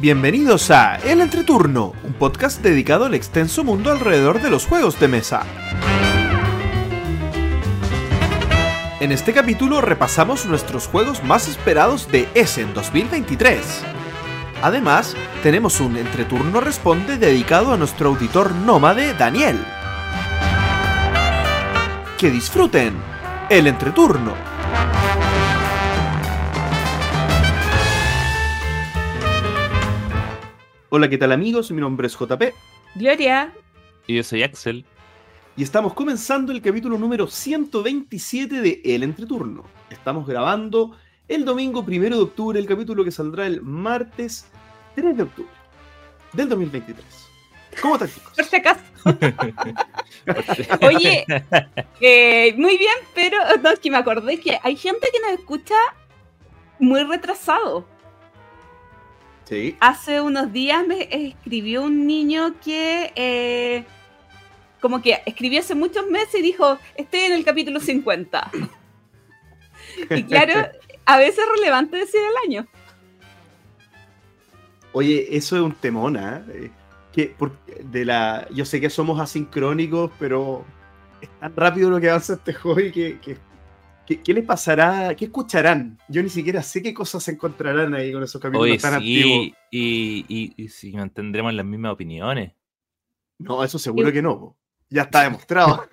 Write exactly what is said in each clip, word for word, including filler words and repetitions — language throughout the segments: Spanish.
Bienvenidos a El Entreturno, un podcast dedicado al extenso mundo alrededor de los juegos de mesa. En este capítulo repasamos nuestros juegos más esperados de Essen dos mil veintitrés. Además, tenemos un Entreturno Responde dedicado a nuestro auditor nómade Daniel. ¡Que disfruten El Entreturno! Hola, ¿qué tal amigos? Mi nombre es J P. Gloria. Y yo soy Axel. Y estamos comenzando el capítulo número ciento veintisiete de El Entreturno. Estamos grabando el domingo primero de octubre, el capítulo que saldrá el martes tres de octubre del dos mil veintitrés. ¿Cómo están, chicos? Por si acaso. Oye, eh, muy bien, pero no, es que me acordé que hay gente que nos escucha muy retrasado. Sí. Hace unos días me escribió un niño que eh, como que escribió hace muchos meses y dijo, estoy en el capítulo cincuenta. Y claro, a veces es relevante decir el año. Oye, eso es un temón, ¿eh? Que por, de la, yo sé que somos asincrónicos, pero es tan rápido lo que avanza este hobby que, que, que ¿qué les pasará? ¿Qué escucharán? Yo ni siquiera sé qué cosas se encontrarán ahí con esos capítulos Oye, tan sí, antiguos. Y, y, y si mantendremos las mismas opiniones. No, eso seguro que no. Ya está demostrado.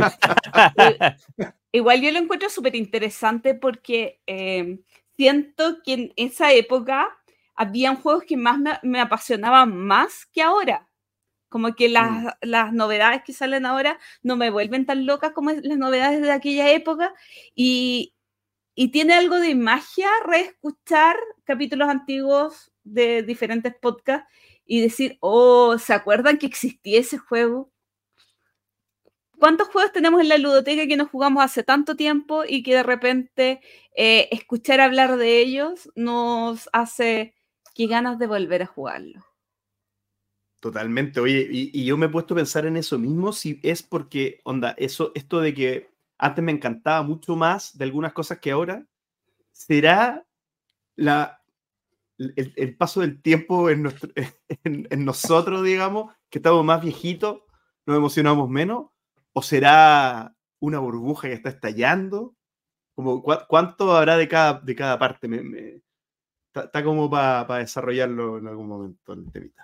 Igual yo lo encuentro súper interesante porque eh, siento que en esa época habían juegos que más me, me apasionaban más que ahora. Como que las, mm. las novedades que salen ahora no me vuelven tan locas como las novedades de aquella época. Y, y tiene algo de magia reescuchar capítulos antiguos de diferentes podcasts y decir, oh, ¿se acuerdan que existía ese juego? ¿Cuántos juegos tenemos en la ludoteca que no jugamos hace tanto tiempo y que de repente eh, escuchar hablar de ellos nos hace que ganas de volver a jugarlo? Totalmente, oye, y, y yo me he puesto a pensar en eso mismo, si es porque, onda, eso, esto de que antes me encantaba mucho más de algunas cosas que ahora, ¿será la, el, el paso del tiempo en, nuestro, en, en nosotros, digamos, que estamos más viejitos, nos emocionamos menos? ¿O será una burbuja que está estallando? Como, ¿cu ¿Cuánto habrá de cada, de cada parte? Me, me, está, está como para pa desarrollarlo en algún momento el temita.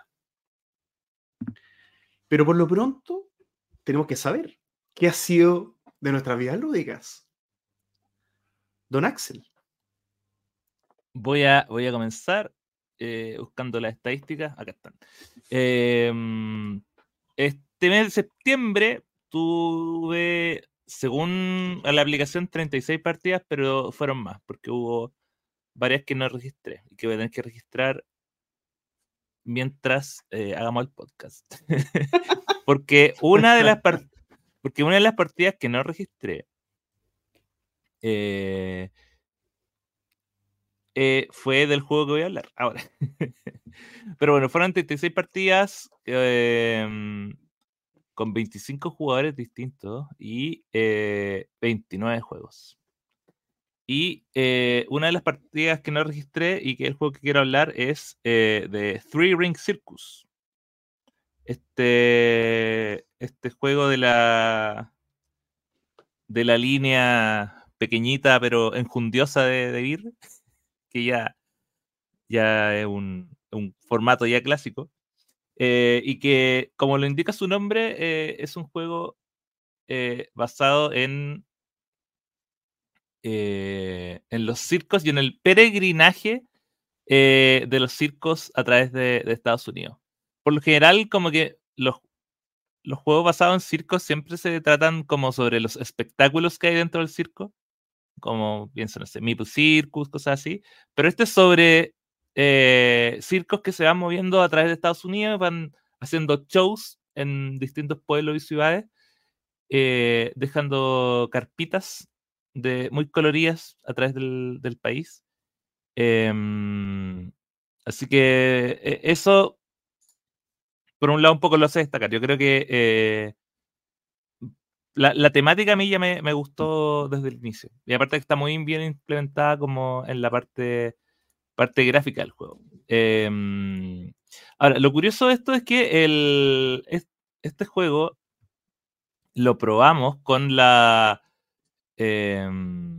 Pero por lo pronto, tenemos que saber qué ha sido de nuestras vidas lúdicas. Don Axel. Voy a, voy a comenzar eh, buscando las estadísticas. Acá están. Eh, este mes de septiembre tuve, según la aplicación, treinta y seis partidas, pero fueron más, porque hubo varias que no registré y que voy a tener que registrar mientras eh, hagamos el podcast. porque una de las part- porque una de las partidas que no registré eh, eh, fue del juego que voy a hablar ahora. Pero bueno, fueron treinta y seis partidas eh, con veinticinco jugadores distintos y eh, veintinueve juegos. Y eh, una de las partidas que no registré y que es el juego que quiero hablar es eh, de Three Ring Circus. Este, este juego de la de la línea pequeñita pero enjundiosa de, de Beer, que ya, ya es un, un formato ya clásico, eh, y que, como lo indica su nombre, eh, es un juego eh, basado en, eh, en los circos y en el peregrinaje eh, de los circos a través de, de Estados Unidos. Por lo general, como que los los juegos basados en circos siempre se tratan como sobre los espectáculos que hay dentro del circo, como pienso, no sé, Meeple Circus, cosas así, pero este es sobre eh, circos que se van moviendo a través de Estados Unidos, van haciendo shows en distintos pueblos y ciudades, eh, dejando carpitas de, muy coloridas a través del, del país. Eh, así que eh, eso, por un lado, un poco lo hace destacar. Yo creo que eh, La, la temática a mí ya me, me gustó desde el inicio. Y aparte que está muy bien implementada como en la parte parte gráfica del juego. Eh, ahora, lo curioso de esto es que el, este juego lo probamos con la eh,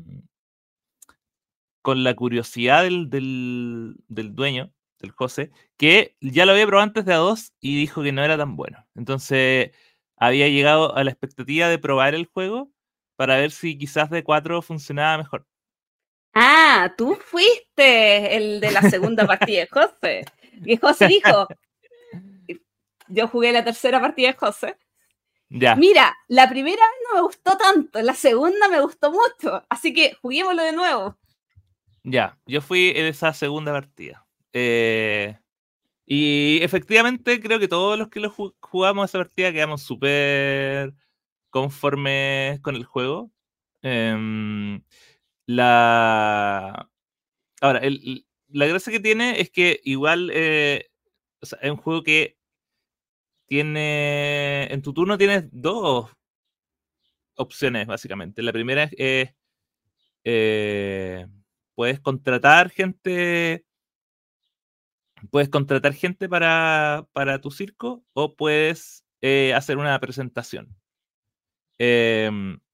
con la curiosidad del, del, del dueño, del José, que ya lo había probado antes de A dos y dijo que no era tan bueno. Entonces había llegado a la expectativa de probar el juego para ver si quizás de cuatro funcionaba mejor. Ah, tú fuiste el de la segunda partida de José. Y José dijo, yo jugué la tercera partida de José. Ya. Mira, la primera no me gustó tanto, la segunda me gustó mucho, así que juguémoslo de nuevo. Ya, yo fui en esa segunda partida. Eh, y efectivamente creo que todos los que lo jugamos esa partida quedamos súper conformes con el juego. Eh, la... Ahora, el, la gracia que tiene es que igual eh, o sea, es un juego que tiene... En tu turno tienes dos opciones, básicamente. La primera es... Eh, eh, puedes contratar gente... Puedes contratar gente para, para tu circo o puedes eh, hacer una presentación. Eh,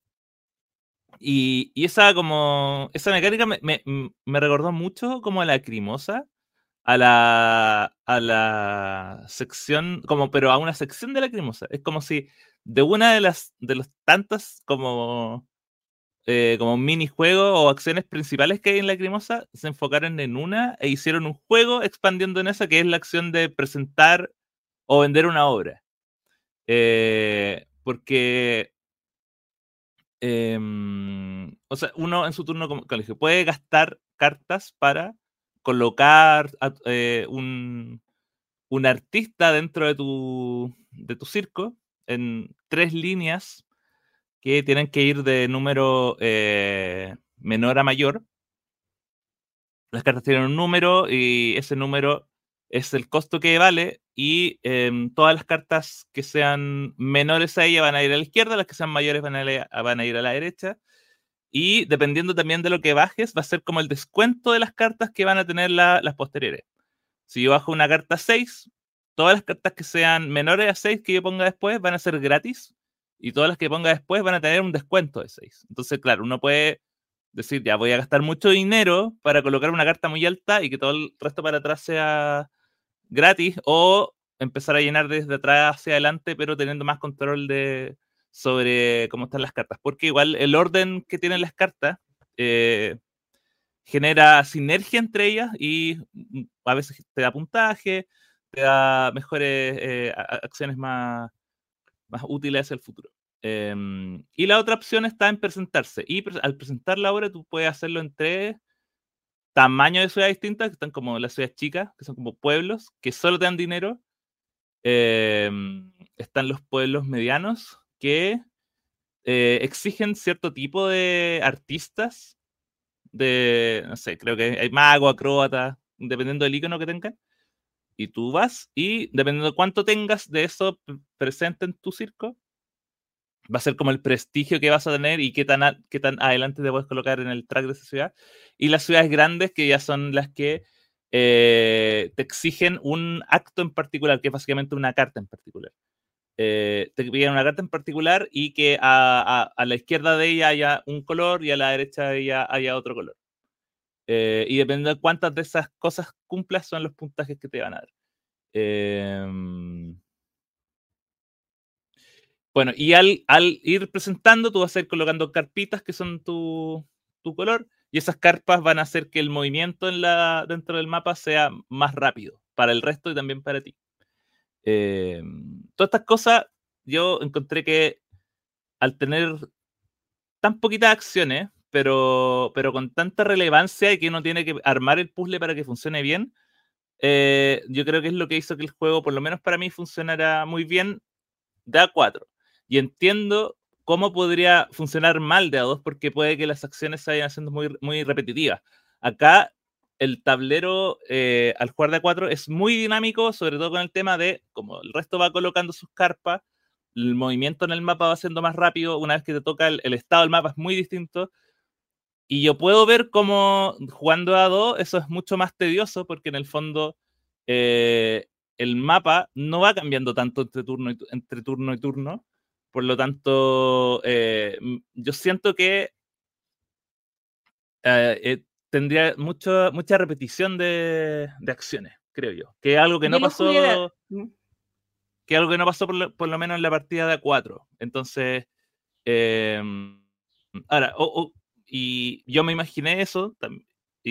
y, y esa como esa mecánica me, me, me recordó mucho como a la Lacrimosa, a la a la sección, como pero a una sección de la Lacrimosa. Es como si de una de las de los tantas como eh, como minijuegos o acciones principales que hay en Lacrimosa se enfocaron en una e hicieron un juego expandiendo en esa, que es la acción de presentar o vender una obra. Eh, porque eh, o sea, uno en su turno como colegio puede gastar cartas para colocar a, eh, un, un artista dentro de tu, de tu circo en tres líneas que tienen que ir de número eh, menor a mayor. Las cartas tienen un número y ese número es el costo que vale y eh, todas las cartas que sean menores a ella van a ir a la izquierda, las que sean mayores van a, ir a, van a ir a la derecha y dependiendo también de lo que bajes va a ser como el descuento de las cartas que van a tener la, las posteriores. Si yo bajo una carta seis, todas las cartas que sean menores a seis que yo ponga después van a ser gratis y todas las que ponga después van a tener un descuento de seis. Entonces, claro, uno puede decir, ya voy a gastar mucho dinero para colocar una carta muy alta y que todo el resto para atrás sea gratis, o empezar a llenar desde atrás hacia adelante, pero teniendo más control de sobre cómo están las cartas. Porque igual el orden que tienen las cartas eh, genera sinergia entre ellas y a veces te da puntaje, te da mejores eh, acciones más, más útiles hacia el futuro. Eh, y la otra opción está en presentarse. Y pre al presentar la obra, tú puedes hacerlo en tres tamaños de ciudades distintas, que están como las ciudades chicas, que son como pueblos, que solo te dan dinero. Eh, están los pueblos medianos, que eh, exigen cierto tipo de artistas, de, no sé, creo que hay mago, acróbata, dependiendo del icono que tengan. Y tú vas y dependiendo de cuánto tengas de eso presente en tu circo, va a ser como el prestigio que vas a tener y qué tan, a, qué tan adelante te puedes colocar en el track de esa ciudad. Y las ciudades grandes, que ya son las que eh, te exigen un acto en particular, que es básicamente una carta en particular. Eh, te piden una carta en particular y que a, a, a la izquierda de ella haya un color y a la derecha de ella haya otro color. Eh, y dependiendo de cuántas de esas cosas cumplas son los puntajes que te van a dar. Eh, Bueno, y al, al ir presentando, tú vas a ir colocando carpitas que son tu, tu color, y esas carpas van a hacer que el movimiento en la, dentro del mapa sea más rápido para el resto y también para ti. Eh, todas estas cosas, yo encontré que al tener tan poquitas acciones, pero, pero con tanta relevancia y que uno tiene que armar el puzzle para que funcione bien, eh, yo creo que es lo que hizo que el juego, por lo menos para mí, funcionara muy bien de A cuatro. Y entiendo cómo podría funcionar mal de A dos, porque puede que las acciones se vayan haciendo muy, muy repetitivas. Acá el tablero eh, al jugar de A cuatro es muy dinámico, sobre todo con el tema de, como el resto va colocando sus carpas, el movimiento en el mapa va siendo más rápido, una vez que te toca el, el estado del mapa es muy distinto, y yo puedo ver cómo jugando a dos eso es mucho más tedioso, porque en el fondo eh, el mapa no va cambiando tanto entre turno y, entre turno, y turno. Por lo tanto, eh, yo siento que eh, eh, tendría mucho, mucha repetición de, de acciones, creo yo. Que es algo que Yo no lo jugué de- pasó, que es algo que no pasó por lo, por lo menos en la partida de A cuatro. Entonces, eh, ahora, o- o- y yo me imaginé eso, tam-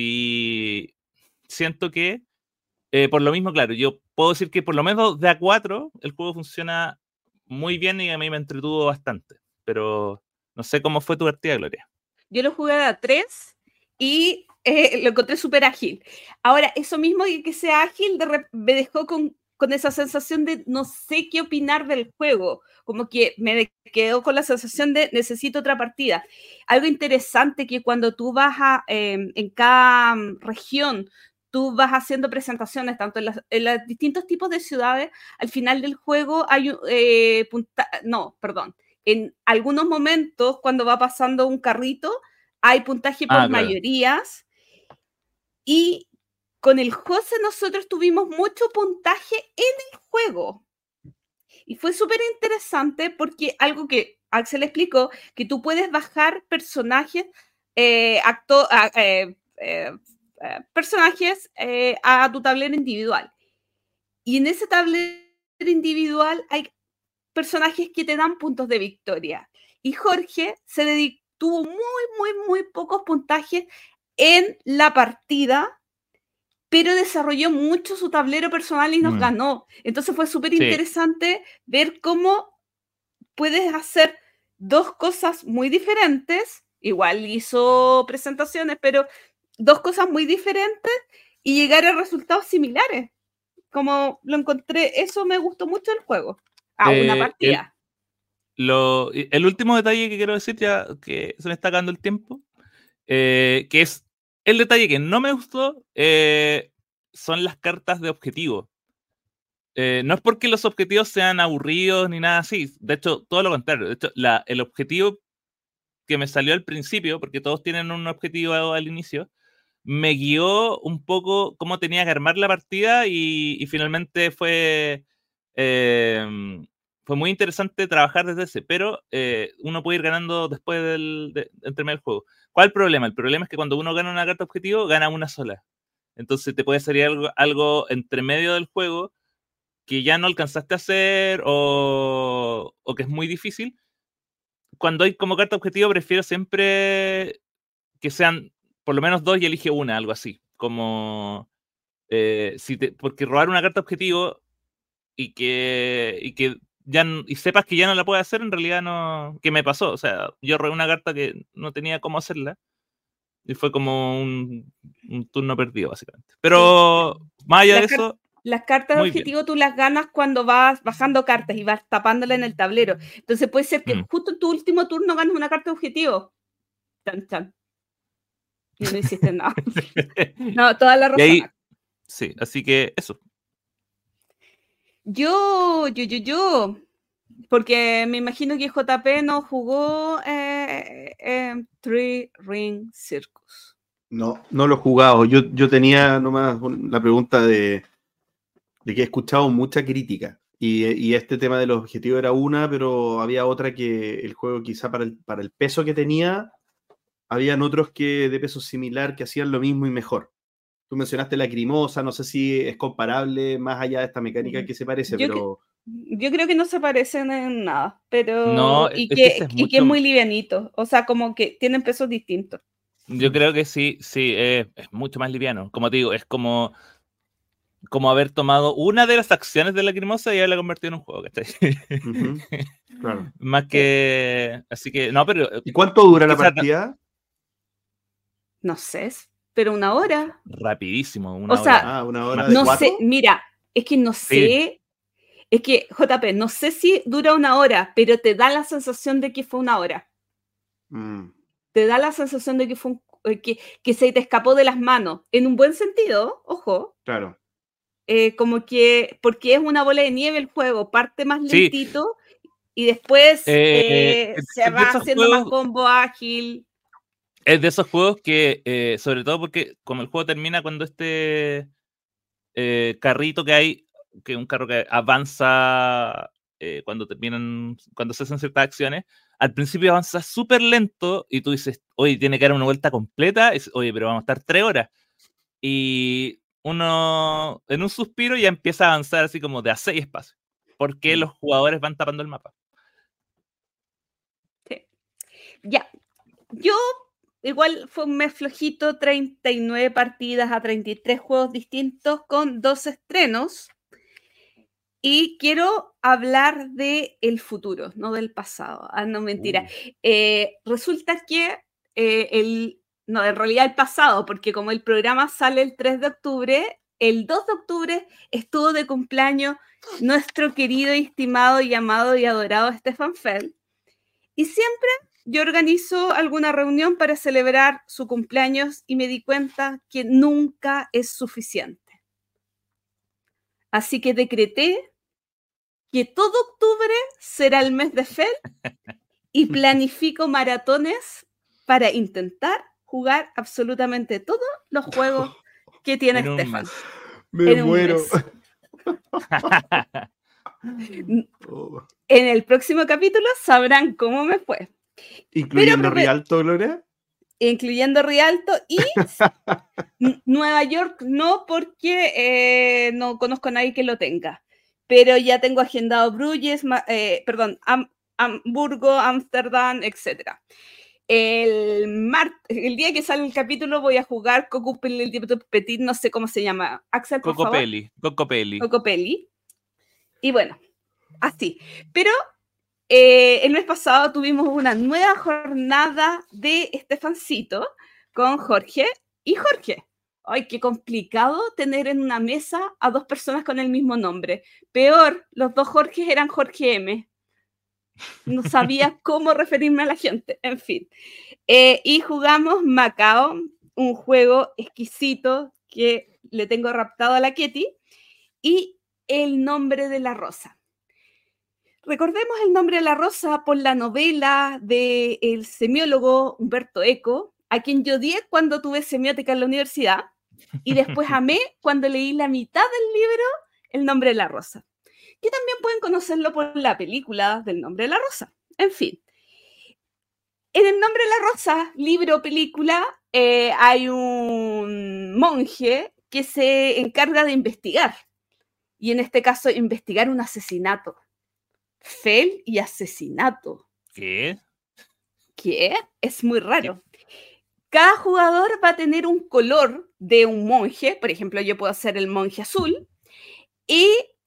y siento que, eh, por lo mismo, claro, yo puedo decir que por lo menos de A cuatro el juego funciona muy bien y a mí me entretuvo bastante. Pero no sé cómo fue tu partida, Gloria. Yo lo jugué de a tres y eh, lo encontré súper ágil. Ahora, eso mismo de que sea ágil de rep- me dejó con, con esa sensación de no sé qué opinar del juego. Como que me de- quedó con la sensación de necesito otra partida. Algo interesante que cuando tú vas a, eh, en cada mm, región, tú vas haciendo presentaciones, tanto en, las, en los distintos tipos de ciudades, al final del juego hay un, eh, punta, no, perdón, en algunos momentos, cuando va pasando un carrito, hay puntaje por Ah, claro. mayorías. Y con el José nosotros tuvimos mucho puntaje en el juego. Y fue súper interesante porque algo que Axel explicó, que tú puedes bajar personajes, eh, acto, eh, eh, eh, personajes eh, a tu tablero individual. Y en ese tablero individual hay personajes que te dan puntos de victoria. Y Jorge se dedicó, tuvo muy, muy, muy pocos puntajes en la partida, pero desarrolló mucho su tablero personal y nos Mm. ganó. Entonces fue súper Sí. interesante ver cómo puedes hacer dos cosas muy diferentes. Igual hizo presentaciones, pero dos cosas muy diferentes y llegar a resultados similares. Como lo encontré, eso me gustó mucho del juego. A ah, una Eh, partida. el, lo, el último detalle que quiero decir, ya que se me está acabando el tiempo, eh, que es el detalle que no me gustó, eh, son las cartas de objetivo. Eh, no es porque los objetivos sean aburridos ni nada así, de hecho, todo lo contrario. De hecho, la, el objetivo que me salió al principio, porque todos tienen un objetivo al inicio, me guió un poco cómo tenía que armar la partida y, y finalmente fue, eh, fue muy interesante trabajar desde ese, pero eh, uno puede ir ganando después del de, entre medio del juego. ¿Cuál es el problema? El problema es que cuando uno gana una carta objetivo, gana una sola. Entonces te puede salir algo, algo entre medio del juego que ya no alcanzaste a hacer o, o que es muy difícil. Cuando hay como carta objetivo, prefiero siempre que sean por lo menos dos y elige una, algo así. Como eh, si te, porque robar una carta objetivo y que, y que ya y sepas que ya no la puedes hacer, en realidad no. ¿Qué me pasó? O sea, yo robé una carta que no tenía cómo hacerla y fue como un, un turno perdido, básicamente. Pero sí, más allá de eso. Las cartas de objetivo bien. Tú las ganas cuando vas bajando cartas y vas tapándolas en el tablero. Entonces puede ser que mm. justo en tu último turno ganes una carta de objetivo. Chan, chan. Y no hiciste nada. No, toda la razón. Y ahí, sí, así que eso. Yo, yo, yo, yo. Porque me imagino que J P no jugó eh, eh, Three Ring Circus. No, no lo he jugado. Yo, yo tenía nomás la pregunta de, de que he escuchado mucha crítica. Y, y este tema de los objetivos era una, pero había otra que el juego quizá para el, para el peso que tenía, habían otros que de peso similar que hacían lo mismo y mejor. Tú mencionaste la Lacrimosa, no sé si es comparable más allá de esta mecánica que se parece, yo pero... Que, yo creo que no se parecen en nada, pero... No, y, es que, que ese es y mucho... que es muy livianito, o sea, como que tienen pesos distintos. Yo creo que sí, sí, eh, es mucho más liviano. Como te digo, es como... como haber tomado una de las acciones de Lacrimosa y haberla convertido en un juego, ¿cachai? Uh-huh. Claro. Más que... Así que, no, pero... ¿Y cuánto dura la partida? No sé, pero una hora. Rapidísimo, una o hora. sea, ah, una hora no de cuatro? sé, mira, es que no sé... Sí. Es que, J P, no sé si dura una hora, pero te da la sensación de que fue una hora. Mm. Te da la sensación de que fue un, que, que se te escapó de las manos. En un buen sentido, ojo. Claro. Eh, como que, porque es una bola de nieve el juego, parte más lentito sí. y después eh, eh, se va haciendo juegos, más combo ágil. Es de esos juegos que, eh, sobre todo porque como el juego termina cuando este eh, carrito que hay, que es un carro que avanza eh, cuando terminan, cuando se hacen ciertas acciones, al principio avanza súper lento y tú dices, oye, tiene que dar una vuelta completa, y dices, oye, pero vamos a estar tres horas. Y uno, en un suspiro, ya empieza a avanzar así como de a seis espacios, porque Mm. los jugadores van tapando el mapa. Sí. Ya, yo igual fue un mes flojito, treinta y nueve partidas a treinta y tres juegos distintos con dos estrenos. Y quiero hablar del el futuro, no del pasado. Ah, no, mentira. Uh. Eh, resulta que eh, el, no, en realidad el pasado, porque como el programa sale el tres de octubre, el dos de octubre estuvo de cumpleaños nuestro querido, estimado y amado y adorado Stefan Feld. Y siempre yo organizo alguna reunión para celebrar su cumpleaños y me di cuenta que nunca es suficiente. Así que decreté que todo octubre será el mes de Feld y planifico maratones para intentar jugar absolutamente todos los juegos que tiene En un Stefan. mes. Me En un muero. mes. Oh. En el próximo capítulo sabrán cómo me fue. ¿Incluyendo Pero- Rialto, Gloria? Incluyendo Rialto y N- Nueva York no, porque eh, no conozco a nadie que lo tenga. Pero ya tengo agendado Bruges, ma- eh, perdón, Am- Hamburgo, Ámsterdam, etcétera. El, mar- el día que sale el capítulo voy a jugar Coco Petit, no sé cómo se llama. Axel, por favor. Cocopelli, Cocopelli. Cocopelli. Y bueno, así. Pero eh, el mes pasado tuvimos una nueva jornada de Estefancito con Jorge y Jorge. Ay, qué complicado tener en una mesa a dos personas con el mismo nombre. Peor, los dos Jorges eran Jorge M. No sabía cómo referirme a la gente. En fin. Eh, y jugamos Macao, un juego exquisito que le tengo raptado a la Ketty, y El nombre de la rosa. Recordemos El nombre de la rosa por la novela del semiólogo Humberto Eco, a quien yo odié cuando tuve semiótica en la universidad, y después amé cuando leí la mitad del libro El nombre de la rosa, que también pueden conocerlo por la película del nombre de la rosa. En fin, en El nombre de la rosa, libro o película, eh, hay un monje que se encarga de investigar, y en este caso investigar un asesinato. Fel y asesinato. ¿Qué? ¿Qué? Es muy raro. Cada jugador va a tener un color de un monje. Por ejemplo, yo puedo ser el monje azul. Y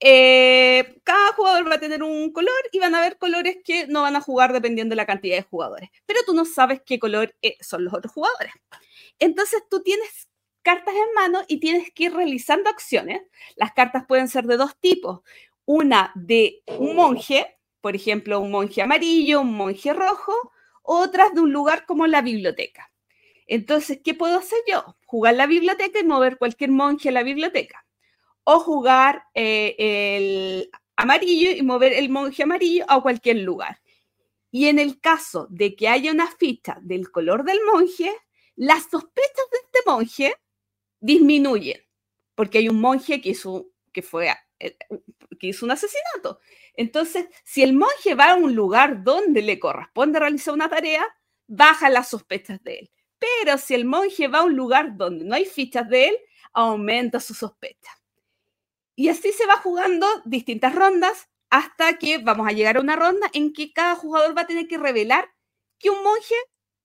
eh, cada jugador va a tener un color y van a haber colores que no van a jugar dependiendo de la cantidad de jugadores. Pero tú no sabes qué color eh, son los otros jugadores. Entonces tú tienes cartas en mano y tienes que ir realizando acciones. Las cartas pueden ser de dos tipos. Una de un monje, por ejemplo, un monje amarillo, un monje rojo, otras de un lugar como la biblioteca. Entonces, ¿qué puedo hacer yo? Jugar la biblioteca y mover cualquier monje a la biblioteca. O jugar eh, el amarillo y mover el monje amarillo a cualquier lugar. Y en el caso de que haya una ficha del color del monje, las sospechas de este monje disminuyen, porque hay un monje que hizo, que fue, que hizo un asesinato. Entonces, si el monje va a un lugar donde le corresponde realizar una tarea, bajan las sospechas de él. Pero si el monje va a un lugar donde no hay fichas de él, aumenta su sospecha. Y así se va jugando distintas rondas hasta que vamos a llegar a una ronda en que cada jugador va a tener que revelar que un monje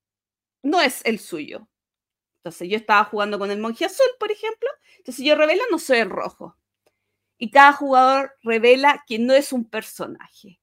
no es el suyo. Entonces yo estaba jugando con el monje azul, por ejemplo, entonces yo revelo no soy el rojo. Y cada jugador revela que no es un personaje.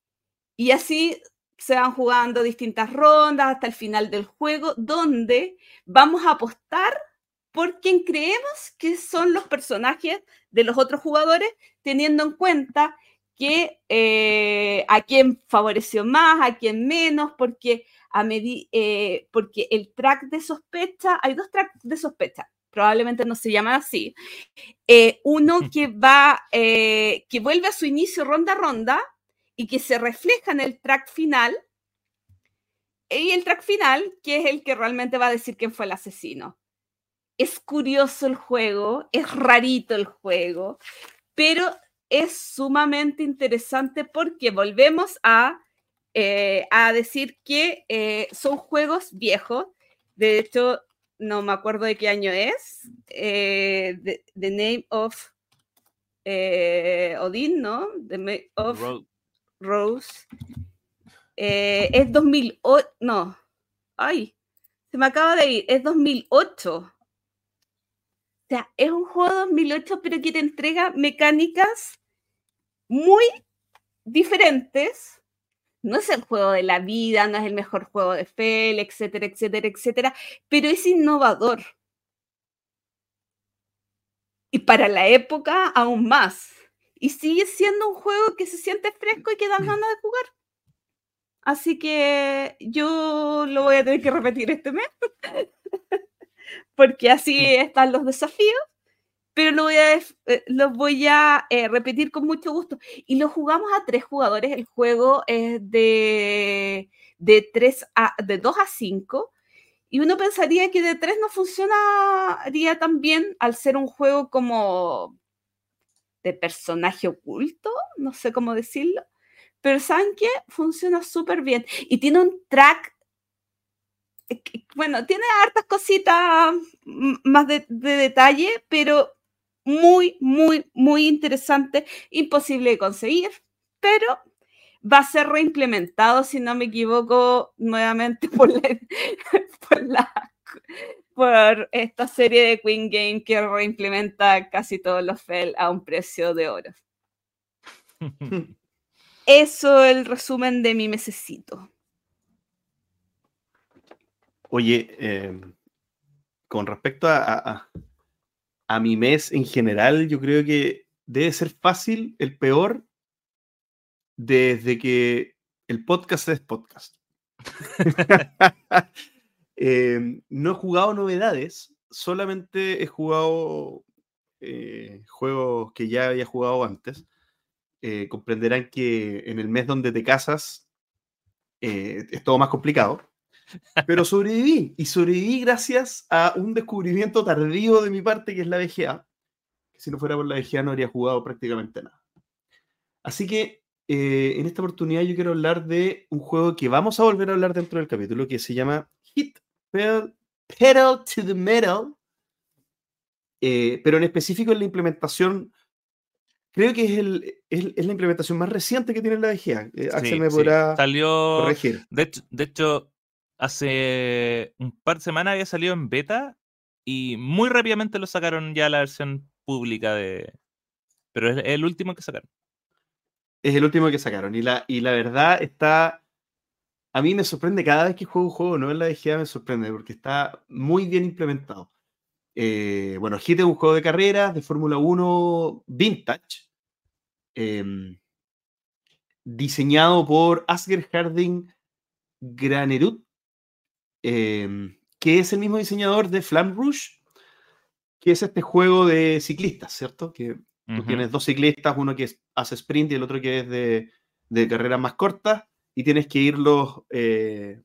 Y así se van jugando distintas rondas hasta el final del juego, donde vamos a apostar por quien creemos que son los personajes de los otros jugadores, teniendo en cuenta que eh, a quién favoreció más, a quién menos, porque, a medi- eh, porque el track de sospecha, hay dos tracks de sospecha, probablemente no se llaman así. Eh, uno que va, eh, que vuelve a su inicio ronda a ronda y que se refleja en el track final, y el track final, que es el que realmente va a decir quién fue el asesino. Es curioso el juego, es rarito el juego, pero es sumamente interesante porque volvemos a, eh, a decir que eh, son juegos viejos. De hecho, no me acuerdo de qué año es. Eh, the, the Name of eh, Odin, ¿no? The Name of Ro- Rose. Eh, es dos mil ocho, no. Ay, se me acaba de ir. Es dos mil ocho. O sea, es un juego de dos mil ocho, pero que te entrega mecánicas muy diferentes. No es el juego de la vida, no es el mejor juego de F L, etcétera, etcétera, etcétera, pero es innovador. Y para la época, aún más. Y sigue siendo un juego que se siente fresco y que da ganas de jugar. Así que yo lo voy a tener que repetir este mes, porque así están los desafíos. Pero lo voy a, eh, lo voy a eh, repetir con mucho gusto. Y lo jugamos a tres jugadores. El juego es de, de, tres a, de dos a cinco. Y uno pensaría que de tres no funcionaría tan bien al ser un juego como de personaje oculto. No sé cómo decirlo. Pero ¿saben qué? Funciona súper bien. Y tiene un track. Bueno, tiene hartas cositas más de, de detalle, pero muy, muy, muy interesante, imposible de conseguir, pero va a ser reimplementado, si no me equivoco, nuevamente por la, por, la, por esta serie de Queen Game que reimplementa casi todos los F E L a un precio de oro. Eso es el resumen de mi mesecito. Oye, eh, con respecto a, a, a mi mes en general, yo creo que debe ser fácil el peor desde que el podcast es podcast. eh, no he jugado novedades, solamente he jugado eh, juegos que ya había jugado antes. Eh, comprenderán que en el mes donde te casas eh, es todo más complicado. Pero sobreviví, y sobreviví gracias a un descubrimiento tardío de mi parte, que es la V G A. Si no fuera por la V G A no habría jugado prácticamente nada. Así que eh, en esta oportunidad yo quiero hablar de un juego que vamos a volver a hablar dentro del capítulo, que se llama Hit Pedal, Pedal to the Metal, eh, pero en específico en la implementación, creo que es, el, es, es la implementación más reciente que tiene la V G A. Eh, Sí, Axel me sí. podrá Salió. corregir. De hecho, de hecho, hace un par de semanas había salido en beta y muy rápidamente lo sacaron ya a la versión pública de. Pero es el último que sacaron. Es el último que sacaron. Y la, y la verdad está. A mí me sorprende cada vez que juego un juego, no en la V G A me sorprende, porque está muy bien implementado. Eh, bueno, Hit es un juego de carreras de Fórmula uno vintage, eh, diseñado por Asger Harding Granerud, eh, que es el mismo diseñador de Flamme Rouge, que es este juego de ciclistas, ¿cierto? Que tú Ujú. tienes dos ciclistas, uno que es- hace sprint y el otro que es de, de carreras más cortas, y tienes que irlos eh,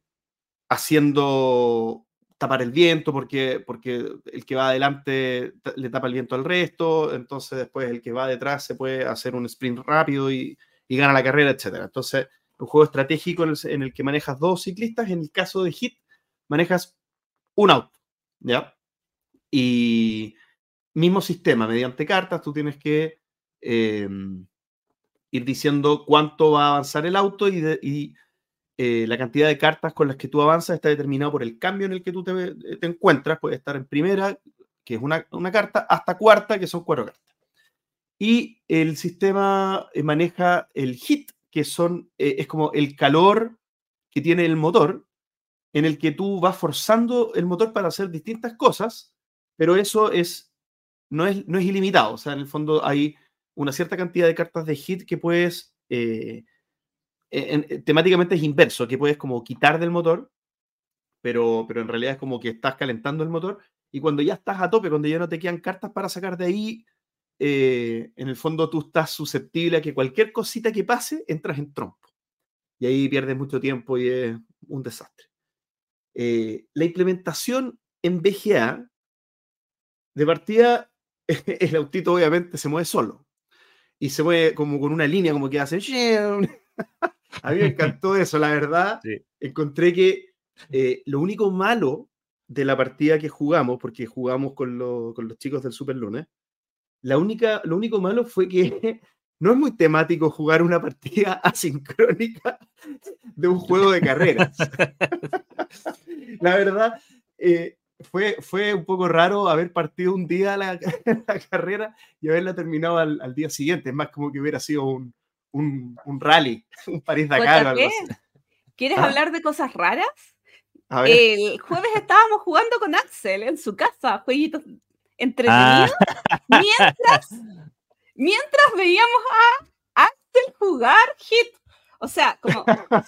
haciendo tapar el viento, porque, porque el que va adelante ta- le tapa el viento al resto, entonces después el que va detrás se puede hacer un sprint rápido y, y gana la carrera, etcétera. Entonces, un juego estratégico en el, en el que manejas dos ciclistas, en el caso de Hit, manejas un auto, ¿ya? Y mismo sistema, mediante cartas, tú tienes que eh, ir diciendo cuánto va a avanzar el auto y, de, y eh, la cantidad de cartas con las que tú avanzas está determinado por el cambio en el que tú te, te encuentras. Puede estar en primera, que es una, una carta, hasta cuarta, que son cuatro cartas. Y el sistema eh, maneja el hit, que son, eh, es como el calor que tiene el motor, en el que tú vas forzando el motor para hacer distintas cosas, pero eso es, no, es, no es ilimitado. O sea, en el fondo hay una cierta cantidad de cartas de hit que puedes... Eh, en, en, temáticamente es inverso, que puedes como quitar del motor, pero, pero en realidad es como que estás calentando el motor, y cuando ya estás a tope, cuando ya no te quedan cartas para sacar de ahí, eh, en el fondo tú estás susceptible a que cualquier cosita que pase, entras en trompo. Y ahí pierdes mucho tiempo y es, un desastre. Eh, la implementación en V G A, de partida, el autito obviamente se mueve solo. Y se mueve como con una línea, como que hace... A mí me encantó eso, la verdad. Sí. Encontré que eh, lo único malo de la partida que jugamos, porque jugamos con, lo, con los chicos del Super Lunes, la única, lo único malo fue que no es muy temático jugar una partida asincrónica de un juego de carreras. La verdad, eh, fue, fue un poco raro haber partido un día la, la carrera y haberla terminado al, al día siguiente. Es más como que hubiera sido un, un, un rally, un París-Dakar o algo así. ¿Quieres ¿Ah? hablar de cosas raras? A ver. El jueves estábamos jugando con Axel en su casa, jueguitos entretenidos, Ah. mientras, mientras veíamos a Axel jugar Hit. O sea, como...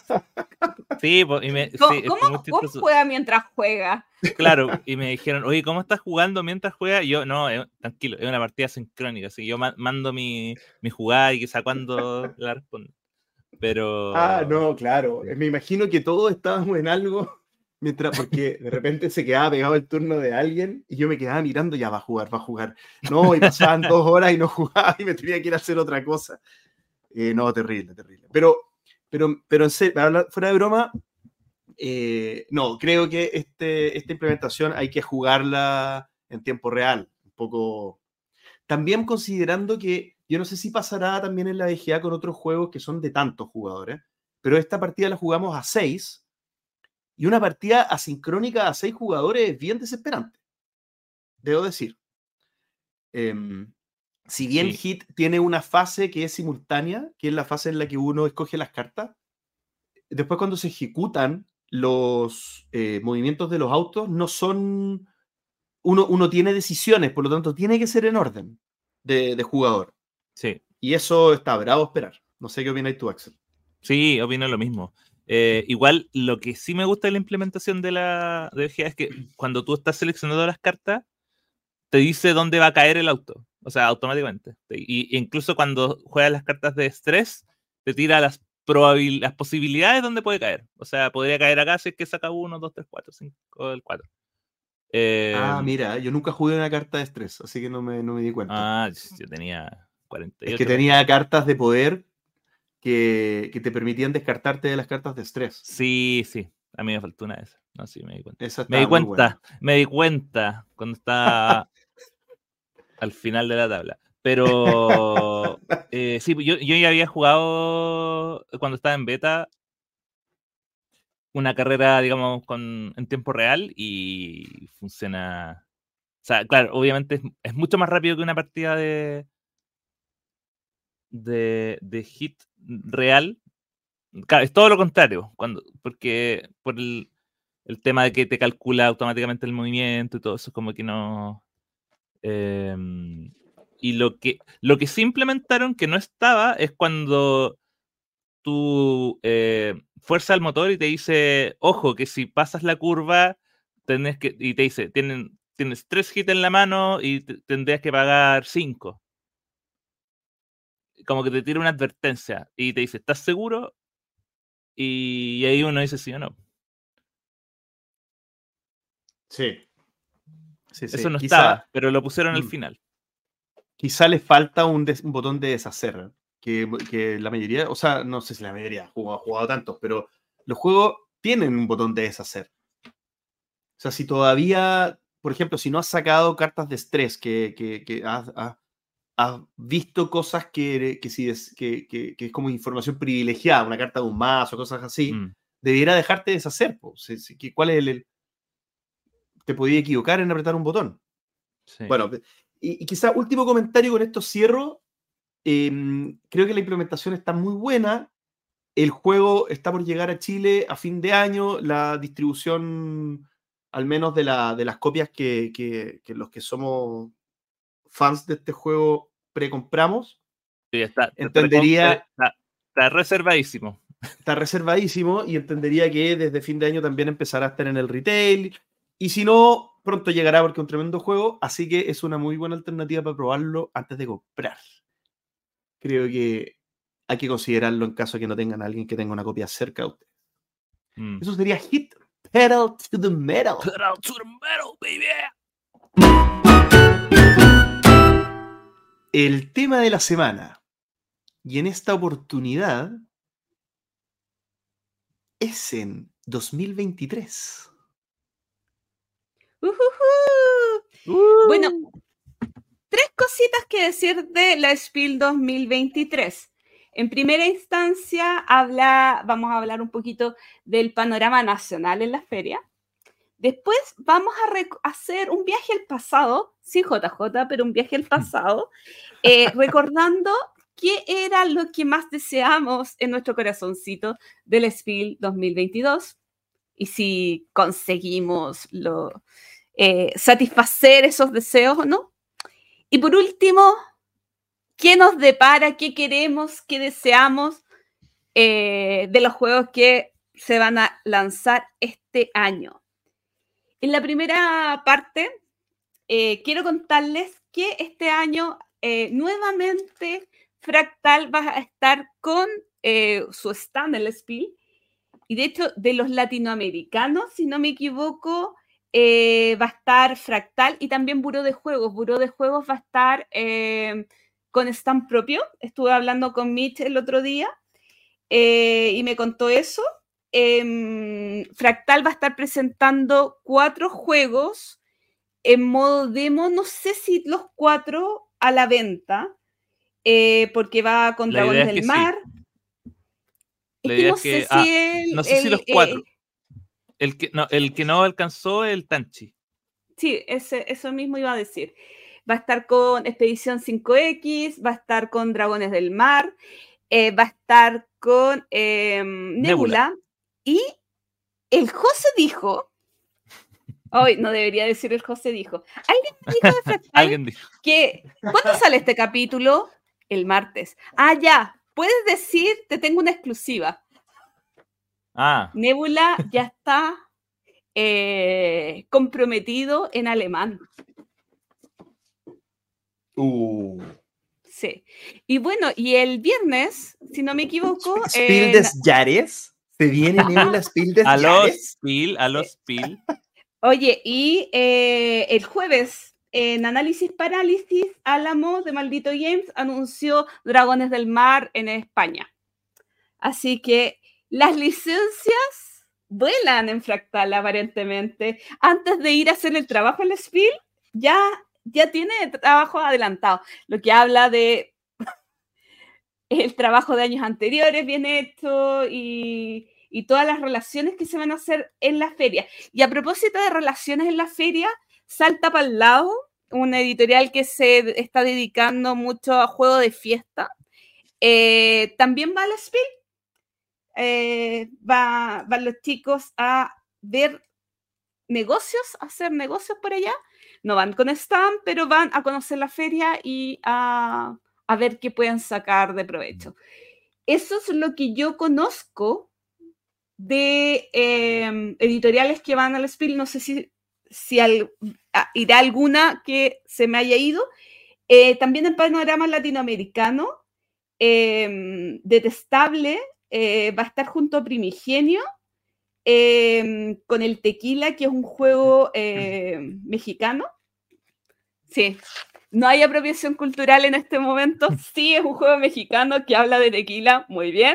Sí, po, y me, ¿Cómo, sí, es cómo, muy cómo chistoso. juega mientras juega? Claro, y me dijeron, oye, ¿cómo estás jugando mientras juegas? Y yo, no, eh, tranquilo, es una partida sincrónica, así que yo ma- mando mi, mi jugada y quizá cuando la respondo. Pero... Ah, no, claro. Sí. Me imagino que todos estábamos en algo, mientras, porque de repente se quedaba pegado el turno de alguien y yo me quedaba mirando, ya va a jugar, va a jugar. No, y pasaban dos horas y no jugaba y me tenía que ir a hacer otra cosa. Eh, no, terrible, terrible. Pero, pero, pero en serio, para hablar- fuera de broma, eh, no, creo que este, esta implementación hay que jugarla en tiempo real. Un poco. También considerando que yo no sé si pasará también en la V G A con otros juegos que son de tantos jugadores, pero esta partida la jugamos a seis y una partida asincrónica a seis jugadores es bien desesperante, debo decir. Eh, si bien Sí. Hit tiene una fase que es simultánea, que es la fase en la que uno escoge las cartas, después cuando se ejecutan los eh, movimientos de los autos, no son... Uno, uno tiene decisiones, por lo tanto tiene que ser en orden de, de jugador. Sí, Y eso está bravo esperar. No sé qué opinas tú, Axel. sí, opino lo mismo. Eh, igual, lo que sí me gusta de la implementación de la de V G A es que cuando tú estás seleccionando las cartas, te dice dónde va a caer el auto. O sea, automáticamente. Y, y incluso cuando juegas las cartas de estrés, te tira las, probabil las posibilidades donde puede caer. O sea, podría caer acá si es que saca uno, dos, tres, cuatro, cinco, el cuatro. Eh, Ah, mira, yo nunca jugué una carta de estrés, así que no me, no me di cuenta. ah, yo tenía cuarenta y Es que ocho tenía cartas. cartas de poder que, que te permitían descartarte de las cartas de estrés. Sí, sí. A mí me faltó una de esas. No, sí, me di cuenta. Esa Me di estaba muy cuenta, buena. me di cuenta cuando estaba al final de la tabla. Pero eh, sí, yo, yo ya había jugado cuando estaba en beta una carrera, digamos, con, en tiempo real y funciona. O sea, claro, obviamente es, es mucho más rápido que una partida de, de, de hit real. Claro, es todo lo contrario, cuando, porque por el, el tema de que te calcula automáticamente el movimiento y todo eso, como que no. Eh, y lo que, lo que sí implementaron que no estaba es cuando tú eh, fuerzas el motor y te dice, ojo, que si pasas la curva, tenés que, y te dice, tienen, tienes tres hits en la mano y te- tendrías que pagar cinco. Como que te tira una advertencia y te dice, ¿estás seguro? Y ahí uno dice sí o no. Sí, sí, Eso sí. no Quizá, estaba, pero lo pusieron al mm, final. quizá le falta un, des- un botón de deshacer. Que, que la mayoría, o sea, no sé si la mayoría ha jugado, ha jugado tantos, pero los juegos tienen un botón de deshacer. O sea, si todavía, por ejemplo, si no has sacado cartas de estrés, que, que, que has, has- has visto cosas que, que, si es, que, que- que es como información privilegiada, una carta de un mazo, cosas así, Mm, debiera dejarte deshacer. Po. Si- si- que- ¿Cuál es el, el- Te podía equivocar en apretar un botón. sí. Bueno, y, y quizá último comentario con esto cierro. Em, creo que la implementación está muy buena. El juego está por llegar a Chile a fin de año. La distribución, al menos de, la, de las copias que, que, que los que somos fans de este juego precompramos, Sí, está, te- te recom- te- entendería, está, está reservadísimo. está reservadísimo y entendería que desde fin de año también empezará a estar en el retail. Y si no, pronto llegará porque es un tremendo juego. Así que es una muy buena alternativa para probarlo antes de comprar. Creo que hay que considerarlo en caso de que no tengan a alguien que tenga una copia cerca de usted. Mm. Eso sería hit pedal to the metal. Pedal to the metal, baby. El tema de la semana. Y en esta oportunidad es en dos mil veintitrés. Ujujú. Uh. Bueno, tres cositas que decir de la Spiel dos mil veintitrés. En primera instancia, habla, vamos a hablar un poquito del panorama nacional en la feria. Después vamos a rec- hacer un viaje al pasado, sí J J, pero un viaje al pasado, eh, recordando qué era lo que más deseamos en nuestro corazoncito del Spiel dos mil veintidós y si conseguimos lo, eh, satisfacer esos deseos o no. Y por último, ¿qué nos depara? ¿Qué queremos? ¿Qué deseamos eh, de los juegos que se van a lanzar este año? En la primera parte, eh, quiero contarles que este año eh, nuevamente Fractal va a estar con eh, su stand en el Spiel. Y de hecho, de los latinoamericanos, si no me equivoco, eh, va a estar Fractal y también Buró de Juegos. Buró de Juegos va a estar eh, con stand propio. Estuve hablando con Mitch el otro día eh, y me contó eso. Eh, Fractal va a estar presentando cuatro juegos en modo demo. No sé si los cuatro a la venta, eh, porque va con La Dragones idea es del que Mar. sí. Es La que idea no es sé que. si Ah, el, no sé si el, los eh, cuatro. El que no, el que no alcanzó el Tanchi. Sí, ese, eso mismo iba a decir. Va a estar con Expedición cinco equis, va a estar con Dragones del Mar, eh, va a estar con eh, Nebula. Nebula. Y el José dijo, hoy no debería decir el José dijo, alguien me dijo de Fractal Alguien dijo. que, ¿cuándo sale este capítulo? El martes. Ah, ya, puedes decir, te tengo una exclusiva. Ah, Nebula ya está eh, comprometido en alemán. Uh. Sí. Y bueno, y el viernes, si no me equivoco, ¿Spiel eh, des Jahres? ¿Se viene Nebula Spiel des a los Jahres? Pil, a los Pil. oye, y eh, el jueves en Análisis Parálisis, Álamo de Maldito Games anunció Dragones del Mar en España. Así que las licencias vuelan en Fractal aparentemente. Antes de ir a hacer el trabajo en el Spiel, ya, ya tiene trabajo adelantado, lo que habla de el trabajo de años anteriores bien hecho y, y todas las relaciones que se van a hacer en la feria. Y a propósito de relaciones en la feria, salta para el lado una editorial que se está dedicando mucho a juego de fiesta. Eh, también va al Spiel. Eh, va, van los chicos a ver negocios, a hacer negocios por allá. No van con stand, pero van a conocer la feria y a, a ver qué pueden sacar de provecho. Eso es lo que yo conozco de eh, editoriales que van al Spiel. No sé si, si al, a, irá alguna que se me haya ido. Eh, también en panorama latinoamericano, eh, Detestable eh, va a estar junto a Primigenio eh, con el Tequila, que es un juego eh, mexicano. Sí, no hay apropiación cultural en este momento. Sí, es un juego mexicano que habla de tequila. Muy bien.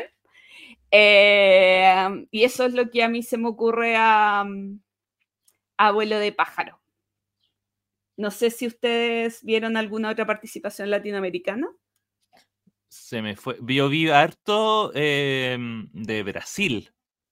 Eh, y eso es lo que a mí se me ocurre a, a Vuelo de Pájaro. No sé si ustedes vieron alguna otra participación latinoamericana. Se me fue. Yo vi harto eh, de Brasil.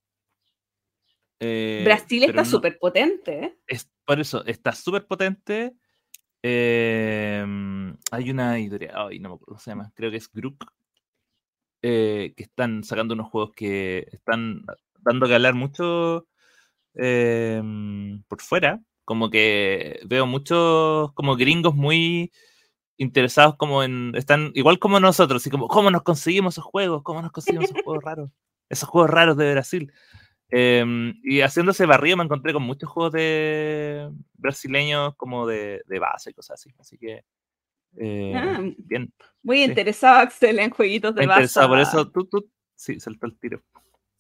Eh, Brasil está no, súper potente. ¿eh? Es, por eso, está súper potente. Eh, hay una editorial, ay, no me acuerdo cómo se llama, creo que es Group, eh, que están sacando unos juegos que están dando que hablar mucho eh, por fuera. Como que veo muchos como gringos muy interesados como en, están igual como nosotros, así como, ¿cómo nos conseguimos esos juegos? ¿Cómo nos conseguimos esos juegos raros? Esos juegos raros de Brasil. Eh, y haciéndose barrido me encontré con muchos juegos de brasileños como de, de base y cosas así. Así que, eh, Ah, bien. muy Sí. interesado, Axel, en jueguitos de Me interesaba, por baza. eso tú, tú, sí, saltó el tiro.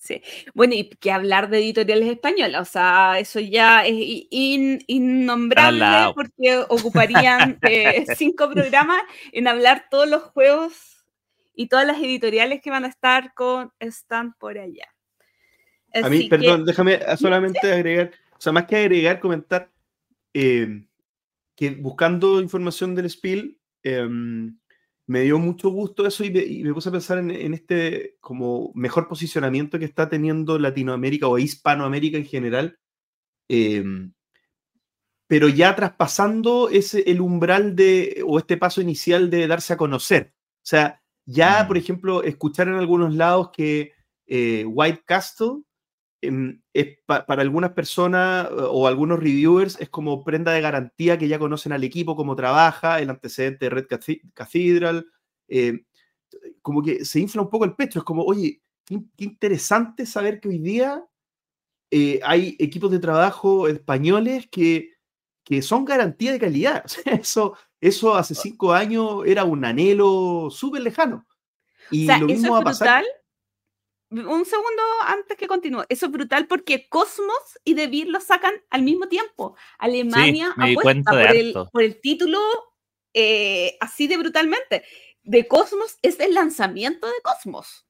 Sí. Bueno, y que hablar de editoriales españolas, o sea, eso ya es in, innombrable porque ocuparían eh, cinco programas en hablar todos los juegos y todas las editoriales que van a estar con están por allá. Así a mí, que, perdón, déjame solamente ¿sí? agregar, o sea, más que agregar, comentar eh, que buscando información del Spiel, eh, me dio mucho gusto eso y me, y me puse a pensar en, en este como mejor posicionamiento que está teniendo Latinoamérica o Hispanoamérica en general, eh, pero ya traspasando ese, el umbral de, o este paso inicial de darse a conocer. O sea, ya, mm. por ejemplo, escuchar en algunos lados que eh, White Castle eh, es pa, para algunas personas o algunos reviewers es como prenda de garantía que ya conocen al equipo, cómo trabaja, el antecedente de Red Cathedral, eh, como que se infla un poco el pecho, es como, oye, qué, qué interesante saber que hoy día eh, hay equipos de trabajo españoles que, que son garantía de calidad. O sea, eso, eso hace cinco años era un anhelo súper lejano. Y o sea, lo mismo eso va es a pasar. Brutal. Un segundo antes que continúe. Eso es brutal porque Cosmos y The Beer lo sacan al mismo tiempo. Alemania sí, me di apuesta cuenta de por, el, harto. por el título eh, así de brutalmente. De Cosmos es el lanzamiento de Cosmos.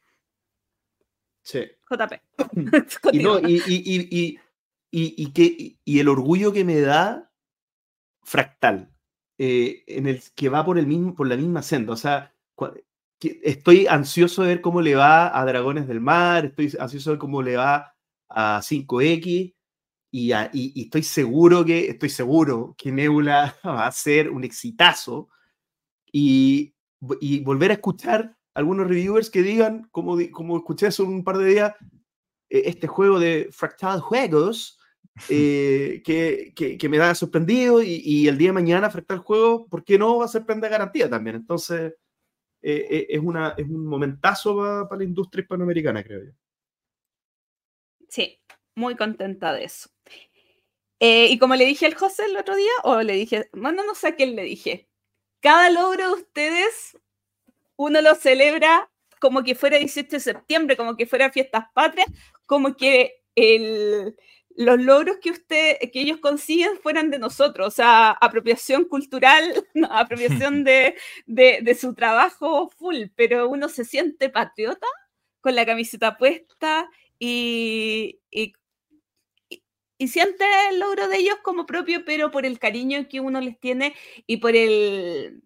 Sí. J P. y, no, y, y, y, y, y, que, y el orgullo que me da Fractal, eh, en el que va por, el mismo, por la misma senda. O sea, que estoy ansioso de ver cómo le va a Dragones del Mar, estoy ansioso de ver cómo le va a cinco equis y, a, y, y estoy seguro que estoy seguro que Nebula va a ser un exitazo y, y volver a escuchar algunos reviewers que digan, como, como escuché hace un par de días, eh, este juego de Fractal Juegos eh, que, que, que me da sorprendido y, y el día de mañana Fractal Juegos, ¿por qué no va a ser prenda de garantía también? Entonces Eh, es, una, es un momentazo para pa la industria hispanoamericana, creo yo. Sí, muy contenta de eso. Eh, y como le dije al José el otro día, o le dije, bueno, no sé a quién le dije, cada logro de ustedes, uno lo celebra como que fuera dieciocho de septiembre, como que fuera fiestas patrias, como que el, los logros que, usted, que ellos consiguen fueran de nosotros, o sea, apropiación cultural, no, apropiación de, de, de su trabajo full, pero uno se siente patriota con la camiseta puesta y, y, y, y siente el logro de ellos como propio, pero por el cariño que uno les tiene y por el...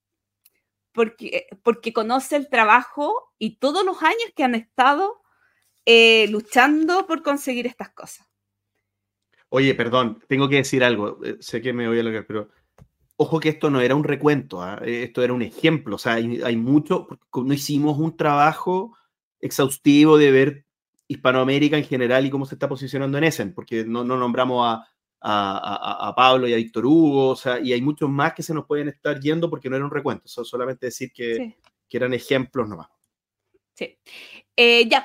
Porque, porque conoce el trabajo y todos los años que han estado eh, luchando por conseguir estas cosas. Oye, perdón, tengo que decir algo. Eh, sé que me voy a alargar, pero ojo que esto no era un recuento, ¿eh? Esto era un ejemplo. O sea, hay, hay mucho, no hicimos un trabajo exhaustivo de ver Hispanoamérica en general y cómo se está posicionando en Essen, porque no, no nombramos a, a, a, a Pablo y a Víctor Hugo, o sea, y hay muchos más que se nos pueden estar yendo porque no era un recuento. Eso solamente decir que, sí. que eran ejemplos nomás. Sí. Eh, ya.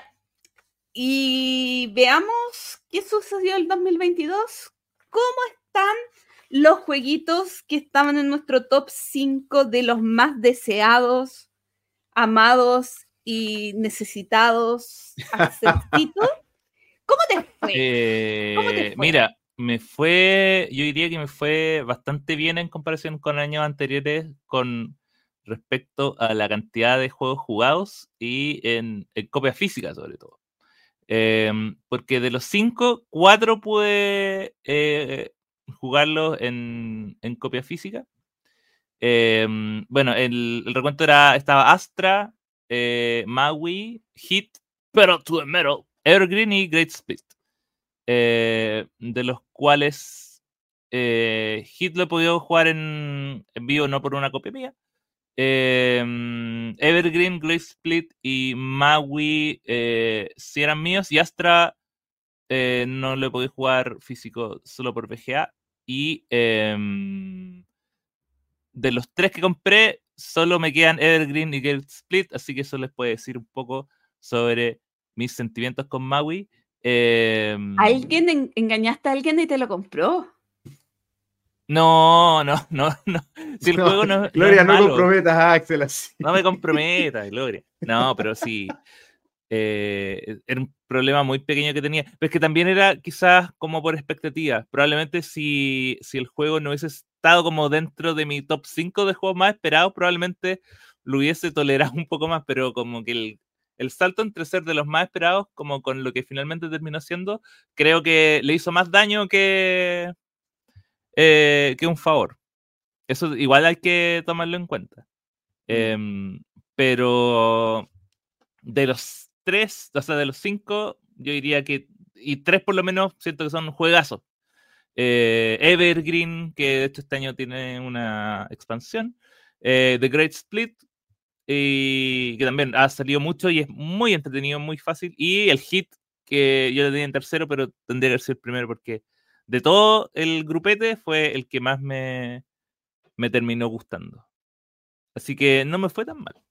Y veamos qué sucedió el dos mil veintidós. ¿Cómo están los jueguitos que estaban en nuestro top cinco de los más deseados, amados y necesitados Axelcito? ¿Cómo te fue? Eh, ¿Cómo te fue? Mira, me fue, yo diría que me fue bastante bien en comparación con años anteriores con respecto a la cantidad de juegos jugados y en, en copia física sobre todo. Eh, porque de los cinco, cuatro pude eh, jugarlos en, en copia física. Eh, bueno, el, el recuento era, estaba Astra, eh, Maui, Hit, Pedal to the Metal, Evergreen y Great Split. Eh, de los cuales eh, Hit lo he podido jugar en, en vivo, no por una copia mía. Eh, Evergreen, Great Split y Maui eh, sí eran míos, y Astra eh, no lo he podido jugar físico solo por V G A. Y eh, de los tres que compré, solo me quedan Evergreen y Great Split, así que eso les puede decir un poco sobre mis sentimientos con Maui. Eh, ¿Alguien en, engañaste a alguien y te lo compró? No, no, no, no. Si el no, juego no, Gloria, no es no malo. comprometas a Axel así. No me comprometas, Gloria. No, pero sí. Eh, era un problema muy pequeño que tenía, pero es que también era quizás como por expectativa. Probablemente si, si el juego no hubiese estado como dentro de mi top cinco de juegos más esperados, probablemente lo hubiese tolerado un poco más, pero como que el, el salto entre ser de los más esperados, como con lo que finalmente terminó siendo, creo que le hizo más daño que, eh, que un favor. Eso igual hay que tomarlo en cuenta. Eh, pero de los tres, o sea, de los cinco, yo diría que, y tres por lo menos, siento que son juegazos. Eh, Evergreen, que de hecho este año tiene una expansión. Eh, The Great Split, y que también ha salido mucho y es muy entretenido, muy fácil. Y el Hit, que yo le tenía en tercero, pero tendría que ser el primero porque de todo el grupete fue el que más me, me terminó gustando. Así que no me fue tan mal.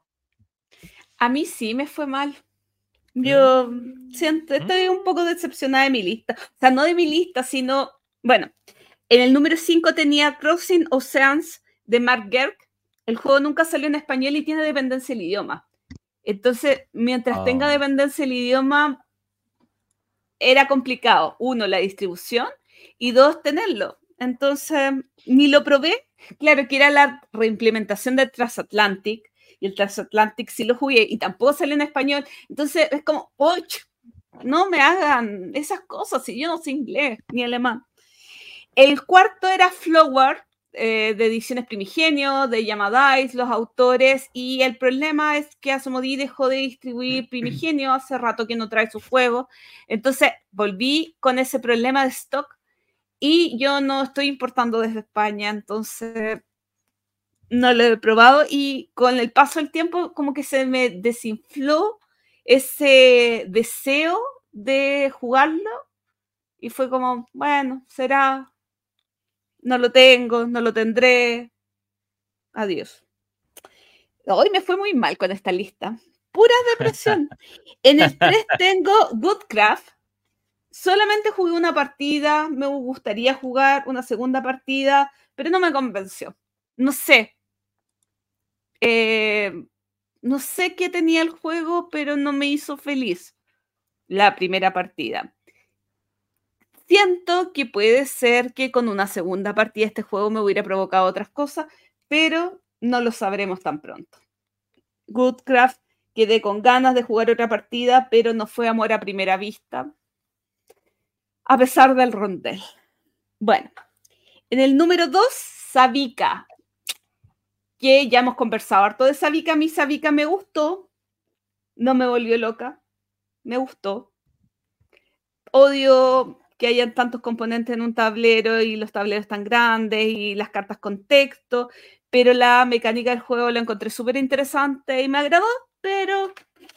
A mí sí me fue mal. Yo siento, estoy un poco decepcionada de mi lista. O sea, no de mi lista, sino, bueno, en el número cinco tenía Crossing Oceans de Mark Gerg. El juego nunca salió en español y tiene dependencia del idioma. Entonces, mientras oh. tenga dependencia del idioma, era complicado. Uno, la distribución, y dos, tenerlo. Entonces, ni lo probé. Claro que era la reimplementación de Transatlantic, y el Transatlantic sí lo jugué, y tampoco salió en español. Entonces, es como, ¡oh! No me hagan esas cosas, si yo no sé inglés ni alemán. El cuarto era Flower, eh, de Ediciones Primigenio, de Yamadais, los autores, y el problema es que Asmodee dejó de distribuir Primigenio, hace rato que no trae su juego, entonces volví con ese problema de stock, y yo no estoy importando desde España, entonces no lo he probado, y con el paso del tiempo como que se me desinfló ese deseo de jugarlo, y fue como, bueno, será... No lo tengo, no lo tendré. Adiós. Hoy me fue muy mal con esta lista. Pura depresión. En el tres tengo Goodcraft. Solamente jugué una partida. Me gustaría jugar una segunda partida, pero no me convenció. No sé. Eh, no sé qué tenía el juego, pero no me hizo feliz la primera partida. Siento que puede ser que con una segunda partida este juego me hubiera provocado otras cosas, pero no lo sabremos tan pronto. Goodcraft, quedé con ganas de jugar otra partida, pero no fue amor a primera vista, a pesar del rondel. Bueno, en el número dos, Sabika, que ya hemos conversado harto de Sabika. A mí Sabika me gustó, no me volvió loca, me gustó. Odio que hayan tantos componentes en un tablero y los tableros tan grandes y las cartas con texto, pero la mecánica del juego la encontré súper interesante y me agradó, pero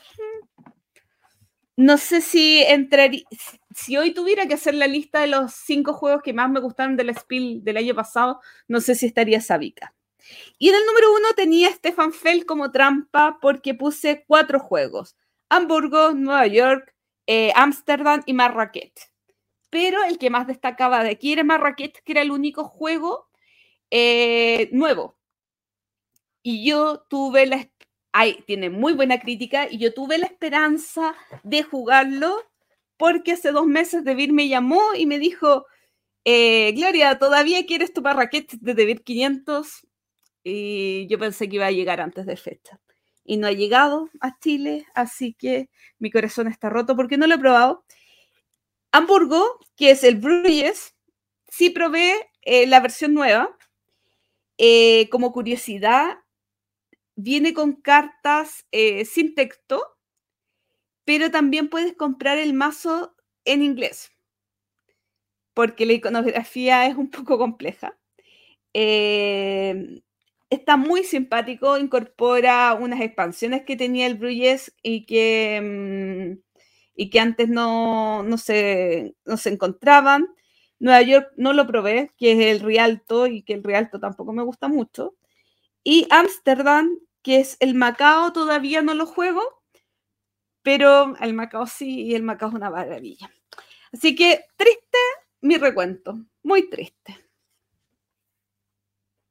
no sé si entraría, si hoy tuviera que hacer la lista de los cinco juegos que más me gustaron del Spiel del año pasado, no sé si estaría Sabika. Y en el número uno tenía Stefan Feld como trampa porque puse cuatro juegos: Hamburgo, Nueva York, eh, Ámsterdam y Marrakech. Pero el que más destacaba de aquí era Marrakech, que era el único juego eh, nuevo. Y yo tuve la... Ay, tiene muy buena crítica, y yo tuve la esperanza de jugarlo porque hace dos meses Debir me llamó y me dijo, eh, Gloria, ¿todavía quieres tu Marrakech de Debir quinientos? Y yo pensé que iba a llegar antes de fecha. Y no ha llegado a Chile, así que mi corazón está roto porque no lo he probado. Hamburgo, que es el Bruges, sí probé eh, la versión nueva. Eh, como curiosidad, viene con cartas eh, sin texto, pero también puedes comprar el mazo en inglés, porque la iconografía es un poco compleja. Eh, está muy simpático, incorpora unas expansiones que tenía el Bruges y que... Mmm, y que antes no, no, se, no se encontraban. Nueva York no lo probé, que es el Rialto, y que el Rialto tampoco me gusta mucho. Y Ámsterdam, que es el Macao, todavía no lo juego, pero el Macao sí, y el Macao es una maravilla. Así que triste mi recuento, muy triste.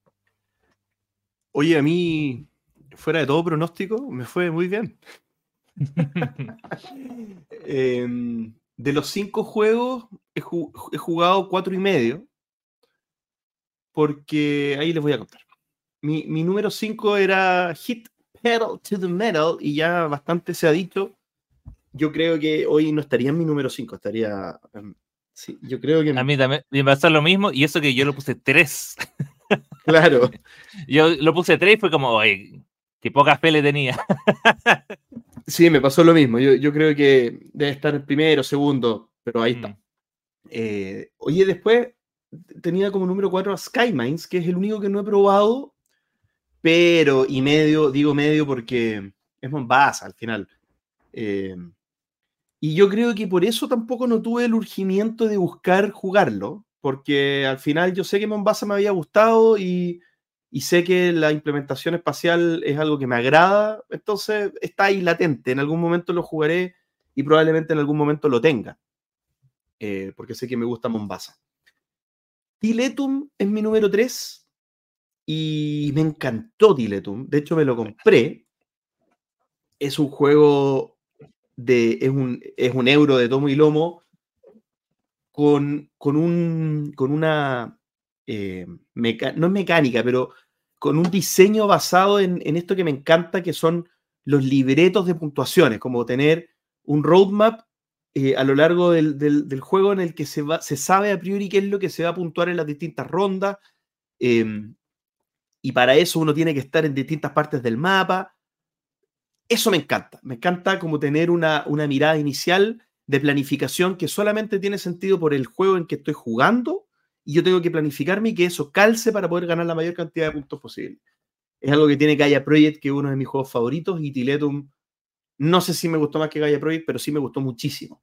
Oye, a mí, fuera de todo pronóstico, me fue muy bien. eh, de los cinco juegos, he, ju he jugado cuatro y medio. Porque ahí les voy a contar. Mi, mi número cinco era Hit Pedal to the Metal, y ya bastante se ha dicho. Yo creo que hoy no estaría en mi número cinco, estaría... Um, sí, yo creo que... A mí también me pasa lo mismo, y eso que yo lo puse tres. Claro. Yo lo puse tres y fue como, oye, qué poca fe le tenía. Sí, me pasó lo mismo. Yo, yo creo que debe estar en primero, segundo, pero ahí está. Mm. Eh, oye, después tenía como número cuatro a Skymines, que es el único que no he probado, pero, y medio, digo medio porque es Mombasa al final. Eh, y yo creo que por eso tampoco no tuve el urgimiento de buscar jugarlo, porque al final yo sé que Mombasa me había gustado y, y sé que la implementación espacial es algo que me agrada, entonces está ahí latente. En algún momento lo jugaré y probablemente en algún momento lo tenga, eh, porque sé que me gusta Mombasa. Tiletum es mi número tres y me encantó Tiletum. De hecho, me lo compré. Es un juego de. Es un, es un euro de tomo y lomo con, con, un, con una. Eh, meca, no es mecánica, pero con un diseño basado en, en esto que me encanta, que son los libretos de puntuaciones, como tener un roadmap Eh, a lo largo del, del, del juego en el que se, va, se sabe a priori qué es lo que se va a puntuar en las distintas rondas, eh, y para eso uno tiene que estar en distintas partes del mapa. Eso me encanta, me encanta como tener una, una mirada inicial de planificación que solamente tiene sentido por el juego en que estoy jugando, y yo tengo que planificarme y que eso calce para poder ganar la mayor cantidad de puntos posible. Es algo que tiene Gaia Project, que es uno de mis juegos favoritos, y Tiletum, no sé si me gustó más que Gaia Project, pero sí me gustó muchísimo.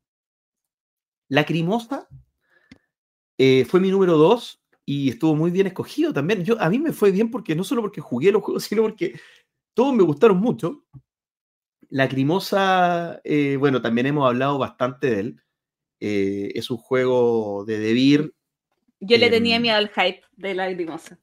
Lacrimosa eh, fue mi número dos y estuvo muy bien escogido también. Yo, a mí me fue bien porque no solo porque jugué los juegos, sino porque todos me gustaron mucho. Lacrimosa, eh, bueno, también hemos hablado bastante de él. Eh, es un juego de Devir. Yo eh, le tenía miedo al hype de Lacrimosa.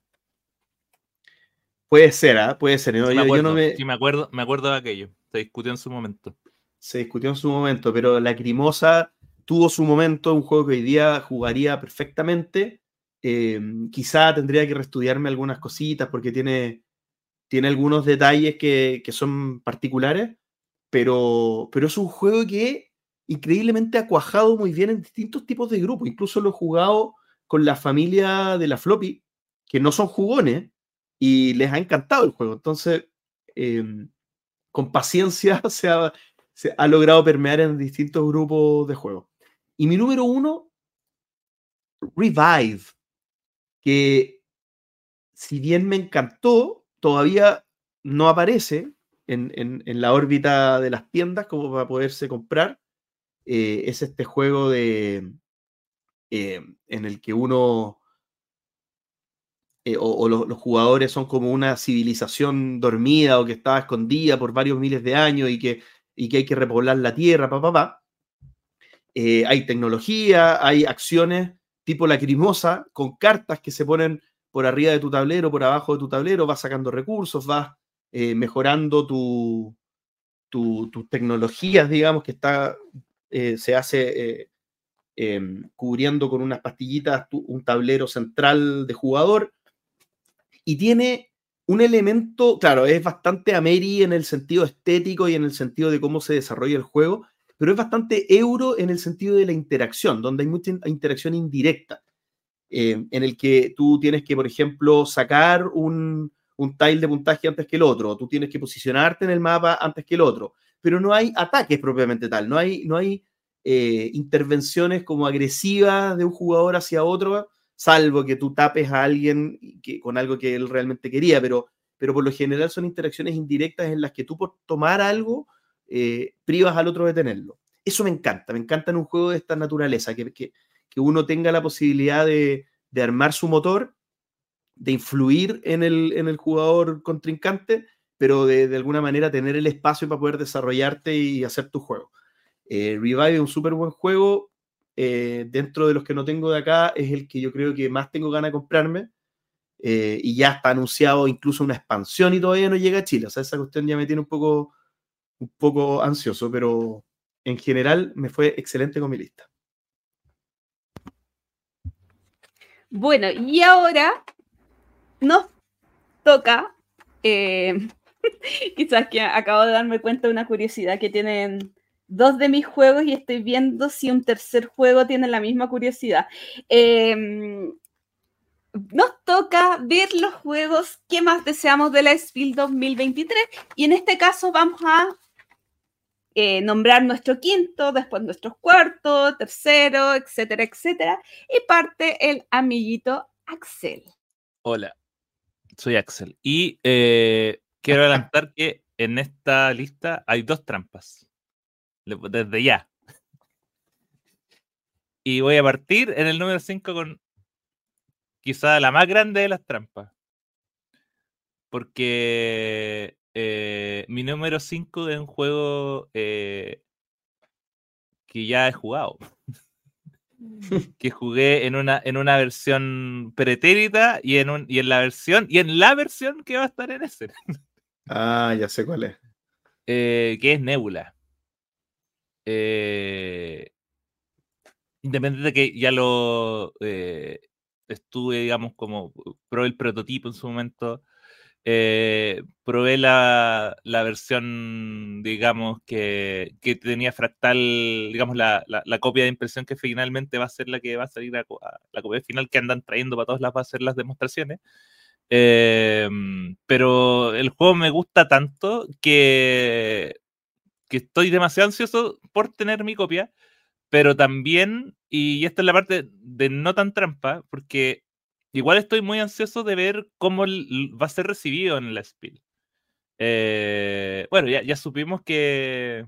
Puede ser, ¿eh? Puede ser. ¿no? Sí, yo, me acuerdo, yo no me... sí me acuerdo, me acuerdo de aquello. Se discutió en su momento. Se discutió en su momento, pero Lacrimosa tuvo su momento, un juego que hoy día jugaría perfectamente. Eh, quizá tendría que reestudiarme algunas cositas porque tiene, tiene algunos detalles que, que son particulares, pero, pero es un juego que increíblemente ha cuajado muy bien en distintos tipos de grupos. Incluso lo he jugado con la familia de la Floppy, que no son jugones, y les ha encantado el juego. Entonces, eh, con paciencia se ha, se ha logrado permear en distintos grupos de juego. Y mi número uno, Revive, que si bien me encantó, todavía no aparece en, en, en la órbita de las tiendas como para poderse comprar. Eh, es este juego de eh, en el que uno eh, o, o los, los jugadores son como una civilización dormida o que estaba escondida por varios miles de años y que, y que hay que repoblar la tierra, papá, papá. Eh, hay tecnología, hay acciones tipo Lacrimosa con cartas que se ponen por arriba de tu tablero, por abajo de tu tablero, vas sacando recursos, vas eh, mejorando tu, tu, tus tecnologías, digamos, que está, eh, se hace eh, eh, cubriendo con unas pastillitas tu, un tablero central de jugador, y tiene un elemento, claro, es bastante Ameri en el sentido estético y en el sentido de cómo se desarrolla el juego, pero es bastante euro en el sentido de la interacción, donde hay mucha interacción indirecta, eh, en el que tú tienes que, por ejemplo, sacar un, un tile de puntaje antes que el otro, tú tienes que posicionarte en el mapa antes que el otro, pero no hay ataques propiamente tal, no hay, no hay eh, intervenciones como agresivas de un jugador hacia otro, salvo que tú tapes a alguien que, con algo que él realmente quería, pero, pero por lo general son interacciones indirectas en las que tú por tomar algo eh, privas al otro de tenerlo. Eso me encanta, me encanta en un juego de esta naturaleza, que, que, que uno tenga la posibilidad de, de armar su motor, de influir en el, en el jugador contrincante, pero de, de alguna manera tener el espacio para poder desarrollarte y hacer tu juego. Eh, Revive es un súper buen juego. Eh, dentro de los que no tengo de acá, es el que yo creo que más tengo ganas de comprarme. Eh, y ya está anunciado incluso una expansión y todavía no llega a Chile. O sea, esa cuestión ya me tiene un poco, un poco ansioso, pero en general me fue excelente con mi lista. Bueno, y ahora nos toca, eh, quizás que acabo de darme cuenta de una curiosidad que tienen dos de mis juegos y estoy viendo si un tercer juego tiene la misma curiosidad. Eh, nos toca ver los juegos que más deseamos de la Spiel dos mil veintitrés y en este caso vamos a eh, nombrar nuestro quinto, después nuestro cuarto, tercero, etcétera, etcétera, y parte el amiguito Axel. Hola, soy Axel y eh, quiero adelantar que en esta lista hay dos trampas, desde ya. Y voy a partir en el número cinco con quizá la más grande de las trampas. Porque eh, mi número cinco es un juego eh, que ya he jugado. Que jugué en una, en una versión pretérita y en, un, y en la versión y en la versión que va a estar en ese. Ah, ya sé cuál es. Eh, que es Nebula. Eh, independiente de que ya lo eh, estuve, digamos, como probé el prototipo en su momento, eh, probé la, la versión, digamos, que, que tenía fractal, digamos, la, la, la copia de impresión que finalmente va a ser la que va a salir a, a la copia final que andan trayendo para todos lados para hacer las demostraciones. Eh, pero el juego me gusta tanto que, que estoy demasiado ansioso por tener mi copia. Pero también, y esta es la parte de no tan trampa, porque igual estoy muy ansioso de ver cómo va a ser recibido en la Spiel. Eh, bueno, ya, ya supimos que,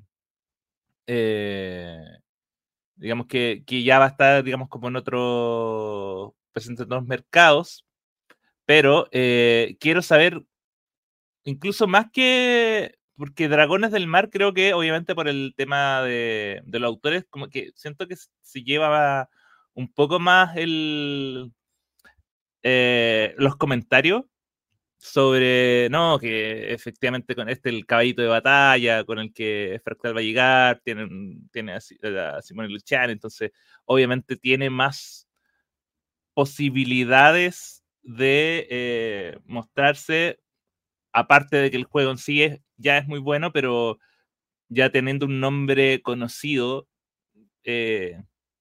eh, digamos que, que ya va a estar, digamos, como en otros, presente en otros mercados, pero eh, quiero saber, incluso más que, porque Dragones del Mar creo que obviamente por el tema de, de los autores, como que siento que se lleva un poco más el eh, los comentarios sobre, no, que efectivamente con este el caballito de batalla con el que Fractal va a llegar, tiene, tiene a, a Simone Luciani, entonces obviamente tiene más posibilidades de eh, mostrarse, aparte de que el juego en sí es, ya es muy bueno, pero ya teniendo un nombre conocido, eh,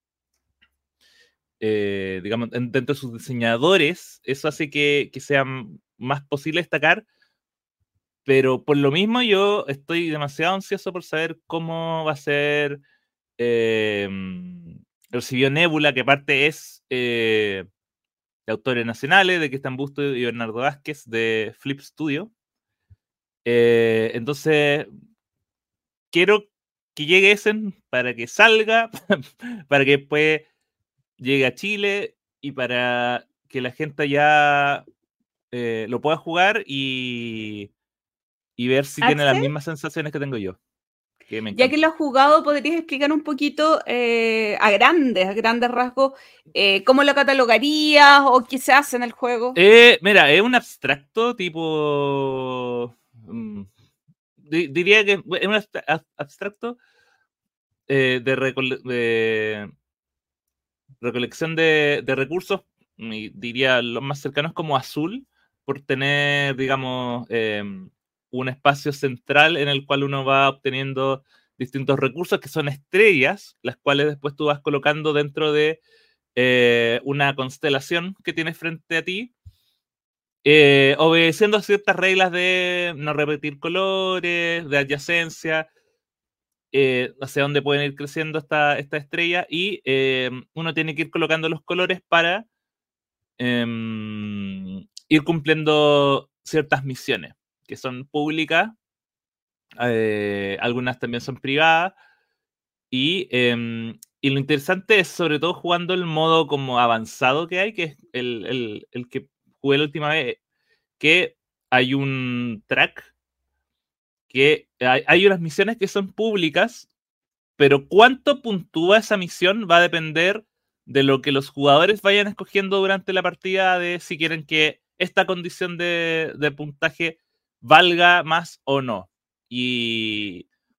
eh, digamos, dentro de sus diseñadores, eso hace que, que sea más posible destacar, pero por lo mismo yo estoy demasiado ansioso por saber cómo va a ser eh, recibió Nebula, que aparte es eh, de autores nacionales, de Cristian Busto y Bernardo Vázquez, de Flip Studio. Eh, entonces, quiero que llegue Essen para que salga, para que después llegue a Chile y para que la gente ya eh, lo pueda jugar y, y ver si tiene las Axel, mismas sensaciones que tengo yo. Que me ya que encanta. lo has jugado, ¿podrías explicar un poquito eh, a grandes, a grandes rasgos, eh, cómo lo catalogarías o qué se hace en el juego? Eh, mira, es un abstracto tipo... mm, di- diría que es un abstra- abstracto eh, de, recole- de recolección de, de recursos, y diría los más cercanos como azul, por tener, digamos, eh, un espacio central en el cual uno va obteniendo distintos recursos que son estrellas, las cuales después tú vas colocando dentro de eh, una constelación que tienes frente a ti, eh, obedeciendo ciertas reglas de no repetir colores, de adyacencia, eh, hacia dónde pueden ir creciendo esta, esta estrella, y eh, uno tiene que ir colocando los colores para eh, ir cumpliendo ciertas misiones que son públicas, eh, algunas también son privadas, y, eh, y lo interesante es sobre todo jugando el modo como avanzado que hay, que es el, el, el que jugué la última vez, que hay un track, que hay, hay unas misiones que son públicas, pero cuánto puntúa esa misión va a depender de lo que los jugadores vayan escogiendo durante la partida, de si quieren que esta condición de, de puntaje valga más o no. Y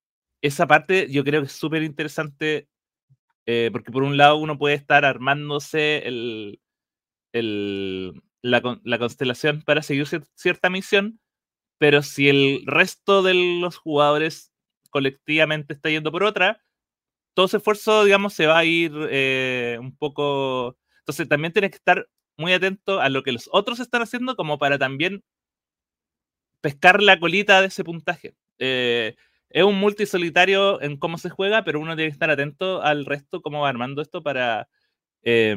esa parte yo creo que es súper interesante, eh, porque por un lado uno puede estar armándose el, el, la, la constelación para seguir cierta misión, pero si el resto de los jugadores colectivamente está yendo por otra, todo ese esfuerzo, digamos, se va a ir eh, un poco... Entonces también tienes que estar muy atento a lo que los otros están haciendo como para también pescar la colita de ese puntaje. Eh, es un multisolitario en cómo se juega, pero uno tiene que estar atento al resto, cómo va armando esto para, eh,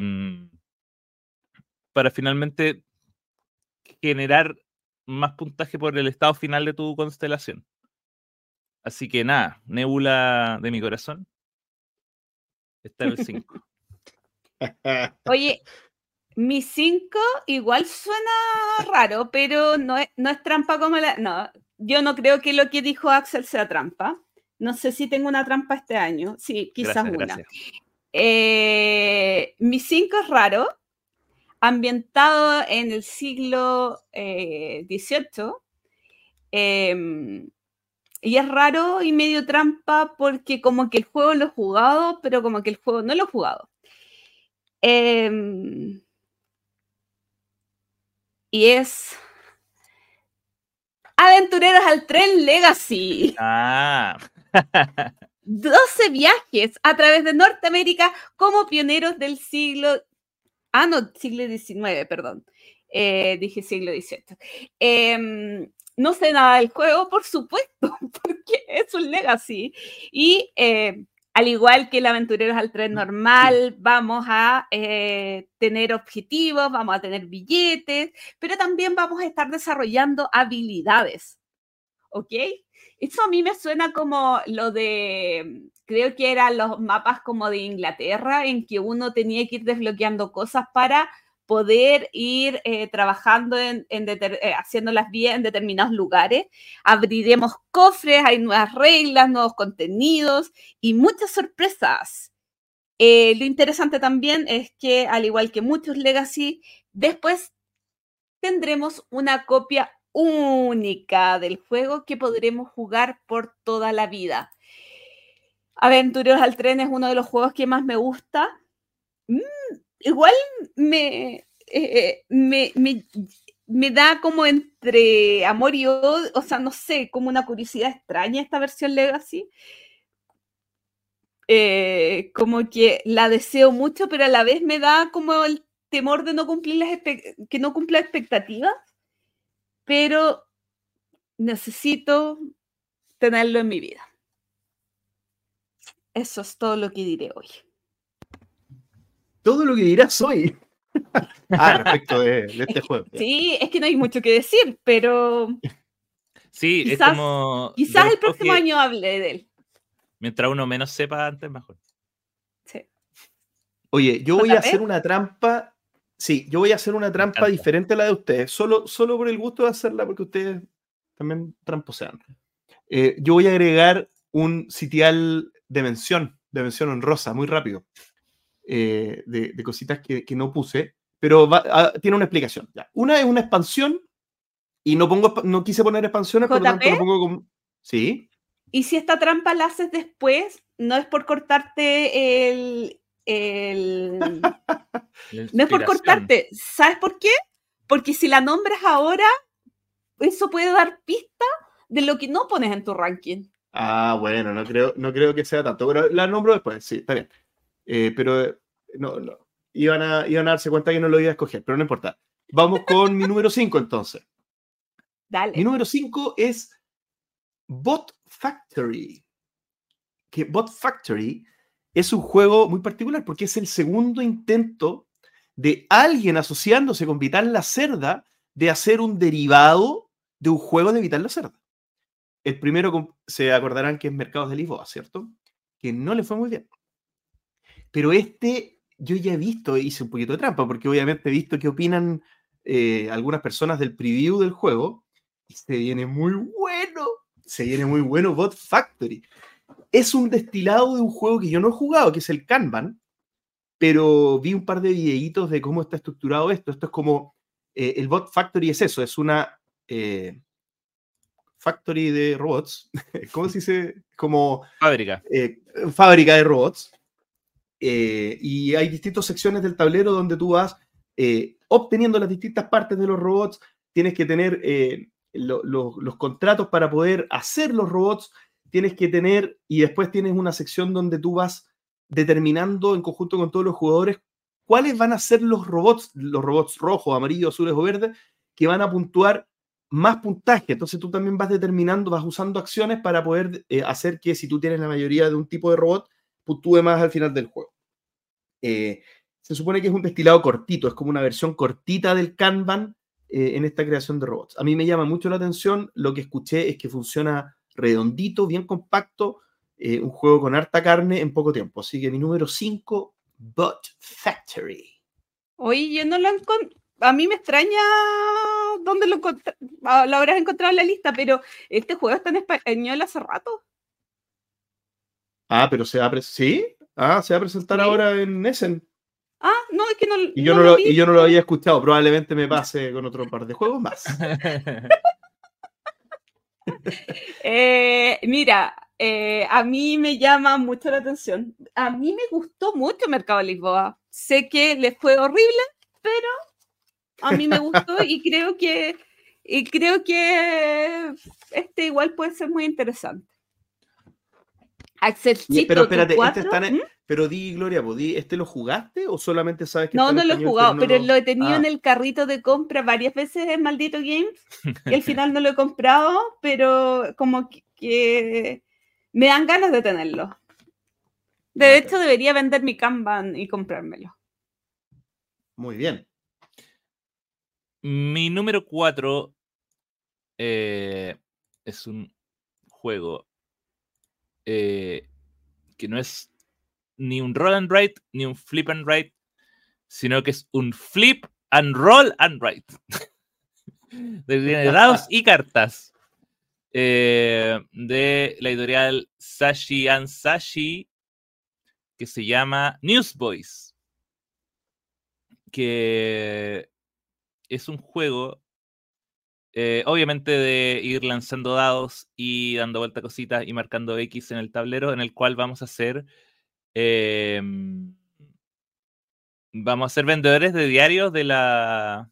para finalmente generar más puntaje por el estado final de tu constelación. Así que nada, Nebula de mi corazón está en el cinco. Oye, mi cinco igual suena raro, pero no es, no es trampa como la... No, yo no creo que lo que dijo Axel sea trampa. No sé si tengo una trampa este año. Sí, quizás Gracias, una. gracias. Eh, mi cinco es raro, ambientado en el siglo eh, dieciocho. Eh, y es raro y medio trampa porque como que el juego lo he jugado, pero como que el juego no lo he jugado. Eh, y es Aventureros al Tren Legacy. Ah. doce viajes a través de Norteamérica como pioneros del siglo... Ah, no, siglo diecinueve, perdón. Eh, dije siglo dieciocho. Eh, no sé nada del juego, por supuesto, porque es un legacy. Y eh, al igual que el Aventureros al Tren normal, vamos a eh, tener objetivos, vamos a tener billetes, pero también vamos a estar desarrollando habilidades. ¿Ok? Eso a mí me suena como lo de, creo que eran los mapas como de Inglaterra, en que uno tenía que ir desbloqueando cosas para poder ir eh, trabajando, en, en deter, eh, haciendo las vías en determinados lugares. Abriremos cofres, hay nuevas reglas, nuevos contenidos y muchas sorpresas. Eh, lo interesante también es que, al igual que muchos Legacy, después tendremos una copia única del juego que podremos jugar por toda la vida. Aventureros al Tren es uno de los juegos que más me gusta. Mm, igual me, eh, me, me, me da como entre amor y odio, o sea, no sé, como una curiosidad extraña esta versión Legacy. Eh, como que la deseo mucho, pero a la vez me da como el temor de no cumplir las que no cumpla expectativas. Pero necesito tenerlo en mi vida. Eso es todo lo que diré hoy. Todo lo que dirás hoy. Ah, respecto de, de este es que, juego. Sí, es que no hay mucho que decir, pero Sí, quizás, es como... quizás el próximo que... año hable de él. Mientras uno menos sepa antes, mejor. Sí. Oye, yo voy a hacer una trampa. Sí, yo voy a hacer una trampa diferente a la de ustedes, solo, solo por el gusto de hacerla, porque ustedes también tramposean. Eh, yo voy a agregar un sitial de mención, de mención honrosa, muy rápido, eh, de, de cositas que, que no puse, pero va, a, tiene una explicación. Ya. Una es una expansión, y no, pongo, no quise poner expansiones, por lo tanto lo pongo como... Sí. Y si esta trampa la haces después, no es por cortarte el... el... no es por cortarte. ¿Sabes por qué? Porque si la nombras ahora, eso puede dar pista de lo que no pones en tu ranking. Ah, bueno, no creo, no creo que sea tanto, pero la nombro después, sí, está bien. Eh, pero no, no. Iban, a, iban a darse cuenta que no lo iba a escoger, pero no importa. Vamos con mi número cinco entonces. Dale. Mi número cinco es Bot Factory. Que Bot Factory es un juego muy particular porque es el segundo intento de alguien asociándose con Vital Lacerda de hacer un derivado de un juego de Vital Lacerda. El primero, se acordarán que es Mercados de Lisboa, ¿cierto? Que no le fue muy bien. Pero este, yo ya he visto, hice un poquito de trampa, porque obviamente he visto qué opinan eh, algunas personas del preview del juego, y se viene muy bueno, se viene muy bueno Bot Factory. Es un destilado de un juego que yo no he jugado, que es el Kanban, pero vi un par de videitos de cómo está estructurado esto. Esto es como, eh, el Bot Factory es eso, es una... Eh, factory de robots, ¿cómo se dice? Como Fábrica. eh, fábrica de robots. Eh, y hay distintas secciones del tablero donde tú vas eh, obteniendo las distintas partes de los robots. Tienes que tener eh, lo, lo, los contratos para poder hacer los robots. Tienes que tener, y después tienes una sección donde tú vas determinando en conjunto con todos los jugadores cuáles van a ser los robots, los robots rojos, amarillos, azules o verdes, que van a puntuar más puntaje. Entonces tú también vas determinando, vas usando acciones para poder eh, hacer que si tú tienes la mayoría de un tipo de robot, puntúe más al final del juego. Eh, se supone que es un destilado cortito, es como una versión cortita del Kanban eh, en esta creación de robots. A mí me llama mucho la atención, lo que escuché es que funciona redondito, bien compacto, eh, un juego con harta carne en poco tiempo. Así que mi número cinco, Bot Factory. Oye, yo no lo encontré. A mí me extraña dónde lo, lo habrás encontrado en la lista, pero este juego está en español hace rato. Ah, pero se va a presentar. ¿Sí? Ah, se va a presentar ¿Sí? ahora en Essen. Ah, no, es que no, y yo no, no lo, lo, y yo no lo había escuchado. Probablemente me pase con otro par de juegos más. eh, mira, eh, a mí me llama mucho la atención. A mí me gustó mucho Mercado Lisboa. Sé que les fue horrible, pero a mí me gustó y creo que y creo que este igual puede ser muy interesante. Axelcito, pero espérate, cuatro, este está en, ¿Mm? Pero di, Gloria, di, ¿este lo jugaste o solamente sabes que no, está en no español? lo he jugado, pero, no pero lo... lo he tenido ah. en el carrito de compra varias veces en Maldito Games y al final no lo he comprado, pero como que, que me dan ganas de tenerlo. De okay. hecho, debería vender mi Kanban y comprármelo. Muy bien. Mi número cuatro eh, es un juego eh, que no es ni un roll and write ni un flip and write, sino que es un flip and roll and write. De dados y cartas. Eh, de la editorial Sashi and Sashi, que se llama Newsboys, que es un juego eh, obviamente de ir lanzando dados y dando vuelta cositas y marcando X en el tablero, en el cual vamos a hacer eh, vamos a ser vendedores de diarios de la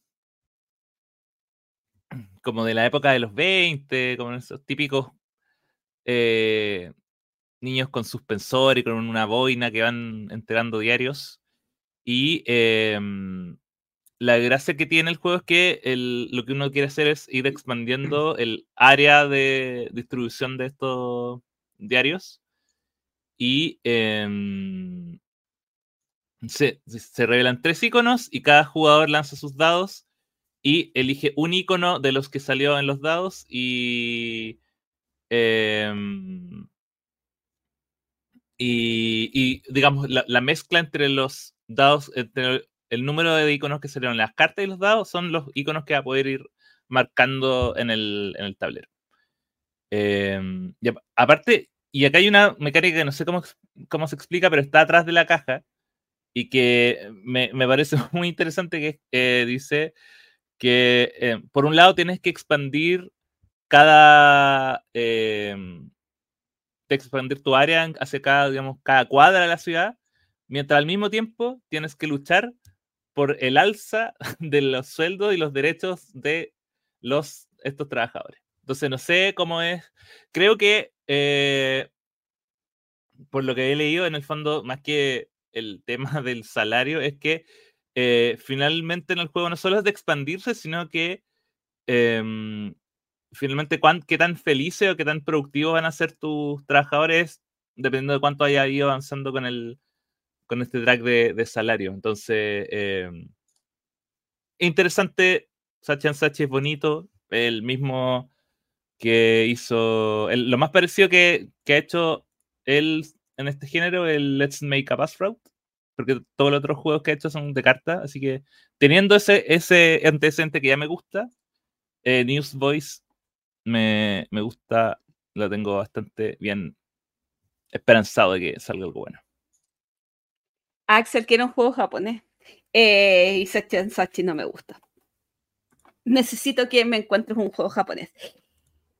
como de la época de los veinte, como esos típicos eh, niños con suspensor y con una boina que van entregando diarios. Y eh, la gracia que tiene el juego es que el, lo que uno quiere hacer es ir expandiendo el área de distribución de estos diarios. Y eh, se, se revelan tres iconos y cada jugador lanza sus dados y elige un icono de los que salió en los dados y... Eh, Y, y digamos, la, la mezcla entre los dados, entre el número de iconos que salieron en las cartas y los dados, son los iconos que va a poder ir marcando en el, en el tablero. Eh, y aparte, y acá hay una mecánica que no sé cómo, cómo se explica, pero está atrás de la caja y que me, me parece muy interesante, que eh, dice que eh, por un lado tienes que expandir cada... Eh, de expandir tu área hacia cada, digamos, cada cuadra de la ciudad, mientras al mismo tiempo tienes que luchar por el alza de los sueldos y los derechos de los, estos trabajadores. Entonces no sé cómo es, creo que eh, por lo que he leído, en el fondo, más que el tema del salario, es que eh, finalmente en el juego no solo es de expandirse, sino que eh, finalmente cuán, qué tan felices o qué tan productivos van a ser tus trabajadores dependiendo de cuánto haya ido avanzando con el con este track de, de salario. Entonces, eh, interesante. Sachi and Sachi es bonito, el mismo que hizo el, lo más parecido que, que ha hecho él en este género, el Let's Make a Pass Route, porque todos los otros juegos que ha hecho son de carta, así que teniendo ese, ese antecedente que ya me gusta, eh, Newsboys Me, me gusta, lo tengo bastante bien esperanzado de que salga algo bueno. Axel quiere un juego japonés eh, y Sachi and Sachi no me gusta. Necesito que me encuentres un juego japonés.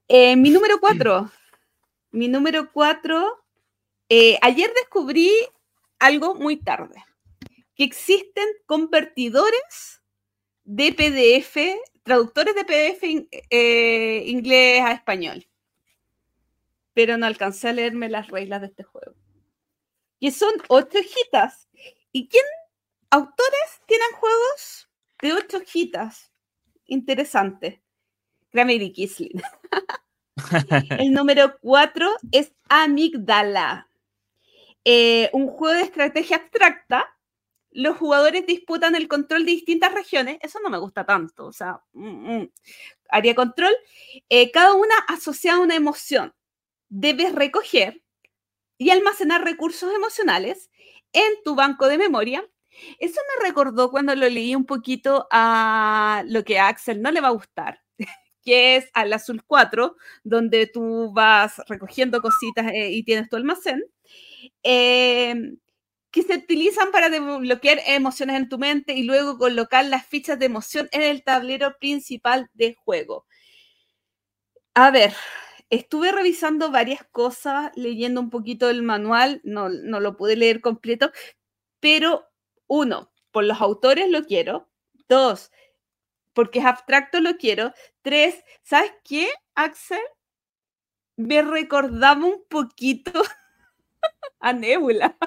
Eh, mi número cuatro. Mi número cuatro. Eh, ayer descubrí algo muy tarde. Que existen convertidores de P D F, traductores de P D F in, eh, inglés a español. Pero no alcancé a leerme las reglas de este juego. Que son ocho hojitas. ¿Y quién? Autores tienen juegos de ocho hojitas. Interesante. Kramer y Kisling. El número cuatro es Amygdala. Eh, un juego de estrategia abstracta. Los jugadores disputan el control de distintas regiones. Eso no me gusta tanto. O sea, mm, mm. área control. Eh, cada una asociada a una emoción. Debes recoger y almacenar recursos emocionales en tu banco de memoria. Eso me recordó cuando lo leí un poquito a lo que a Axel no le va a gustar, que es al Azul cuatro, donde tú vas recogiendo cositas eh, y tienes tu almacén, eh, que se utilizan para desbloquear emociones en tu mente y luego colocar las fichas de emoción en el tablero principal de juego. A ver, estuve revisando varias cosas, leyendo un poquito el manual, no, no lo pude leer completo, pero uno, por los autores lo quiero. Dos, porque es abstracto lo quiero. Tres, ¿sabes qué, Axel? Me recordaba un poquito a Nebula.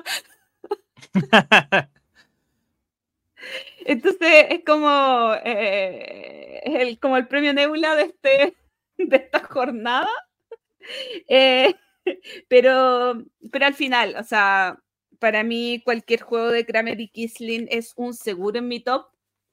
Entonces es como, eh, es el, como el premio Nebula de, este, de esta jornada. Eh, pero, pero al final, o sea, para mí cualquier juego de Kramer y Kisling es un seguro en mi top.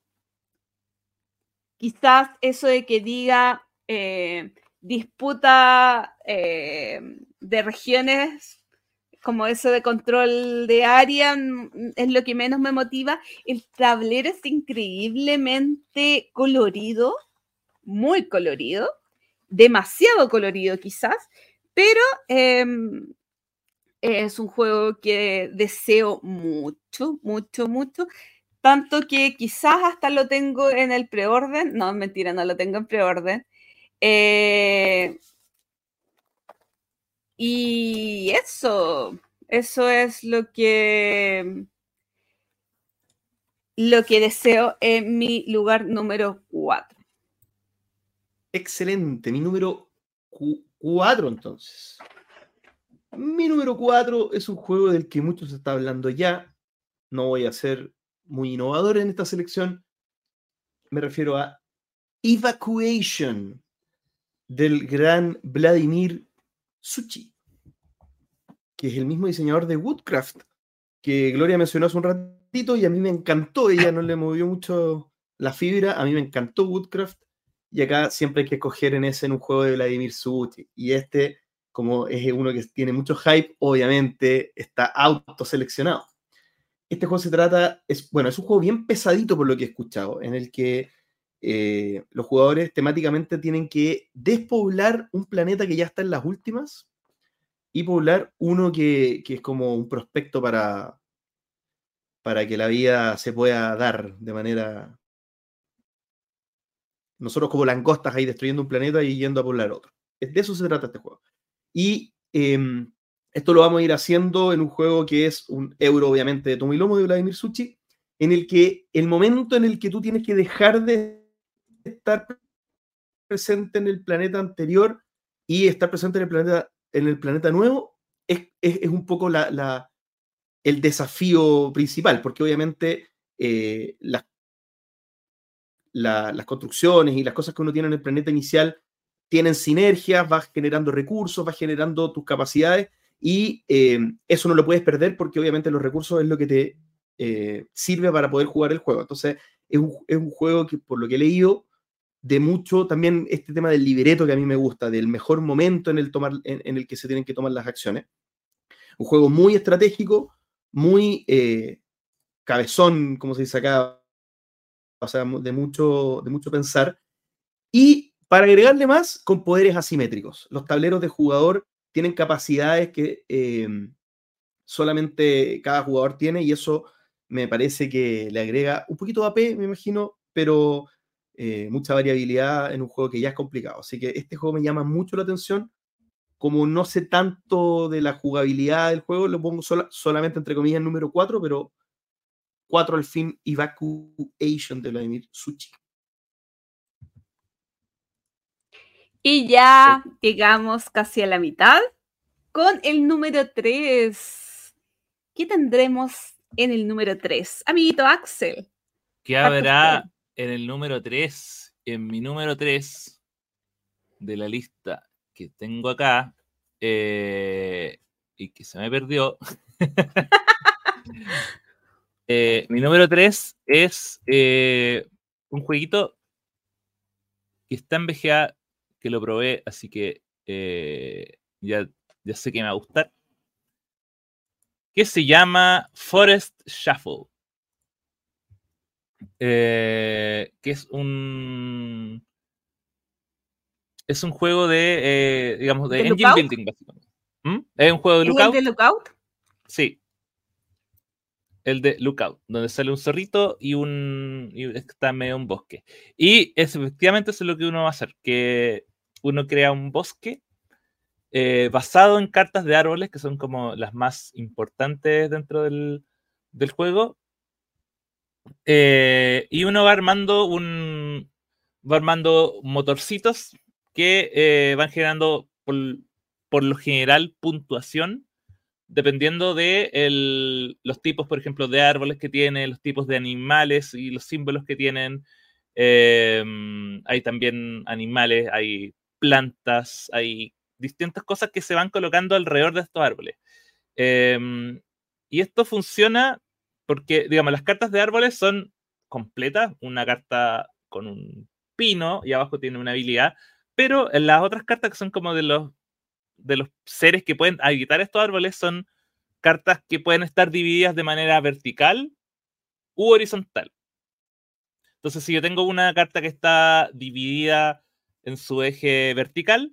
Quizás eso de que diga eh, disputa eh, de regiones, como eso de control de área, es lo que menos me motiva. El tablero es increíblemente colorido, muy colorido, demasiado colorido quizás, pero eh, es un juego que deseo mucho, mucho, mucho. Tanto que quizás hasta lo tengo en el preorden. No, mentira, no lo tengo en preorden. Eh, y eso, eso es lo que, lo que deseo en mi lugar número cuatro. Excelente, mi número cuatro entonces. Mi número cuatro es un juego del que mucho se está hablando ya. No voy a ser muy innovador en esta selección. Me refiero a Evacuation del gran Vladimir Suchý, que es el mismo diseñador de Woodcraft, que Gloria mencionó hace un ratito y a mí me encantó. Ella no le movió mucho la fibra, a mí me encantó Woodcraft, y acá siempre hay que escoger en ese en un juego de Vladimir Suchý. Y este, como es uno que tiene mucho hype, obviamente está autoseleccionado. Este juego se trata, es, bueno, es un juego bien pesadito por lo que he escuchado, en el que eh, los jugadores temáticamente tienen que despoblar un planeta que ya está en las últimas y poblar uno que, que es como un prospecto para, para que la vida se pueda dar de manera... Nosotros como langostas ahí destruyendo un planeta y yendo a poblar otro. De eso se trata este juego. Y eh, esto lo vamos a ir haciendo en un juego que es un euro, obviamente, de tomo y lomo de Vladimir Suchý, en el que el momento en el que tú tienes que dejar de estar presente en el planeta anterior y estar presente en el planeta, en el planeta nuevo es, es, es un poco la, la, el desafío principal, porque obviamente eh, las, la, las construcciones y las cosas que uno tiene en el planeta inicial tienen sinergias, vas generando recursos, vas generando tus capacidades, y eh, eso no lo puedes perder porque obviamente los recursos es lo que te eh, sirve para poder jugar el juego. Entonces es un, es un juego que, por lo que he leído, de mucho también este tema del libreto que a mí me gusta, del mejor momento en el, tomar, en, en el que se tienen que tomar las acciones. Un juego muy estratégico, muy eh, cabezón, como se dice acá, o sea, de mucho, de mucho pensar. Y para agregarle más, con poderes asimétricos. Los tableros de jugador tienen capacidades que eh, solamente cada jugador tiene, y eso me parece que le agrega un poquito de A P, me imagino, pero eh, mucha variabilidad en un juego que ya es complicado. Así que este juego me llama mucho la atención. Como no sé tanto de la jugabilidad del juego, lo pongo sola, solamente entre comillas el número cuatro, pero cuatro al fin, Evacuation de Vladimir Suchik. Y ya llegamos casi a la mitad con el número tres. ¿Qué tendremos en el número tres? Amiguito Axel. ¿Qué habrá en el número tres? En mi número tres de la lista que tengo acá, eh, y que se me perdió. eh, mi número tres es eh, un jueguito que está en V G A, que lo probé, así que eh, ya, ya sé que me va a gustar. Que se llama Forest Shuffle. Eh, que es un es un juego de eh, digamos de, ¿De engine Lookout? building, básicamente. ¿Mm? Es un juego de ¿Es Lookout. el de Lookout? Sí, el de Lookout, donde sale un zorrito y un y está en medio de un bosque. Y es, efectivamente eso es lo que uno va a hacer, que uno crea un bosque eh, basado en cartas de árboles, que son como las más importantes dentro del, del juego. Eh, y uno va armando un va armando motorcitos que eh, van generando por, por lo general puntuación dependiendo de el, los tipos, por ejemplo, de árboles que tiene, los tipos de animales y los símbolos que tienen. Eh, hay también animales, hay plantas, hay distintas cosas que se van colocando alrededor de estos árboles. Eh, y esto funciona porque, digamos, las cartas de árboles son completas, una carta con un pino y abajo tiene una habilidad, pero las otras cartas que son como de los de los seres que pueden habitar estos árboles son cartas que pueden estar divididas de manera vertical u horizontal. Entonces, si yo tengo una carta que está dividida en su eje vertical,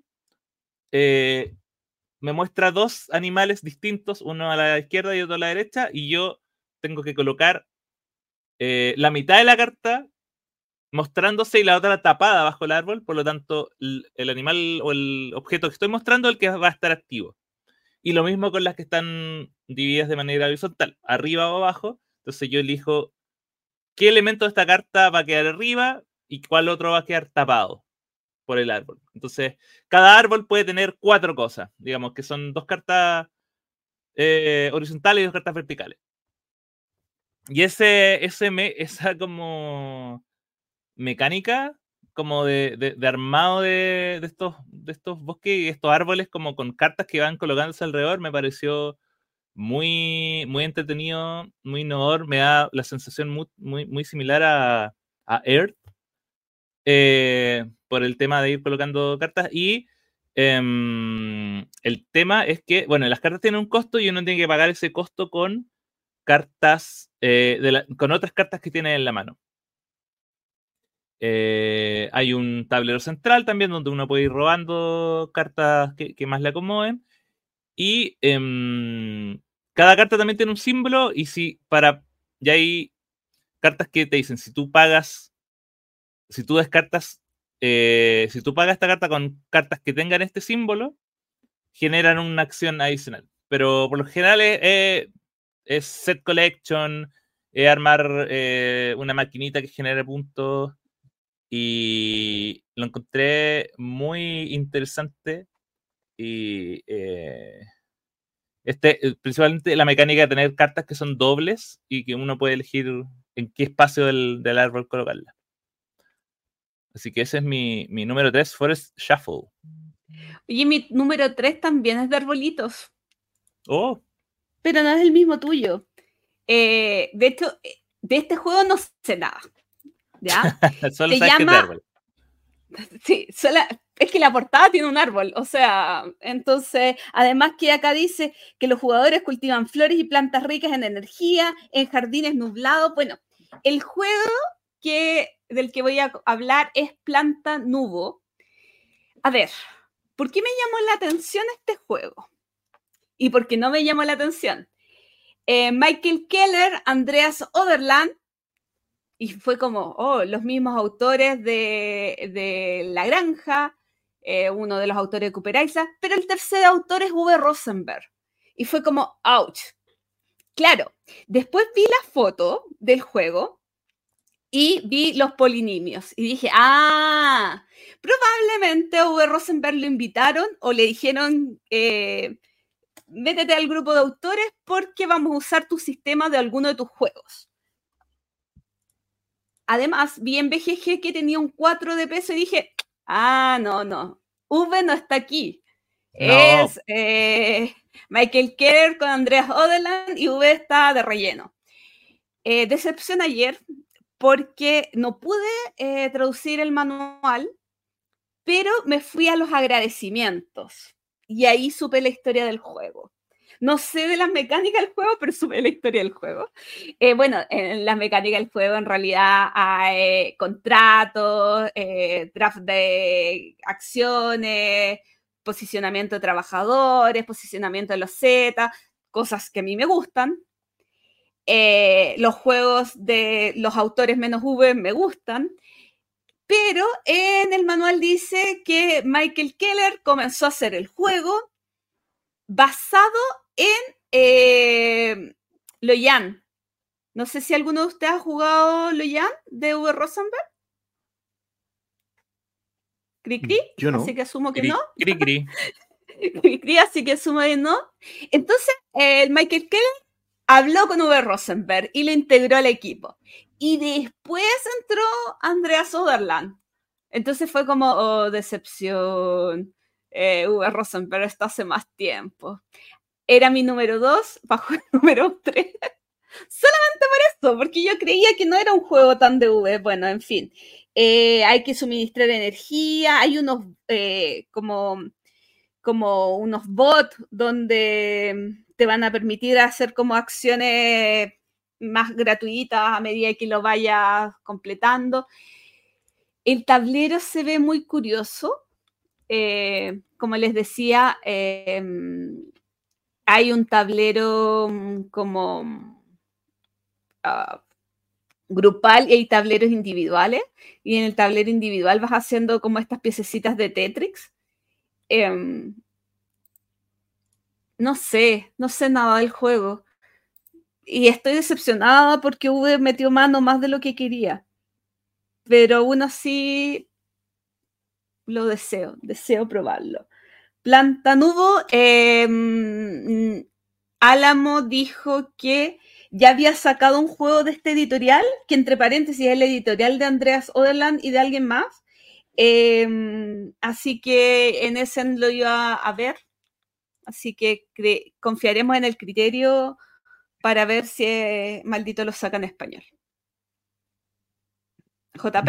eh, me muestra dos animales distintos, uno a la izquierda y otro a la derecha, y yo tengo que colocar eh, la mitad de la carta mostrándose y la otra tapada bajo el árbol, por lo tanto, el animal o el objeto que estoy mostrando es el que va a estar activo. Y lo mismo con las que están divididas de manera horizontal, arriba o abajo. Entonces yo elijo qué elemento de esta carta va a quedar arriba y cuál otro va a quedar tapado por el árbol. Entonces, cada árbol puede tener cuatro cosas, digamos que son dos cartas eh, horizontales y dos cartas verticales. Y ese, ese me, esa como mecánica como de, de, de armado de, de, estos, de estos bosques y estos árboles como con cartas que van colocándose alrededor me pareció muy, muy entretenido, muy innovador. Me da la sensación muy, muy, muy similar a, a Earth eh, por el tema de ir colocando cartas y eh, el tema es que, bueno, las cartas tienen un costo y uno tiene que pagar ese costo con cartas, eh, de la, con otras cartas que tiene en la mano. Eh, hay un tablero central también donde uno puede ir robando cartas que, que más le acomoden. Y eh, cada carta también tiene un símbolo. Y si para. Ya hay cartas que te dicen: si tú pagas. Si tú descartas. Eh, si tú pagas esta carta con cartas que tengan este símbolo, generan una acción adicional. Pero por lo general es, es, es set collection, es armar eh, una maquinita que genere puntos. Y lo encontré muy interesante y eh, este, principalmente la mecánica de tener cartas que son dobles y que uno puede elegir en qué espacio del, del árbol colocarla. Así que ese es mi, mi número tres, Forest Shuffle. Oye, mi número tres también es de arbolitos. Oh. Pero no es el mismo tuyo. Eh, de hecho, de este juego no sé nada. ¿Ya? Solo Se sabes llama... que es de árbol. Sí, sola... es que la portada tiene un árbol, o sea, entonces, además que acá dice que los jugadores cultivan flores y plantas ricas en energía, en jardines nublados. Bueno, el juego que, del que voy a hablar es Planta Nubo. A ver, ¿por qué me llamó la atención este juego? ¿Y por qué no me llamó la atención? Eh, Michael Keller, Andreas Oderland, Y fue como, oh, los mismos autores de, de La Granja, eh, uno de los autores de Cooper Isaac, pero el tercer autor es Uwe Rosenberg. Y fue como, ouch. Claro, después vi la foto del juego y vi los polinimios. Y dije, ah, probablemente a Uwe Rosenberg lo invitaron o le dijeron, eh, métete al grupo de autores porque vamos a usar tu sistema de alguno de tus juegos. Además, vi en B G G que tenía un cuatro de peso y dije, ah, no, no, V no está aquí. No. Es eh, Michael Kerr con Andreas Oderland y V está de relleno. Eh, decepción ayer porque no pude eh, traducir el manual, pero me fui a los agradecimientos y ahí supe la historia del juego. No sé de las mecánicas del juego, pero supe la historia del juego. Eh, bueno, en las mecánicas del juego en realidad hay eh, contratos, eh, draft de acciones, posicionamiento de trabajadores, posicionamiento de los Z, cosas que a mí me gustan. Eh, los juegos de los autores menos V me gustan. Pero en el manual dice que Michael Keller comenzó a hacer el juego basado en eh, Loyan. No sé si alguno de ustedes ha jugado Loyan de Uwe Rosenberg. ¿Cri cri? Yo no. Así que asumo que Cri, no. cri, cri. Cri cri, así que asumo que no. Entonces, eh, Michael Keller habló con Uwe Rosenberg y lo integró al equipo. Y después entró Andreas Oderland. Entonces fue como, oh, decepción. Eh, Uwe Rosenberg está hace más tiempo. Era mi número dos, bajo el número tres. Solamente por eso, porque yo creía que no era un juego tan de V. Bueno, en fin. Eh, hay que suministrar energía, hay unos eh, como, como unos bots donde te van a permitir hacer como acciones más gratuitas a medida que lo vayas completando. El tablero se ve muy curioso. Eh, como les decía, eh, hay un tablero como uh, grupal y hay tableros individuales. Y en el tablero individual vas haciendo como estas piececitas de Tetris. Eh, no sé, no sé nada del juego. Y estoy decepcionada porque V metió mano más de lo que quería. Pero aún así lo deseo, deseo probarlo. Plantanubo, eh, Álamo dijo que ya había sacado un juego de este editorial, que entre paréntesis es el editorial de Andreas Oderland y de alguien más. Eh, así que en ese lo iba a ver. Así que confiaremos en el criterio para ver si eh, maldito lo saca en español. ¿J P?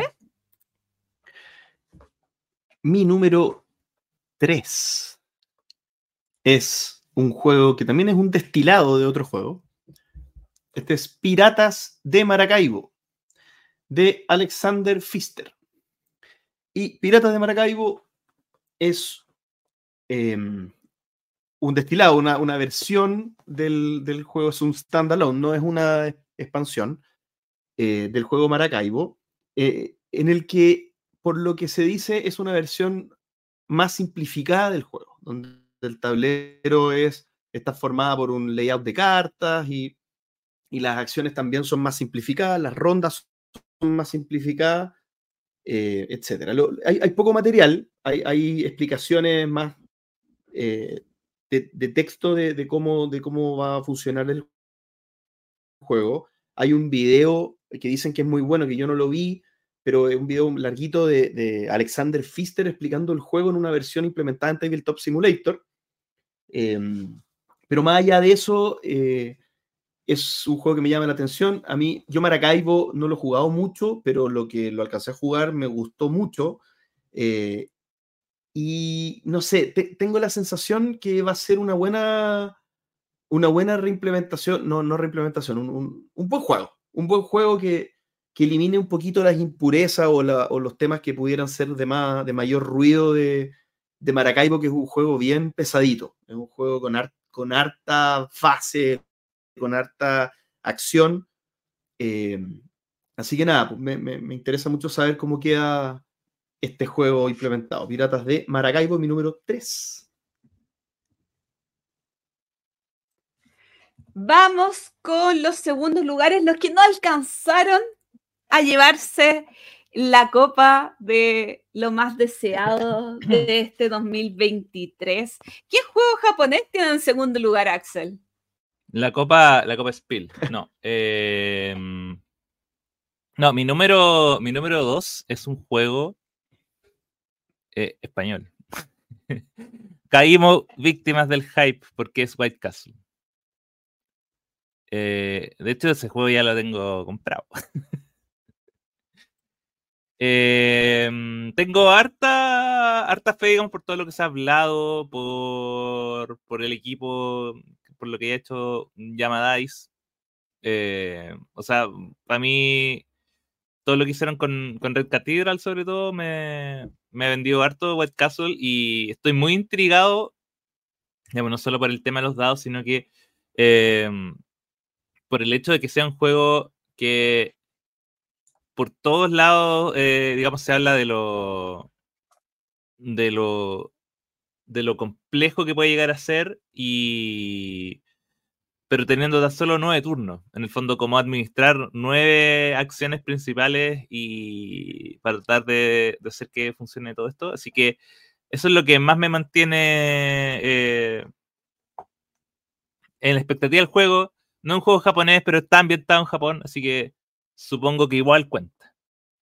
Mi número tres es un juego que también es un destilado de otro juego. Este es Piratas de Maracaibo, de Alexander Pfister. Y Piratas de Maracaibo es eh, un destilado, una, una versión del, del juego, es un standalone, no es una expansión eh, del juego Maracaibo, eh, en el que, por lo que se dice, es una versión más simplificada del juego, donde el tablero es, está formada por un layout de cartas y, y las acciones también son más simplificadas, las rondas son más simplificadas, eh, etcétera. Lo, hay, hay poco material, hay, hay explicaciones más eh, de, de texto de, de, cómo, de cómo va a funcionar el juego. Hay un video que dicen que es muy bueno, que yo no lo vi, pero es un video larguito de, de Alexander Pfister explicando el juego en una versión implementada en Tabletop Simulator. Eh, pero más allá de eso, eh, es un juego que me llama la atención. A mí, yo Maracaibo no lo he jugado mucho, pero lo que lo alcancé a jugar me gustó mucho. Eh, y no sé, te, tengo la sensación que va a ser una buena, una buena reimplementación, no, no reimplementación, un, un, un buen juego. Un buen juego que, que elimine un poquito las impurezas o, la, o los temas que pudieran ser de, más, de mayor ruido de, de Maracaibo, que es un juego bien pesadito. Es un juego con, har, con harta fase, con harta acción. Eh, Así que nada, pues me, me, me interesa mucho saber cómo queda este juego implementado. Piratas de Maracaibo, mi número tres. Vamos con los segundos lugares, los que no alcanzaron a llevarse la copa de lo más deseado de este dos mil veintitrés. ¿Qué juego japonés tiene en segundo lugar, Axel? La copa, la copa Spiel. No. Eh, no, mi número, mi número dos es un juego eh, español. Caímos víctimas del hype porque es White Castle. Eh, de hecho, ese juego ya lo tengo comprado. eh, tengo harta, harta fe, digamos, por todo lo que se ha hablado, por, por el equipo, por lo que ha hecho Yamadais. Eh, o sea, para mí, todo lo que hicieron con, con Red Cathedral, sobre todo, me, me ha vendido harto White Castle y estoy muy intrigado, digamos, no solo por el tema de los dados, sino que eh, por el hecho de que sea un juego que por todos lados, eh, digamos, se habla de lo, de lo, de lo complejo que puede llegar a ser, y pero teniendo tan solo nueve turnos. En el fondo, cómo administrar nueve acciones principales y para tratar de, de hacer que funcione todo esto. Así que eso es lo que más me mantiene eh, en la expectativa del juego. No es un juego japonés, pero está ambientado en Japón, así que supongo que igual cuenta.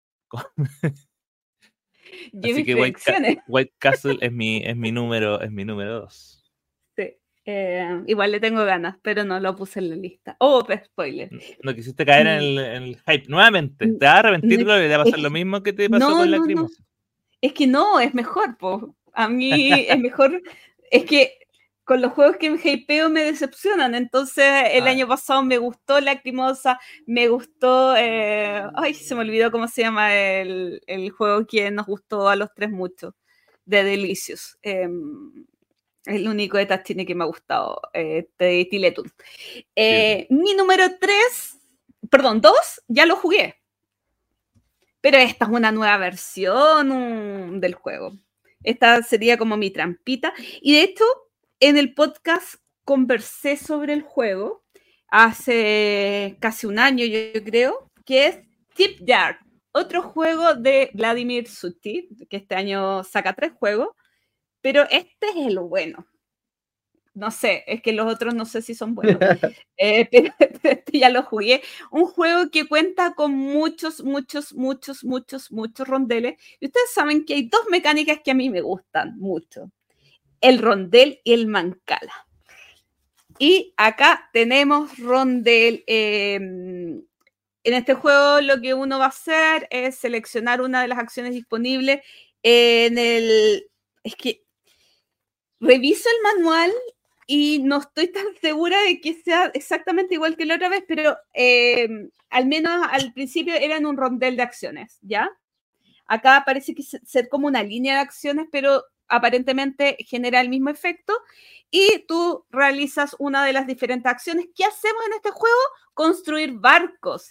Así que White, Ca White Castle es mi, es mi número, es mi número dos. Sí, eh, igual le tengo ganas, pero no lo puse en la lista. Oh, spoiler. No quisiste caer en el, en el hype nuevamente. Te vas a arrepentir, no, y te va a pasar es, lo mismo que te pasó no, con no, Lacrimosa. No. Es que no, es mejor, po. A mí es mejor. Es que con los juegos que me hypeo me decepcionan. Entonces, el ah. año pasado me gustó Lacrimosa, me gustó. Eh, ay, se me olvidó cómo se llama el, el juego que nos gustó a los tres mucho, de Delicious. Eh, el único de Tastini que me ha gustado, eh, de Tiletun. Eh, sí. Mi número tres, perdón, dos, ya lo jugué. Pero esta es una nueva versión um, del juego. Esta sería como mi trampita. Y de hecho, en el podcast conversé sobre el juego hace casi un año, yo creo, que es Tip Jar, otro juego de Vladimir Sutil, que este año saca tres juegos, pero este es el bueno. No sé, es que los otros no sé si son buenos, eh, pero, pero este ya lo jugué. Un juego que cuenta con muchos, muchos, muchos, muchos, muchos rondeles. Y ustedes saben que hay dos mecánicas que a mí me gustan mucho. El rondel y el mancala. Y acá tenemos rondel. Eh, en este juego lo que uno va a hacer es seleccionar una de las acciones disponibles en el... Es que reviso el manual y no estoy tan segura de que sea exactamente igual que la otra vez, pero eh, al menos al principio eran un rondel de acciones, ¿ya? Acá parece que ser como una línea de acciones, pero aparentemente genera el mismo efecto, y tú realizas una de las diferentes acciones. ¿Qué hacemos en este juego? Construir barcos.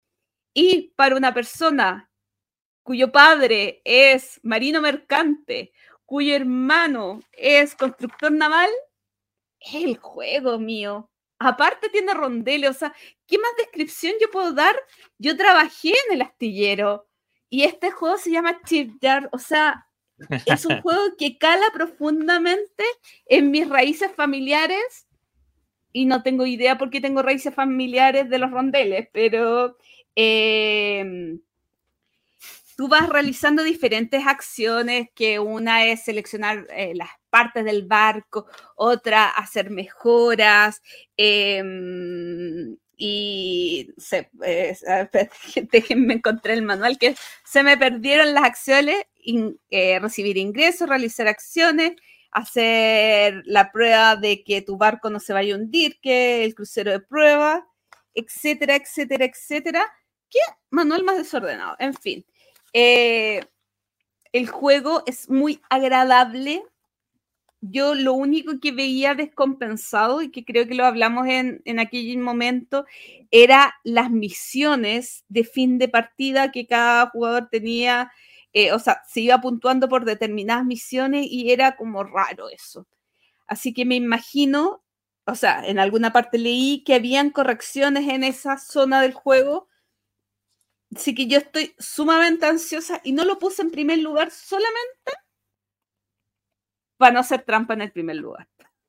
Y para una persona cuyo padre es marino mercante, cuyo hermano es constructor naval, es el juego mío. Aparte tiene rondeles, o sea, ¿qué más descripción yo puedo dar? Yo trabajé en el astillero y este juego se llama Tip Jar, o sea, es un juego que cala profundamente en mis raíces familiares, y no tengo idea por qué tengo raíces familiares de los rondeles, pero eh, tú vas realizando diferentes acciones, que una es seleccionar eh, las partes del barco, otra hacer mejoras, eh, y no sé, eh, déjenme encontrar el manual, que se me perdieron las acciones, in, eh, recibir ingresos, realizar acciones, hacer la prueba de que tu barco no se vaya a hundir, que el crucero de prueba, etcétera, etcétera, etcétera. ¿Qué manual más desordenado? En fin. Eh, el juego es muy agradable, yo lo único que veía descompensado, y que creo que lo hablamos en, en aquel momento, era las misiones de fin de partida que cada jugador tenía, eh, o sea, se iba puntuando por determinadas misiones y era como raro eso. Así que me imagino, o sea, en alguna parte leí que habían correcciones en esa zona del juego. Así que yo estoy sumamente ansiosa y no lo puse en primer lugar solamente para no hacer trampa en el primer lugar.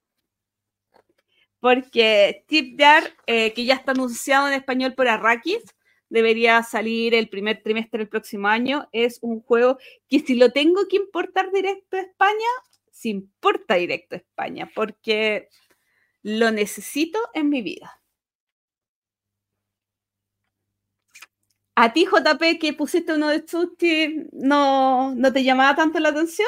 Porque TipDar, eh, que ya está anunciado en español por Arrakis, debería salir el primer trimestre del próximo año. Es un juego que si lo tengo que importar directo a España, se importa directo a España, porque lo necesito en mi vida. ¿A ti, J P, que pusiste uno de estos que no, no te llamaba tanto la atención?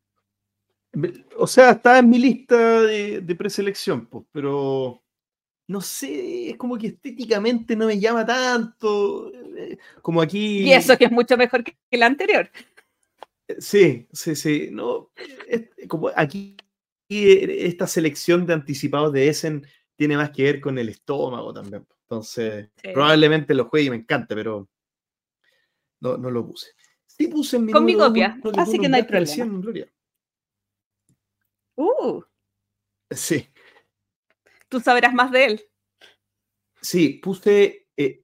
O sea, está en mi lista de, de preselección, pues, pero no sé, es como que estéticamente no me llama tanto. Como aquí. Y eso que es mucho mejor que el anterior. Sí, sí, sí. No, es, como aquí esta selección de anticipados de Essen tiene más que ver con el estómago también. Entonces, sí. Probablemente lo juegue y me encanta, pero no, no lo puse. Sí puse en mi con mi copia, uno, así que no hay problema. Recién, Gloria. Uh. Sí. Tú sabrás más de él. Sí, puse... Eh,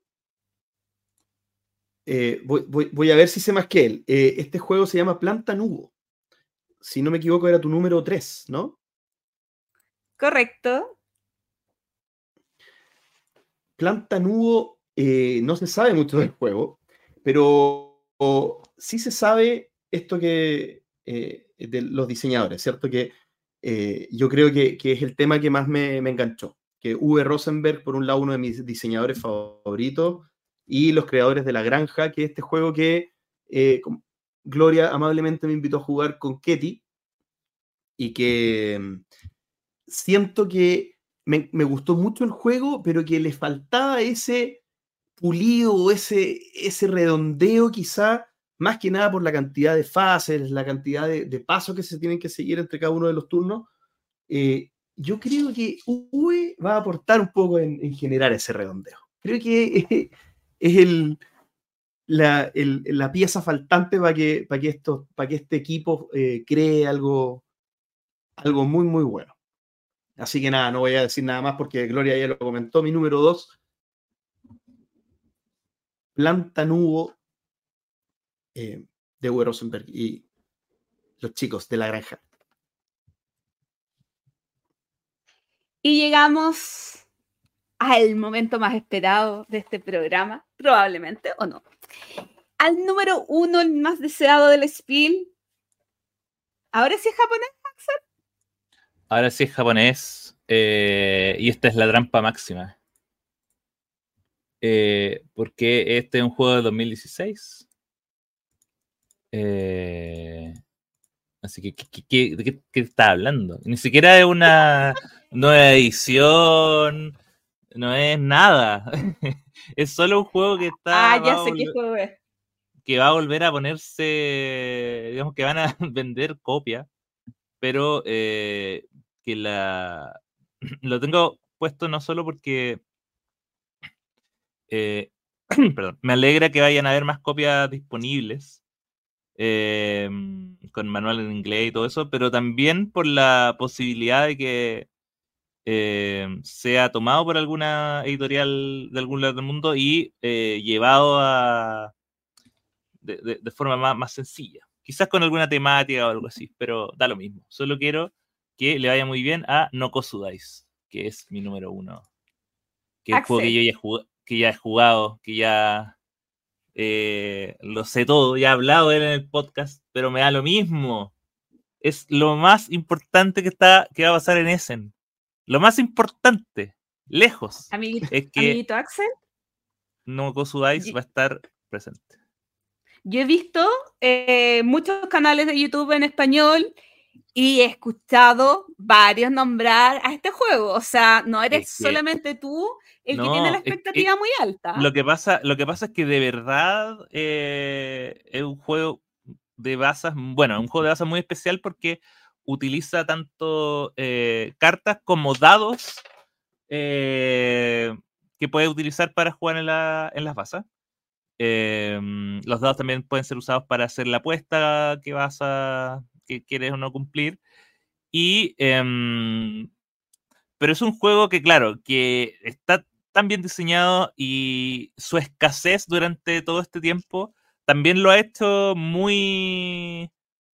eh, voy, voy, voy a ver si sé más que él. Eh, este juego se llama Planta Nubo. Si no me equivoco, era tu número tres, ¿no? Correcto. Planta Nubo, eh, no se sabe mucho del juego, pero sí se sabe esto que eh, de los diseñadores, ¿cierto? Que eh, yo creo que, que es el tema que más me, me enganchó. Que Uwe Rosenberg, por un lado, uno de mis diseñadores favoritos, y los creadores de La Granja, que es este juego que eh, Gloria amablemente me invitó a jugar con Ketty, y que siento que me, me gustó mucho el juego, pero que le faltaba ese pulido o ese, ese redondeo quizá, más que nada por la cantidad de fases, la cantidad de, de pasos que se tienen que seguir entre cada uno de los turnos. Eh, yo creo que Uwe va a aportar un poco en, en generar ese redondeo. Creo que es, es el, la, el, la pieza faltante para que, para que, esto, para que este equipo eh, cree algo, algo muy, muy bueno. Así que nada, no voy a decir nada más porque Gloria ya lo comentó. Mi número dos, Planta Nubo, eh, de Uwe Rosenberg y los chicos de La Granja. Y llegamos al momento más esperado de este programa, probablemente, o no. Al número uno, el más deseado del Spiel. ¿Ahora sí es japonés, Axel? Ahora sí es japonés. Eh, y esta es la trampa máxima. Eh, porque este es un juego de dos mil dieciséis. Eh, así que, ¿qué, qué, ¿de qué, qué está hablando? Ni siquiera es una nueva edición, no es nada. Es solo un juego que está... Ah, ya sé qué juego es. Que va a volver a ponerse, digamos que van a vender copias, pero eh, que la... Lo tengo puesto no solo porque... Eh, perdón, me alegra que vayan a haber más copias disponibles eh, con manual en inglés y todo eso, pero también por la posibilidad de que eh, sea tomado por alguna editorial de algún lado del mundo y eh, llevado a de, de, de forma más, más sencilla, quizás con alguna temática o algo así, pero da lo mismo. Solo quiero que le vaya muy bien a Nokosu Dice, que es mi número uno, que es el juego que yo ya jugué, que ya he jugado, que ya eh, lo sé todo, ya he hablado de él en el podcast, pero me da lo mismo. Es lo más importante que está que va a pasar en Essen. Lo más importante, lejos, Amiguito, es que amiguito Axel, Nokosu Dice va a estar presente. Yo he visto eh, muchos canales de YouTube en español y he escuchado varios nombrar a este juego. O sea, no eres es que, solamente tú el no, que tiene la expectativa es, es, muy alta. Lo que pasa, lo que pasa es que de verdad eh, es un juego de bazas, bueno, un juego de bazas muy especial porque utiliza tanto eh, cartas como dados eh, que puedes utilizar para jugar en, la, en las bazas. Eh, los dados también pueden ser usados para hacer la apuesta que vas a que quieres o no cumplir. Y eh, pero es un juego que, claro, que está tan bien diseñado y su escasez durante todo este tiempo también lo ha hecho muy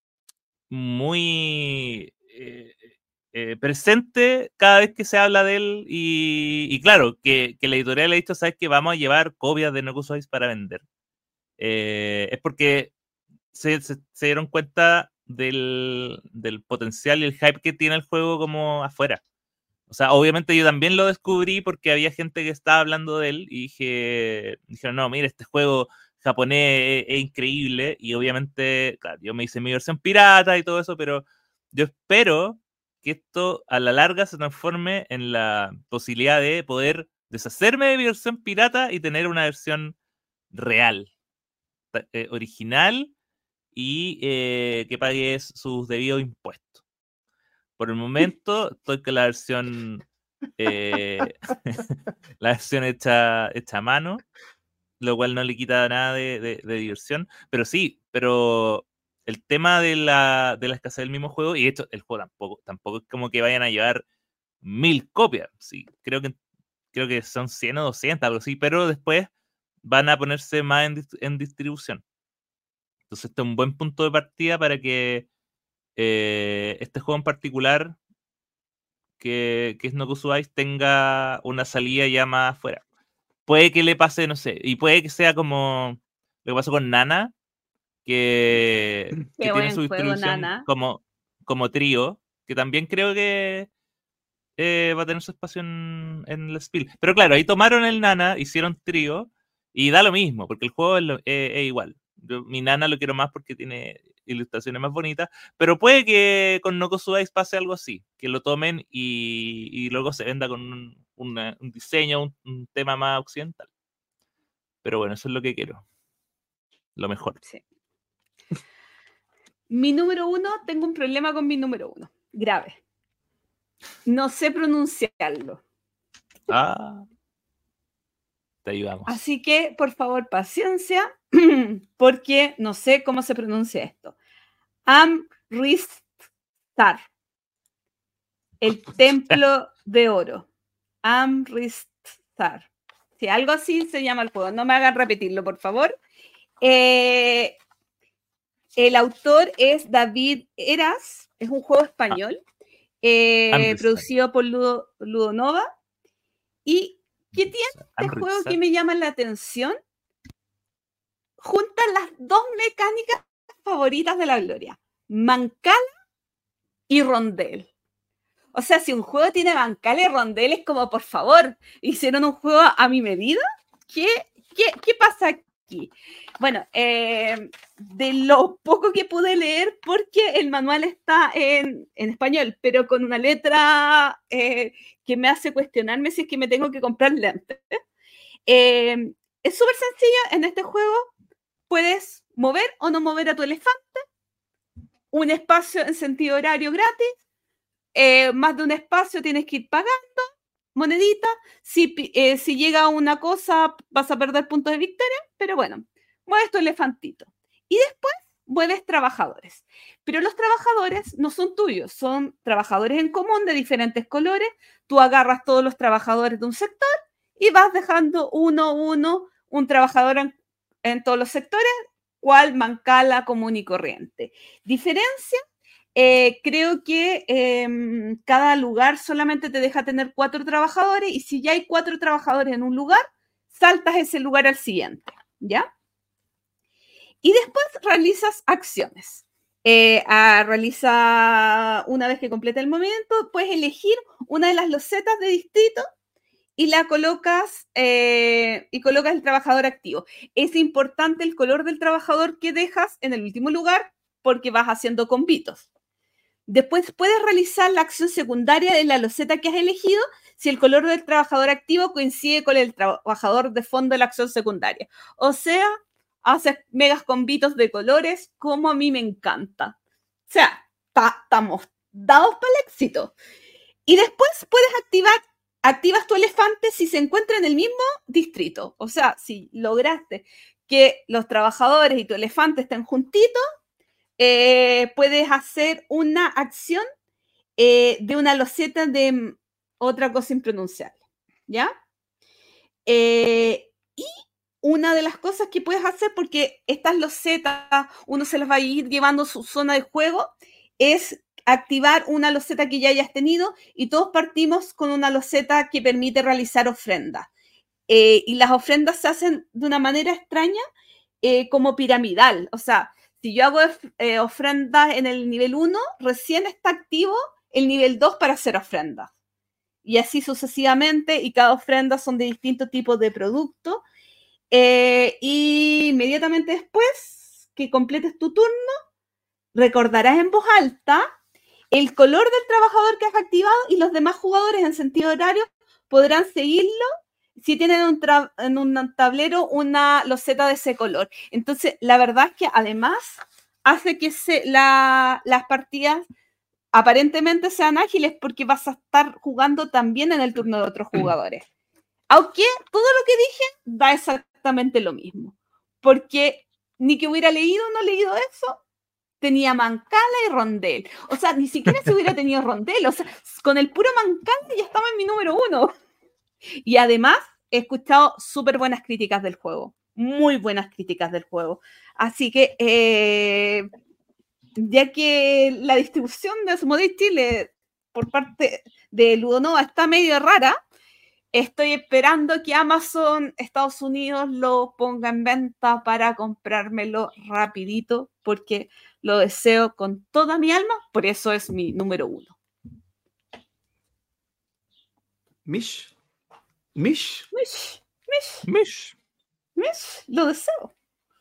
muy eh, eh, presente cada vez que se habla de él y, y claro, que, que la editorial ha dicho, sabes que vamos a llevar copias de No Kusois para vender. Eh, es porque se, se, se dieron cuenta del, del potencial y el hype que tiene el juego como afuera. O sea, obviamente yo también lo descubrí porque había gente que estaba hablando de él y dije, dijeron, no, mira, este juego japonés es, es increíble y obviamente, claro, yo me hice mi versión pirata y todo eso, pero yo espero que esto a la larga se transforme en la posibilidad de poder deshacerme de mi versión pirata y tener una versión real, eh, original y eh, que pague sus debidos impuestos. Por el momento estoy con la versión eh, la versión hecha, hecha a mano, lo cual no le quita nada de, de, de diversión, pero sí, pero el tema de la, de la escasez del mismo juego, y de hecho el juego tampoco, tampoco es como que vayan a llevar mil copias, sí, creo que, creo que son cien o doscientas, algo así, pero después van a ponerse más en, en distribución. Entonces este es un buen punto de partida para que eh, este juego en particular que, que es No Kusuai tenga una salida ya más afuera. Puede que le pase, no sé, y puede que sea como lo que pasó con Nana, que, que tiene su distribución Nana. como, como trío, que también creo que eh, va a tener su espacio en, en el Spiel. Pero claro, ahí tomaron el Nana, hicieron trío, y da lo mismo, porque el juego es, lo, es, es igual. Yo, mi Nana lo quiero más porque tiene ilustraciones más bonitas, pero puede que con No Kusuai pase algo así, que lo tomen y, y luego se venda con un, una, un diseño, un, un tema más occidental. Pero bueno, eso es lo que quiero. Lo mejor. Sí. Mi número uno, tengo un problema con mi número uno. Grave. No sé pronunciarlo. Ah. Te ayudamos. Así que, por favor, paciencia, porque no sé cómo se pronuncia esto. Amritsar. El templo de oro. Amritsar. Si algo así se llama el juego. No me hagan repetirlo, por favor. Eh, el autor es David Eras. Es un juego español. Eh, producido por Ludo, Ludonova. ¿Y qué tiene este juego que me llama la atención? Juntan las dos mecánicas favoritas de la Gloria. Mancala y rondel. O sea, si un juego tiene mancala y rondel, es como, por favor, hicieron un juego a mi medida. ¿Qué, qué, qué pasa aquí? Bueno, eh, de lo poco que pude leer, porque el manual está en, en español, pero con una letra eh, que me hace cuestionarme si es que me tengo que comprar lentes. Eh, es súper sencillo. En este juego puedes mover o no mover a tu elefante, un espacio en sentido horario gratis, eh, más de un espacio tienes que ir pagando monedita, si, eh, si llega una cosa vas a perder puntos de victoria, pero bueno, mueves tu elefantito. Y después mueves trabajadores. Pero los trabajadores no son tuyos, son trabajadores en común de diferentes colores. Tú agarras todos los trabajadores de un sector y vas dejando uno a uno un trabajador en, en todos los sectores, cual mancala común y corriente. Diferencia, eh, creo que eh, cada lugar solamente te deja tener cuatro trabajadores y si ya hay cuatro trabajadores en un lugar, saltas ese lugar al siguiente, ¿ya? Y después realizas acciones. Eh, a, realiza, una vez que completa el movimiento, puedes elegir una de las losetas de distrito y la colocas eh, y colocas el trabajador activo. Es importante el color del trabajador que dejas en el último lugar porque vas haciendo combitos. Después puedes realizar la acción secundaria de la loseta que has elegido si el color del trabajador activo coincide con el trabajador de fondo de la acción secundaria. O sea, haces megas combitos de colores como a mí me encanta. O sea, estamos dados para el éxito. Y después puedes activar, activas tu elefante si se encuentra en el mismo distrito. O sea, si lograste que los trabajadores y tu elefante estén juntitos, eh, puedes hacer una acción eh, de una loseta de otra cosa impronunciable, ¿ya? Eh, y una de las cosas que puedes hacer, porque estas losetas uno se las va a ir llevando a su zona de juego, es activar una loseta que ya hayas tenido, y todos partimos con una loseta que permite realizar ofrendas. Eh, y las ofrendas se hacen de una manera extraña, eh, como piramidal. O sea, si yo hago eh, ofrendas en el nivel uno, recién está activo el nivel dos para hacer ofrendas. Y así sucesivamente, y cada ofrenda son de distintos tipos de productos. Eh, y inmediatamente después que completes tu turno, recordarás en voz alta el color del trabajador que has activado, y los demás jugadores en sentido horario podrán seguirlo si tienen un en un tablero una loseta de ese color. Entonces, la verdad es que además hace que se, la, las partidas aparentemente sean ágiles, porque vas a estar jugando también en el turno de otros jugadores. Aunque todo lo que dije da exactamente lo mismo. Porque ni que hubiera leído o no leído eso, tenía Mancala y Rondel. O sea, ni siquiera se hubiera tenido Rondel. O sea, con el puro Mancala ya estaba en mi número uno. Y además he escuchado súper buenas críticas del juego. Muy buenas críticas del juego. Así que, eh, ya que la distribución de Asmodee Chile por parte de Ludonova está medio rara, estoy esperando que Amazon Estados Unidos lo ponga en venta para comprármelo rapidito, porque lo deseo con toda mi alma. Por eso es mi número uno. Mish. Mish. Mish. Mish. Mish. Mish. Lo deseo.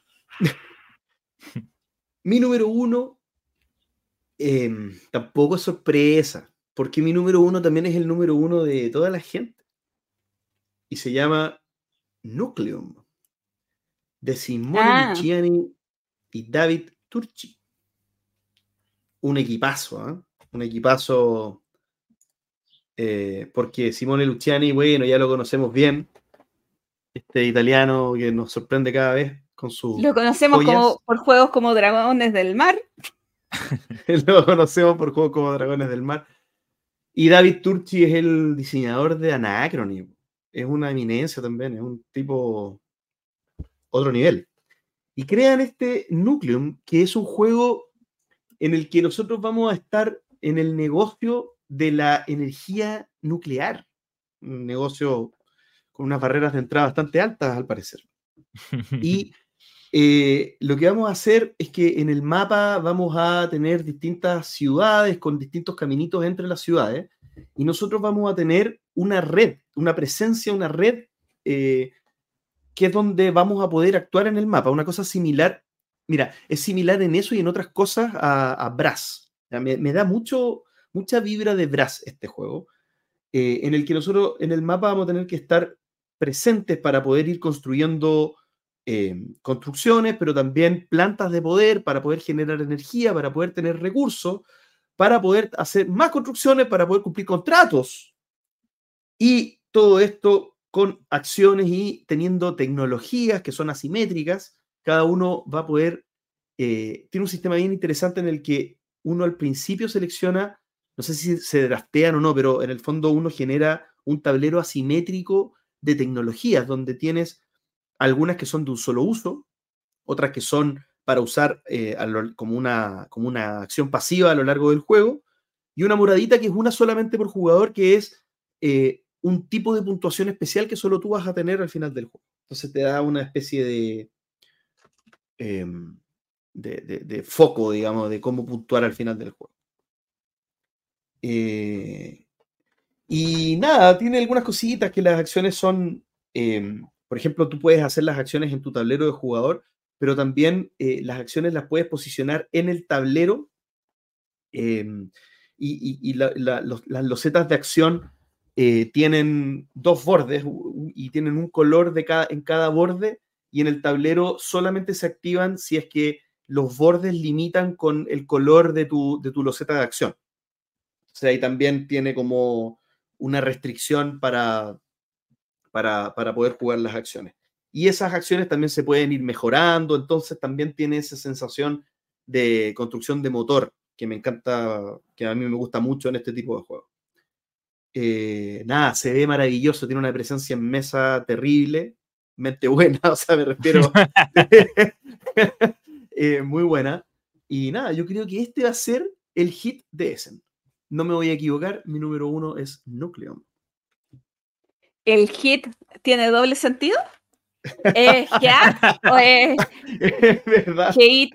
Mi número uno eh, tampoco es sorpresa, porque mi número uno también es el número uno de toda la gente. Y se llama Nucleum, de Simone Ah. Luciani y David Turchi. Un equipazo, ¿eh? Un equipazo, eh, porque Simone Luciani, bueno, ya lo conocemos bien, este italiano que nos sorprende cada vez con su Lo conocemos como, por juegos como Dragones del Mar. Lo conocemos por juegos como Dragones del Mar. Y David Turchi es el diseñador de Anachrony. Es una eminencia también, es un tipo otro nivel. Y crean este Nucleum, que es un juego en el que nosotros vamos a estar en el negocio de la energía nuclear. Un negocio con unas barreras de entrada bastante altas, al parecer. Y eh, lo que vamos a hacer es que en el mapa vamos a tener distintas ciudades con distintos caminitos entre las ciudades, y nosotros vamos a tener una red, una presencia, una red eh, que es donde vamos a poder actuar en el mapa. Una cosa similar, mira, es similar en eso y en otras cosas a, a Brass. Me, me da mucho, mucha vibra de Brass este juego, eh, en el que nosotros en el mapa vamos a tener que estar presentes para poder ir construyendo eh, construcciones, pero también plantas de poder para poder generar energía, para poder tener recursos, para poder hacer más construcciones, para poder cumplir contratos. Y todo esto con acciones y teniendo tecnologías que son asimétricas. Cada uno va a poder, eh, tiene un sistema bien interesante en el que uno al principio selecciona, no sé si se draftean o no, pero en el fondo uno genera un tablero asimétrico de tecnologías, donde tienes algunas que son de un solo uso, otras que son para usar eh, lo, como, una, como una acción pasiva a lo largo del juego, y una moradita que es una solamente por jugador, que es eh, un tipo de puntuación especial que solo tú vas a tener al final del juego. Entonces te da una especie de, eh, de, de, de foco, digamos, de cómo puntuar al final del juego. Eh, y nada, tiene algunas cositas que las acciones son, eh, por ejemplo, tú puedes hacer las acciones en tu tablero de jugador, pero también eh, las acciones las puedes posicionar en el tablero, eh, y, y, y la, la, los, las losetas de acción eh, tienen dos bordes y tienen un color de cada, en cada borde, y en el tablero solamente se activan si es que los bordes limitan con el color de tu, de tu loseta de acción. Entonces ahí también tiene como una restricción para, para, para poder jugar las acciones. Y esas acciones también se pueden ir mejorando, entonces también tiene esa sensación de construcción de motor, que me encanta, que a mí me gusta mucho en este tipo de juegos. Eh, nada, se ve maravilloso, tiene una presencia en mesa terrible, mente buena, o sea, me refiero, eh, muy buena. Y nada, yo creo que este va a ser el hit de Essen. No me voy a equivocar, mi número uno es Nucleon. ¿El hit tiene doble sentido? ¿Es hack o es Es verdad. hate?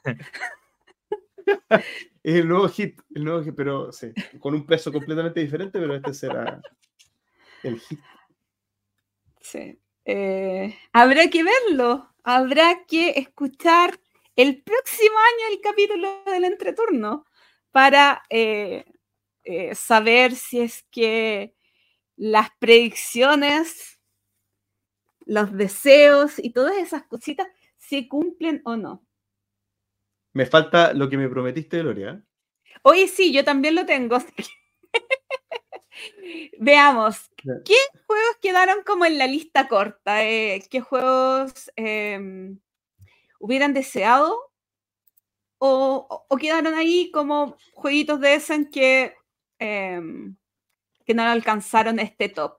Es el nuevo hit, el nuevo hit, pero sí, con un peso completamente diferente, pero este será el hit. Sí. Eh, habrá que verlo, habrá que escuchar el próximo año el capítulo del entreturno para eh, eh, saber si es que las predicciones, los deseos y todas esas cositas se cumplen o no. Me falta lo que me prometiste, Gloria. Oye, sí, yo también lo tengo. Veamos, ¿qué juegos quedaron como en la lista corta? Eh, ¿Qué juegos eh, hubieran deseado? O, o quedaron ahí como jueguitos de Essen que, eh, que no alcanzaron este top.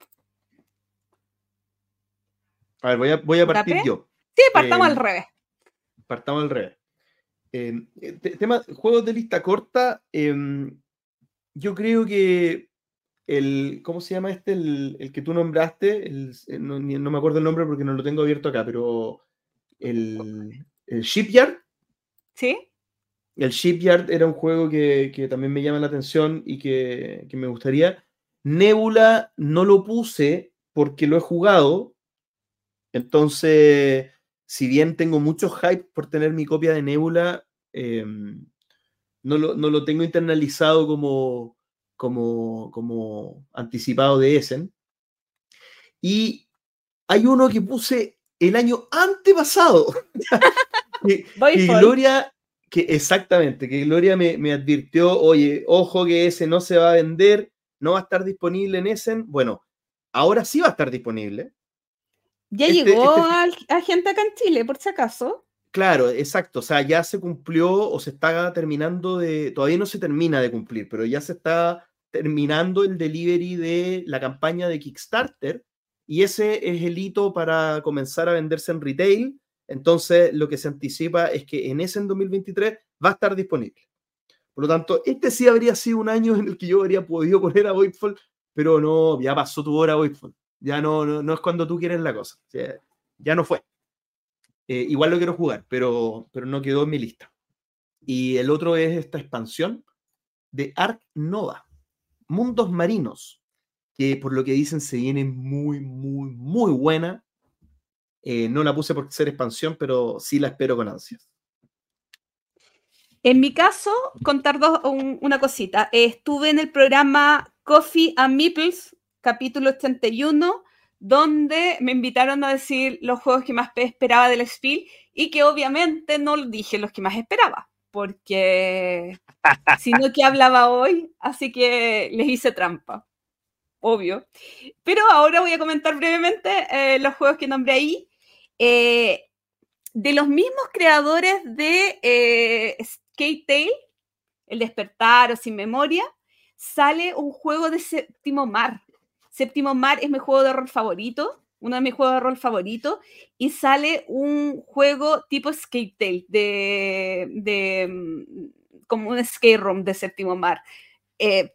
A ver, voy a, voy a partir ¿Tapé? yo. Sí, partamos Eh, al revés. Partamos al revés. Eh, te- tema, juegos de lista corta, eh, yo creo que el, ¿cómo se llama este? El, el que tú nombraste, el, no, no me acuerdo el nombre porque no lo tengo abierto acá, pero el, el Shipyard. ¿Sí? El Shipyard era un juego que, que también me llama la atención y que, que me gustaría. Nebula no lo puse porque lo he jugado. Entonces, si bien tengo mucho hype por tener mi copia de Nebula, eh, no, lo, no lo tengo internalizado como, como, como anticipado de Essen. Y hay uno que puse el año antepasado. que, que Gloria, que exactamente, que Gloria me, me advirtió, oye, ojo que ese no se va a vender, no va a estar disponible en Essen. Bueno, ahora sí va a estar disponible. Ya este, llegó este, a, a gente acá en Chile, por si acaso. Claro, exacto. O sea, ya se cumplió o se está terminando de. Todavía no se termina de cumplir, pero ya se está terminando el delivery de la campaña de Kickstarter. Y ese es el hito para comenzar a venderse en retail. Entonces, lo que se anticipa es que en ese en dos mil veintitrés va a estar disponible. Por lo tanto, este sí habría sido un año en el que yo habría podido poner a Voidfall, pero no, ya pasó tu hora, Voidfall. Ya no, no, no es cuando tú quieres la cosa. O sea, ya no fue. Eh, igual lo quiero jugar, pero, pero no quedó en mi lista. Y el otro es esta expansión de Ark Nova, Mundos Marinos, que por lo que dicen se viene muy, muy, muy buena. Eh, no la puse por ser expansión, pero sí la espero con ansias. En mi caso, contar dos, un, una cosita. Eh, estuve en el programa Coffee and Meeples, capítulo ochenta y uno, donde me invitaron a decir los juegos que más esperaba del Spiel y que obviamente no dije los que más esperaba, porque sino que hablaba hoy, así que les hice trampa, obvio. Pero ahora voy a comentar brevemente eh, los juegos que nombré ahí. Eh, de los mismos creadores de eh, Skate Tale, El Despertar o Sin Memoria, sale un juego de Séptimo Mar. Séptimo Mar es mi juego de rol favorito, uno de mis juegos de rol favoritos, y sale un juego tipo Skate Tale, de, de, como un skate room de Séptimo Mar. Eh,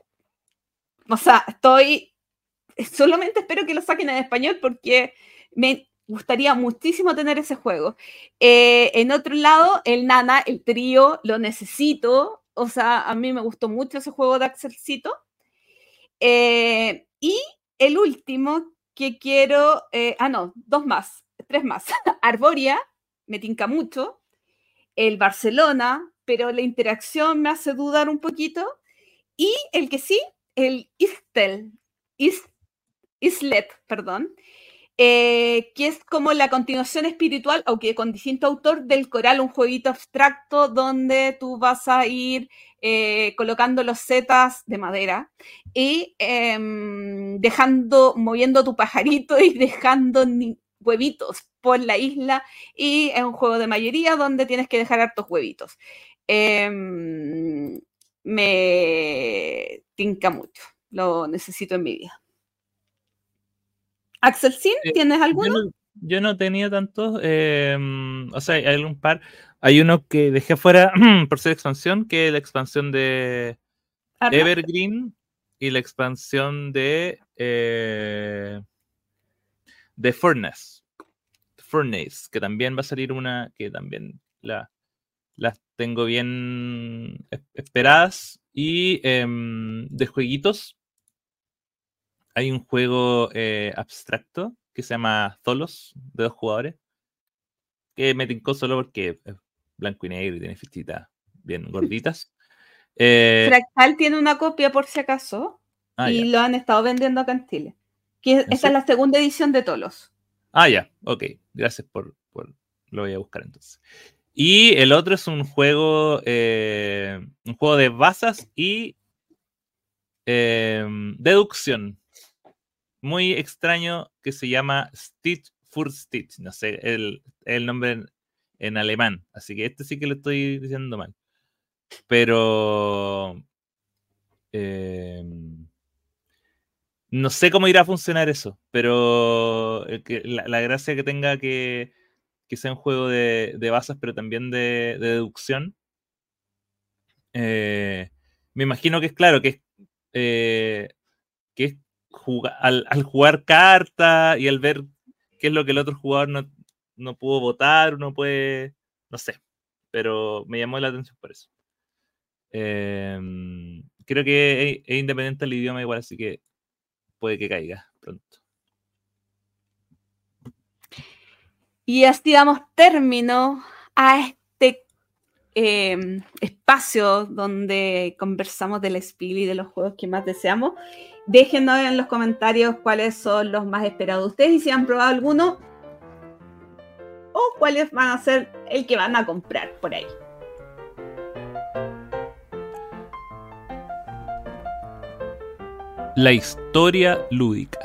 o sea, estoy, solamente espero que lo saquen en español porque me gustaría muchísimo tener ese juego. Eh, en otro lado, el Nana, el trío, lo necesito. O sea, a mí me gustó mucho ese juego de Axelcito. Eh, y el último que quiero, eh, ah, no, dos más, tres más. Arboria, me tinca mucho. El Barcelona, pero la interacción me hace dudar un poquito. Y el que sí, el Istel, Is, Islet, perdón. eh, que es como la continuación espiritual, aunque con distinto autor, del Coral, un jueguito abstracto donde tú vas a ir eh, colocando los setas de madera y eh, dejando, moviendo tu pajarito y dejando ni- huevitos por la isla, y es un juego de mayoría donde tienes que dejar hartos huevitos. Eh, me tinca mucho, lo necesito en mi vida. Axel Sin, Eh, ¿tienes yo alguno? no, yo no tenía tantos, eh, o sea, hay algún par. Hay uno que dejé fuera por ser expansión, que es la expansión de Arma. Evergreen y la expansión de eh, de Furnace, Furnace, que también va a salir una que también la, las tengo bien es- esperadas. Y em, de jueguitos, hay un juego eh, abstracto que se llama Zolos, de dos jugadores, que me tincó solo porque es blanco y negro y tiene fichitas bien gorditas. Eh, Fractal tiene una copia por si acaso ah, ya. y lo han estado vendiendo acá en Chile. Que ¿En esta es serio? la segunda edición de Tolos. Ah, ya. Ok. Gracias por, por... Lo voy a buscar entonces. Y el otro es un juego, eh, un juego de bazas y eh, deducción. Muy extraño, que se llama Stitch für Stitch. No sé el, el nombre en, en alemán. Así que este sí que lo estoy diciendo mal. Pero eh, no sé cómo irá a funcionar eso. Pero eh, que la, la gracia que tenga que, que sea un juego de, de bazas, pero también de, de deducción. Eh, me imagino que es claro, que es, eh, que es juga- al, al jugar carta y al ver qué es lo que el otro jugador no, no pudo votar, no puede, no sé, pero me llamó la atención por eso. Eh, creo que es, es independiente del idioma igual, así que puede que caiga pronto. Y así damos término a este eh, espacio donde conversamos del Spiel y de los juegos que más deseamos. Déjenos en los comentarios cuáles son los más esperados de ustedes y si han probado alguno o cuáles van a ser el que van a comprar por ahí. La historia lúdica.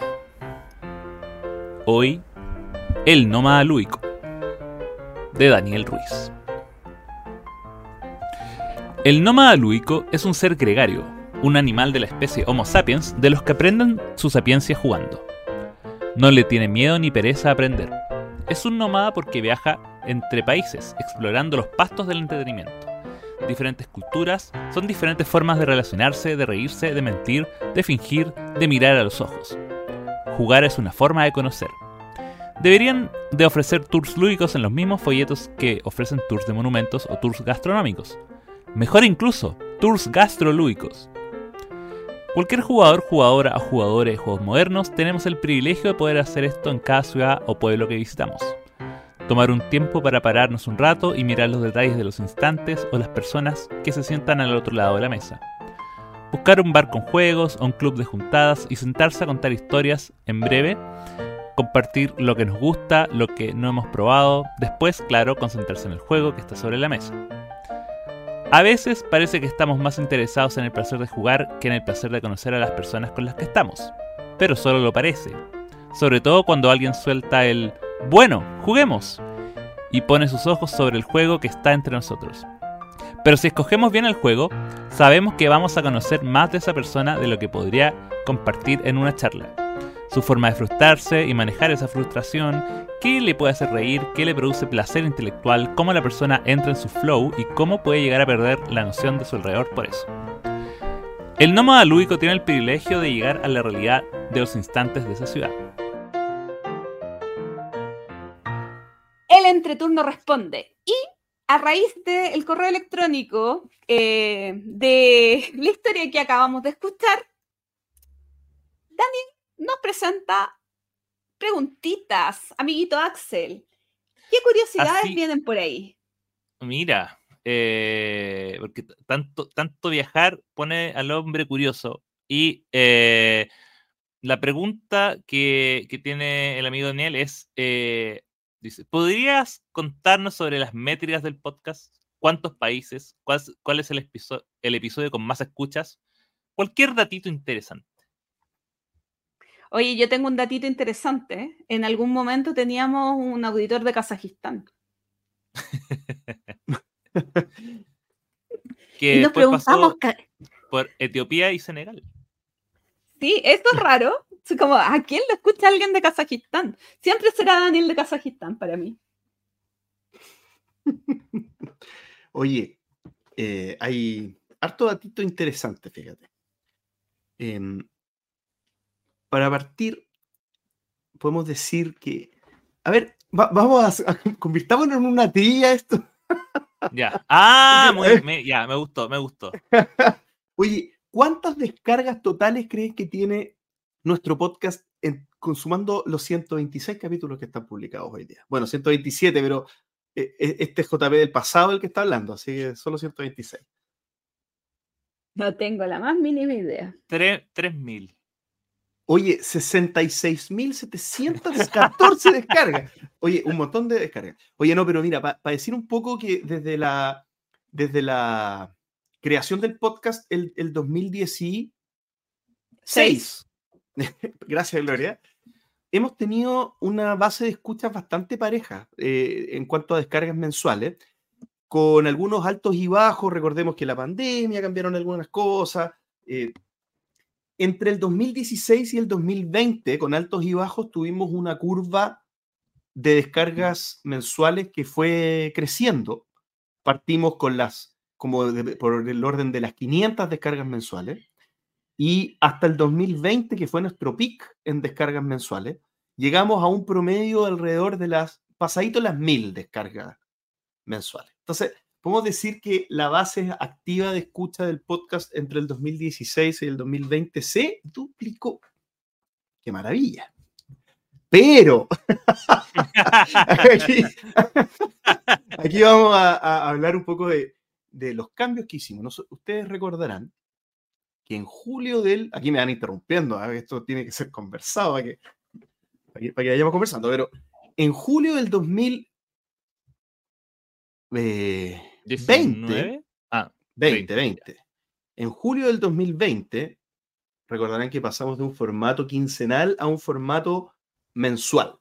Hoy, El nómada lúdico, de Daniel Ruiz. El nómada lúdico es un ser gregario, un animal de la especie Homo sapiens, de los que aprenden su sapiencia jugando. No le tiene miedo ni pereza a aprender. Es un nómada porque viaja entre países, explorando los pastos del entretenimiento. Diferentes culturas son diferentes formas de relacionarse, de reírse, de mentir, de fingir, de mirar a los ojos. Jugar es una forma de conocer. Deberían de ofrecer tours lúdicos en los mismos folletos que ofrecen tours de monumentos o tours gastronómicos. Mejor incluso, tours gastrolúdicos. Cualquier jugador, jugadora o jugadores de juegos modernos tenemos el privilegio de poder hacer esto en cada ciudad o pueblo que visitamos. Tomar un tiempo para pararnos un rato y mirar los detalles de los instantes o las personas que se sientan al otro lado de la mesa. Buscar un bar con juegos o un club de juntadas y sentarse a contar historias en breve. Compartir lo que nos gusta, lo que no hemos probado. Después, claro, concentrarse en el juego que está sobre la mesa. A veces parece que estamos más interesados en el placer de jugar que en el placer de conocer a las personas con las que estamos. Pero solo lo parece. Sobre todo cuando alguien suelta el "bueno, juguemos" y pone sus ojos sobre el juego que está entre nosotros. Pero si escogemos bien el juego, sabemos que vamos a conocer más de esa persona de lo que podría compartir en una charla. Su forma de frustrarse y manejar esa frustración, qué le puede hacer reír, qué le produce placer intelectual, cómo la persona entra en su flow y cómo puede llegar a perder la noción de su alrededor por eso. El nómada lúdico tiene el privilegio de llegar a la realidad de los instantes de esa ciudad. El entreturno responde. Y a raíz del correo electrónico eh, de la historia que acabamos de escuchar, Dani nos presenta preguntitas, amiguito Axel. ¿Qué curiosidades Así, vienen por ahí? mira, eh, porque tanto, tanto viajar pone al hombre curioso. Y eh, la pregunta que, que tiene el amigo Daniel es, eh, dice, ¿podrías contarnos sobre las métricas del podcast? ¿Cuántos países? ¿Cuál, cuál es el, episodio, el episodio con más escuchas? Cualquier datito interesante. Oye, yo tengo un datito interesante. ¿eh? En algún momento teníamos un auditor de Kazajistán. Que y nos después preguntamos... pasó por Etiopía y Senegal. Sí, esto es raro. Es como, ¿a quién lo escucha alguien de Kazajistán? Siempre será Daniel de Kazajistán para mí. Oye, eh, hay harto datito interesante, fíjate. Eh, para partir, podemos decir que... A ver, va, vamos a, a... Convirtámonos en una trilla esto. Ya. Ah, muy, me, ya, me gustó, me gustó. Oye, ¿cuántas descargas totales crees que tiene nuestro podcast en, consumando los ciento veintiséis capítulos que están publicados hoy día? Bueno, ciento veintisiete, pero eh, este es J P del pasado el que está hablando, así que solo ciento veintiséis. No tengo la más mínima idea. tres mil. Oye, sesenta y seis mil setecientas catorce descargas. Oye, un montón de descargas. Oye, no, pero mira, para pa decir un poco que desde la, desde la creación del podcast, el, el dos mil dieciséis, Seis. Gracias, Gloria, hemos tenido una base de escuchas bastante pareja eh, en cuanto a descargas mensuales, con algunos altos y bajos. Recordemos que la pandemia cambiaron algunas cosas. Eh, entre el dos mil dieciséis y el dos mil veinte, con altos y bajos, tuvimos una curva de descargas mensuales que fue creciendo. Partimos con las, como de, por el orden de las quinientas descargas mensuales, y hasta el dos mil veinte, que fue nuestro peak en descargas mensuales, llegamos a un promedio alrededor de las, pasadito las mil descargas mensuales. Entonces, podemos decir que la base activa de escucha del podcast entre el dos mil dieciséis y el dos mil veinte se duplicó. ¡Qué maravilla! Pero, aquí, aquí vamos a, a hablar un poco de, de los cambios que hicimos. Nos, ustedes recordarán que en julio del... Aquí me van interrumpiendo, ¿eh? Esto tiene que ser conversado para que, para que, para que vayamos conversando, pero en julio del dos mil veinte, ah, veinte, veinte. En julio del dos mil veinte, recordarán que pasamos de un formato quincenal a un formato mensual.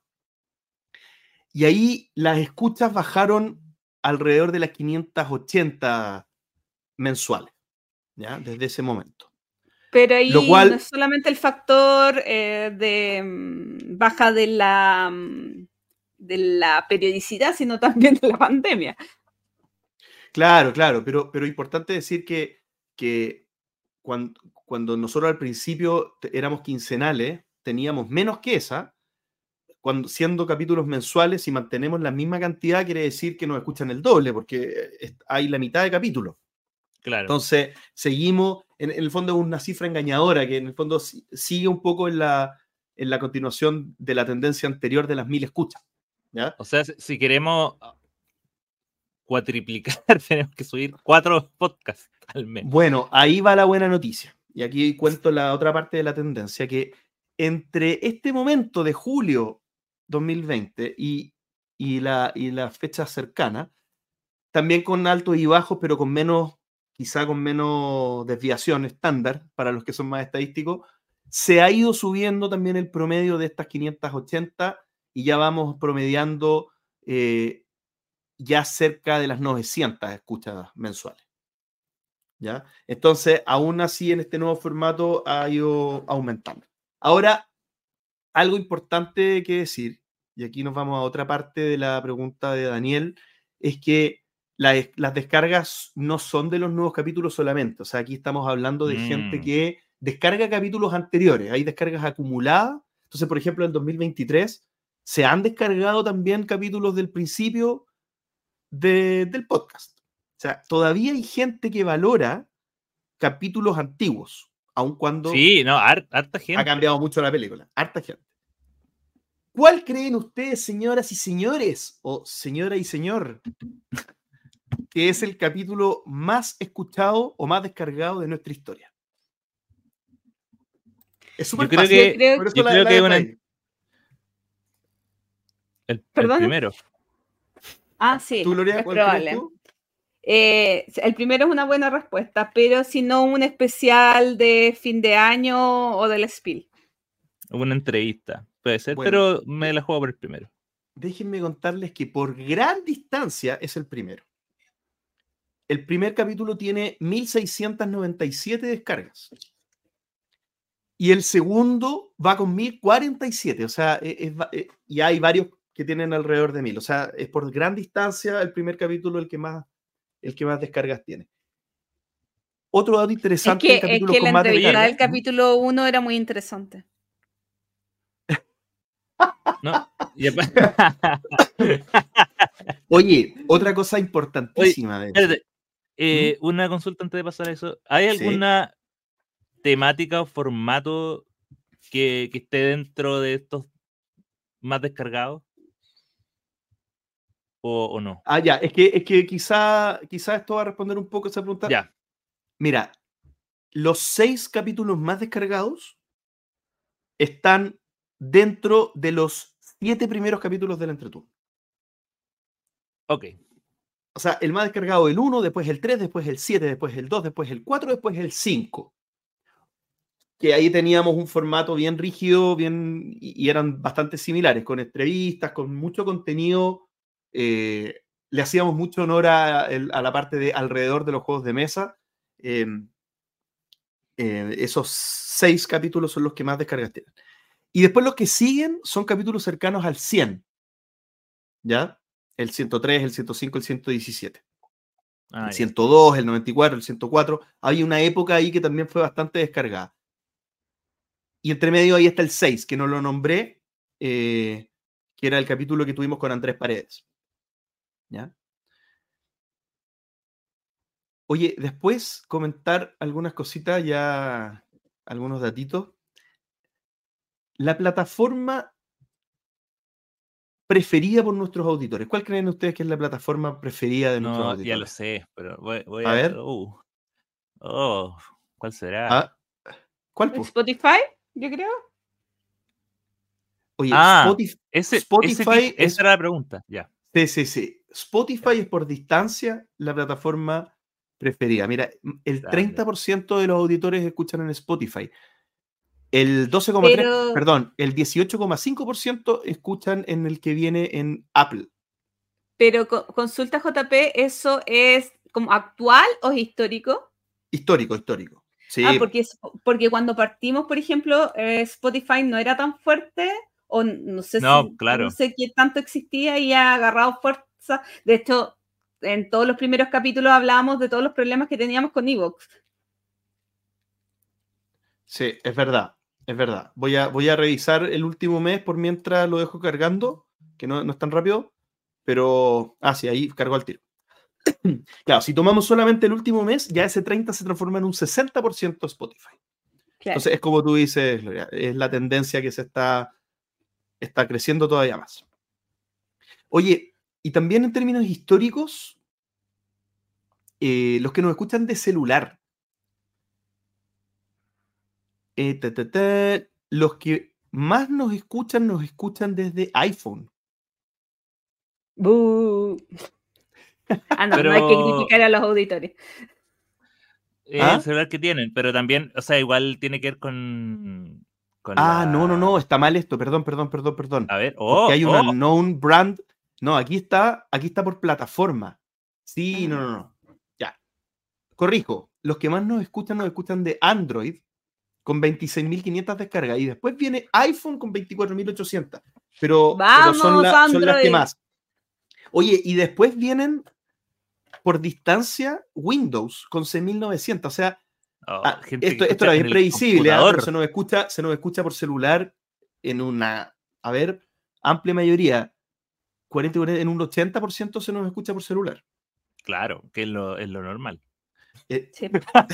Y ahí las escuchas bajaron alrededor de las quinientas ochenta mensuales, ¿ya? Desde ese momento. Pero ahí Lo cual, no es solamente el factor eh, de um, baja de la, um, de la periodicidad, sino también de la pandemia. Claro, claro, pero, pero importante decir que, que cuando, cuando nosotros al principio éramos quincenales, teníamos menos que esa. Cuando, siendo capítulos mensuales, si mantenemos la misma cantidad, quiere decir que nos escuchan el doble, porque hay la mitad de capítulos. Claro. Entonces, seguimos, en, en el fondo es una cifra engañadora, que en el fondo sigue un poco en la, en la continuación de la tendencia anterior de las mil escuchas, ¿ya? O sea, si queremos cuatriplicar, tenemos que subir cuatro podcasts al mes. Bueno, ahí va la buena noticia. Y aquí cuento la otra parte de la tendencia, que entre este momento de julio dos mil veinte y, y, la, y la fecha cercana, también con altos y bajos, pero con menos, quizá con menos desviación estándar, para los que son más estadísticos, se ha ido subiendo también el promedio de estas quinientas ochenta y ya vamos promediando eh, ya cerca de las novecientas escuchas mensuales. ¿Ya? Entonces, aún así, en este nuevo formato ha ido aumentando. Ahora, algo importante que decir, y aquí nos vamos a otra parte de la pregunta de Daniel, es que la, las descargas no son de los nuevos capítulos solamente. O sea, aquí estamos hablando de mm. gente que descarga capítulos anteriores. Hay descargas acumuladas. Entonces, por ejemplo, en el dos mil veintitrés se han descargado también capítulos del principio de, del podcast. O sea, todavía hay gente que valora capítulos antiguos, aun cuando sí, no, harta gente. Ha cambiado mucho la película. Harta gente. ¿Cuál creen ustedes, señoras y señores, o señora y señor, que es el capítulo más escuchado o más descargado de nuestra historia? Es súper Yo creo fácil. que, Yo creo- por eso yo la- creo la que dejo una- ahí. el, el ¿Perdón? primero. Ah, sí, ¿Tú, Gloria, es cuál crees probable. tú? Eh, el primero es una buena respuesta, pero si no un especial de fin de año o del Spiel. Una entrevista. Puede ser, Bueno, pero me la juego por el primero. Déjenme contarles que por gran distancia es el primero. El primer capítulo tiene mil seiscientas noventa y siete descargas. Y el segundo va con mil cuarenta y siete. O sea, es, es, es, y hay varios que tienen alrededor de mil. O sea, es por gran distancia el primer capítulo el que más, el que más descargas tiene. Otro dato Es interesante que, del es capítulo que con la más entrevista descargas. del capítulo uno era muy interesante. ¿No? Y apa- Oye, otra cosa importantísima de eso. Espérate, eh, una consulta antes de pasar a eso. ¿Hay Sí. alguna temática o formato que, que esté dentro de estos más descargados? ¿O, o no? Ah, ya, es que, es que quizá, quizá esto va a responder un poco esa pregunta. Ya. Mira, los seis capítulos más descargados están dentro de los siete primeros capítulos del Entreturno. Ok. O sea, el más descargado el uno, después el tres, después el siete, después el dos, después el cuatro, después el cinco. Que ahí teníamos un formato bien rígido, bien, y, y eran bastante similares, con entrevistas, con mucho contenido. Eh, le hacíamos mucho honor a, a la parte de alrededor de los juegos de mesa. Eh, eh, esos seis capítulos son los que más descargas tienen. Y después los que siguen son capítulos cercanos al cien. ¿Ya? El ciento tres, el ciento cinco, el ciento diecisiete. Ah, el ya. ciento dos, el noventa y cuatro, el ciento cuatro. Hay una época ahí que también fue bastante descargada. Y entre medio ahí está el seis, que no lo nombré, eh, que era el capítulo que tuvimos con Andrés Paredes. ¿Ya? Oye, después comentar algunas cositas, ya algunos datitos. La plataforma preferida por nuestros auditores. ¿Cuál creen ustedes que es la plataforma preferida de nuestros No, auditores? ya lo sé, pero voy, voy A a. ver. Uh, oh, ¿cuál será? Ah, ¿cuál? po? Spotify, yo creo. Oye, Ah, Spotify, ese, ese Spotify tip- es. esa era la pregunta. Ya. Sí, sí, sí. Spotify es por distancia la plataforma preferida. Mira, el Grande. treinta por ciento de los auditores escuchan en Spotify. El doce coma tres por ciento, Pero, perdón, el dieciocho coma cinco por ciento escuchan en el que viene en Apple. pero co- consulta J P, ¿eso es como actual o es histórico? Histórico, histórico. Sí, Ah, porque, es- porque cuando partimos, por ejemplo, eh, Spotify no era tan fuerte, o n- no sé No, si, claro. no sé qué tanto existía y ha agarrado fuerza. De hecho, en todos los primeros capítulos hablábamos de todos los problemas que teníamos con Evox. sí, es verdad, es verdad. Voy a, voy a revisar el último mes por mientras lo dejo cargando, que no, no es tan rápido, pero, ah, sí, ahí cargó al tiro. Claro, si tomamos solamente el último mes, ya ese treinta se transforma en un sesenta por ciento Spotify. Claro. Entonces, es como tú dices, Gloria, es la tendencia que se está, está creciendo todavía más. Oye, y también en términos históricos, eh, los que nos escuchan de celular, eh, ta, ta, ta, los que más nos escuchan, nos escuchan desde iPhone. ¡Bú! Ah, no, no Pero- hay que criticar a los auditores. Es ¿Ah? el celular que tienen, pero también, o sea, igual tiene que ver con. con Ah, la- no, no, no, está mal esto, perdón, perdón, perdón, perdón. A ver, Porque oh, hay una oh, known brand. No, aquí está, aquí está por plataforma. Sí, no, no, no. Ya. Corrijo. Los que más nos escuchan, nos escuchan de Android con veintiséis mil quinientas descargas. Y después viene iPhone con veinticuatro mil ochocientas. Pero, pero son, ¡Vamos, la- son las que Android! más. Oye, y después vienen por distancia Windows con seis mil novecientos. O sea, oh, ah, gente que esto, esto escucha era en bien el previsible, ¿ah? computador. Pero se nos, escucha, se nos escucha por celular en una, a ver, amplia mayoría. cuarenta, cuarenta, en un ochenta por ciento se nos escucha por celular. Claro, que es lo, es lo normal. Eh, Sí.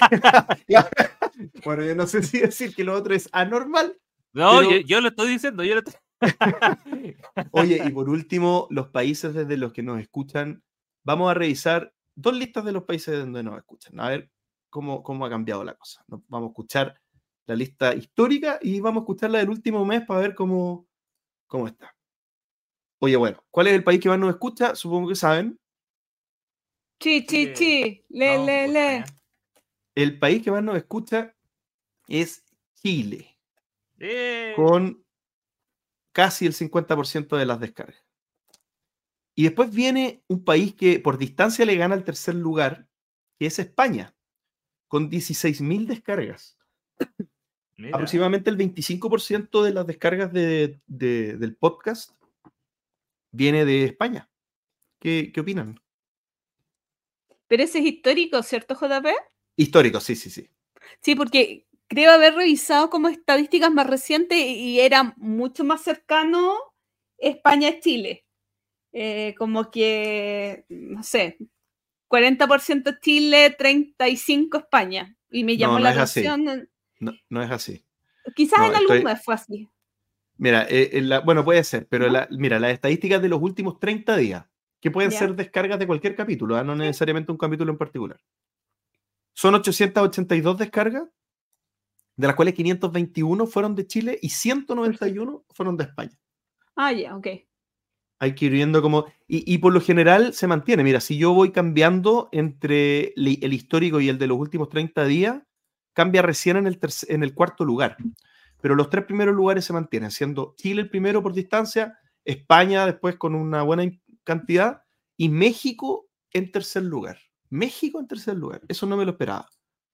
bueno, yo no sé si decir que lo otro es anormal. No, Pero- yo, yo lo estoy diciendo, yo lo estoy. Oye, y por último, los países desde los que nos escuchan, vamos a revisar dos listas de los países donde nos escuchan. A ver cómo, cómo ha cambiado la cosa. Nos vamos a escuchar la lista histórica, y vamos a escuchar la del último mes para ver cómo, cómo está. Oye, bueno, ¿cuál es el país que más nos escucha? Supongo que saben. Chi, chi, chi. Le, No, le, pues, le. ya. El país que más nos escucha es Chile, Eh, con casi el cincuenta por ciento de las descargas. Y después viene un país que por distancia le gana al tercer lugar, que es España, con dieciséis mil descargas. mira. Aproximadamente el veinticinco por ciento de las descargas de, de, del podcast viene de España. ¿Qué, qué opinan? Pero ese es histórico, ¿cierto, J P? Histórico, sí, sí, sí. Sí, porque creo haber revisado como estadísticas más recientes y era mucho más cercano España-Chile. Eh, como que, no sé, cuarenta por ciento Chile, treinta y cinco por ciento España. Y me llamó No, no la es así. atención. No, no es así. Quizás No, en estoy- algún mes fue así. Mira, eh, eh, la- bueno, puede ser, pero ¿No? la- mira, las estadísticas de los últimos treinta días, que pueden Ya. ser descargas de cualquier capítulo, ¿ah? No necesariamente un capítulo en particular. Son ochocientas ochenta y dos descargas, de las cuales quinientas veintiuno fueron de Chile y ciento noventa y uno fueron de España. Ah, ya, ok. Hay que ir viendo cómo... Y, y por lo general se mantiene. Mira, si yo voy cambiando entre li- el histórico y el de los últimos treinta días, cambia recién en el, terc- en el cuarto lugar. Pero los tres primeros lugares se mantienen, siendo Chile el primero por distancia, España después con una buena in- cantidad y México en tercer lugar. México en tercer lugar. Eso no me lo esperaba.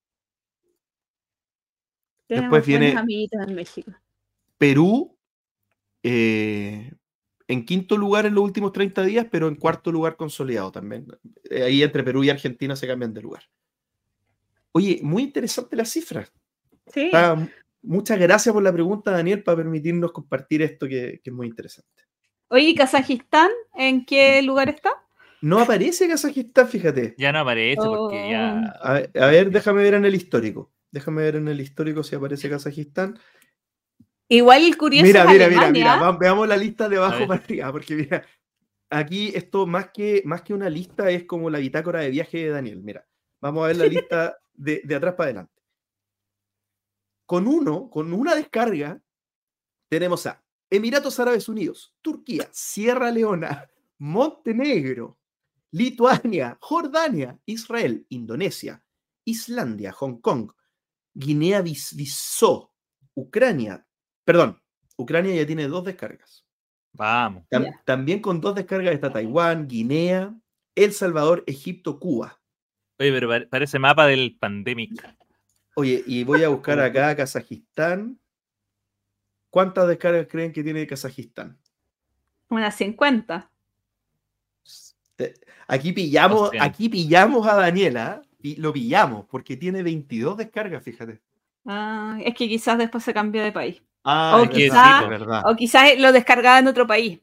Tenemos Después buenos viene amiguitos en México. Perú eh, en quinto lugar en los últimos treinta días, pero en cuarto lugar consolidado también. Eh, ahí entre Perú y Argentina se cambian de lugar. Oye, muy interesante la cifra. Sí. Está- muchas gracias por la pregunta, Daniel, para permitirnos compartir esto que, que es muy interesante. Oye, ¿y Kazajistán en qué lugar está? No aparece Kazajistán, fíjate. Ya no aparece porque ya. A, a ver, déjame ver en el histórico. Déjame ver en el histórico si aparece Kazajistán. Igual el curioso Mira, es mira, mira, Alemania. mira. Va- veamos la lista de A abajo ver. para arriba, porque mira, aquí esto más que, más que una lista es como la bitácora de viaje de Daniel. Mira, vamos a ver la lista de, de atrás para adelante. Con uno, con una descarga, tenemos a Emiratos Árabes Unidos, Turquía, Sierra Leona, Montenegro, Lituania, Jordania, Israel, Indonesia, Islandia, Hong Kong, Guinea-Bissau, Ucrania, perdón, Ucrania ya tiene dos descargas. Vamos. Tam- Ya. También con dos descargas está Taiwán, Guinea, El Salvador, Egipto, Cuba. Oye, pero pare- parece mapa del pandemic. Oye, y voy a buscar acá Kazajistán. ¿Cuántas descargas creen que tiene Kazajistán? Unas cincuenta. Te- Aquí pillamos, doscientos. aquí pillamos a Daniela, y lo pillamos porque tiene veintidós descargas, fíjate. Ah, es que quizás después se cambió de país. Ah, O es quizá- verdad, sí, es verdad, O quizás lo descargaba en otro país.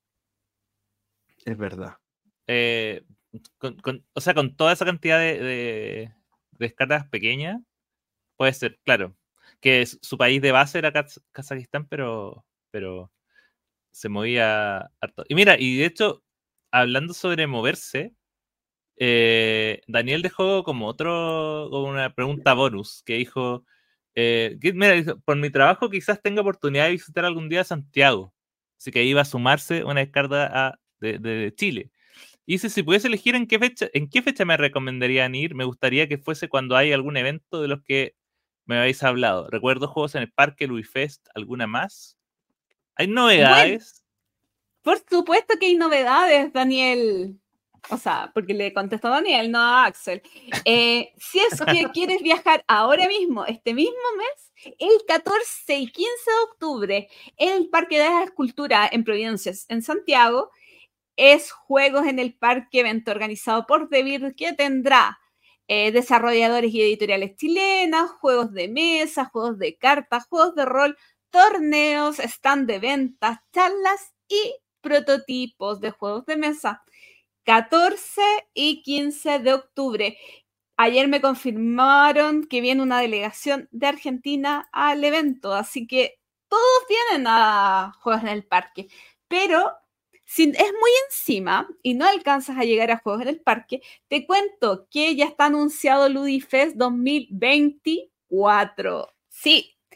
es verdad. Eh, con- con- o sea, con toda esa cantidad de, de descargas pequeñas, puede ser, claro, que s- su país de base era Kaz- Kazajistán, pero, pero se movía harto. Y mira, y de hecho, hablando sobre moverse, eh, Daniel dejó como otro, como una pregunta bonus, que dijo, eh, que, mira, dijo, por mi trabajo quizás tenga oportunidad de visitar algún día Santiago. Así que iba a sumarse una descarga a- de, de Chile. Y dice, si pudiese elegir en qué fecha, en qué fecha me recomendarían ir, me gustaría que fuese cuando hay algún evento de los que me habéis hablado. Recuerdo juegos en el parque, Louis Fest, ¿alguna más? ¿Hay novedades? Por supuesto que hay novedades, Daniel. O sea, porque le contestó a Daniel, no a Axel. Eh, si es que quieres viajar ahora mismo, este mismo mes, el catorce y quince de octubre, en el Parque de la Escultura en Providencias, en Santiago, es Juegos en el Parque, evento organizado por Debir, que tendrá eh, desarrolladores y editoriales chilenas, juegos de mesa, juegos de cartas, juegos de rol, torneos, stand de ventas, charlas y prototipos de juegos de mesa. catorce y quince de octubre. Ayer me confirmaron que viene una delegación de Argentina al evento, así que todos vienen a Juegos en el Parque. Pero si es muy encima y no alcanzas a llegar a Juegos en el Parque, te cuento que ya está anunciado Ludifest dos mil veinticuatro. Sí,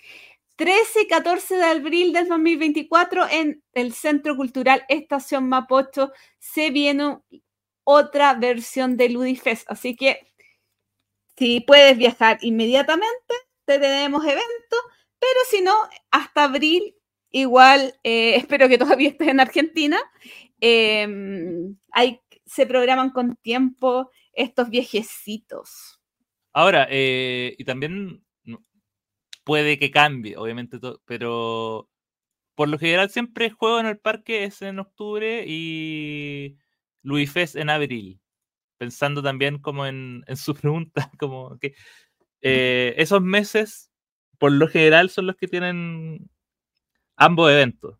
trece y catorce de abril del dos mil veinticuatro en el Centro Cultural Estación Mapocho se viene otra versión de Ludifest. Así que si puedes viajar inmediatamente, te tenemos evento, pero si no, hasta abril, igual, eh, espero que todavía estés en Argentina, eh, hay, se programan con tiempo estos viajecitos. Ahora, eh, y también puede que cambie, obviamente, todo, pero por lo general siempre juego en el parque es en octubre y Ludifest en abril. Pensando también como en, en su pregunta, como que eh, esos meses, por lo general, son los que tienen ambos eventos.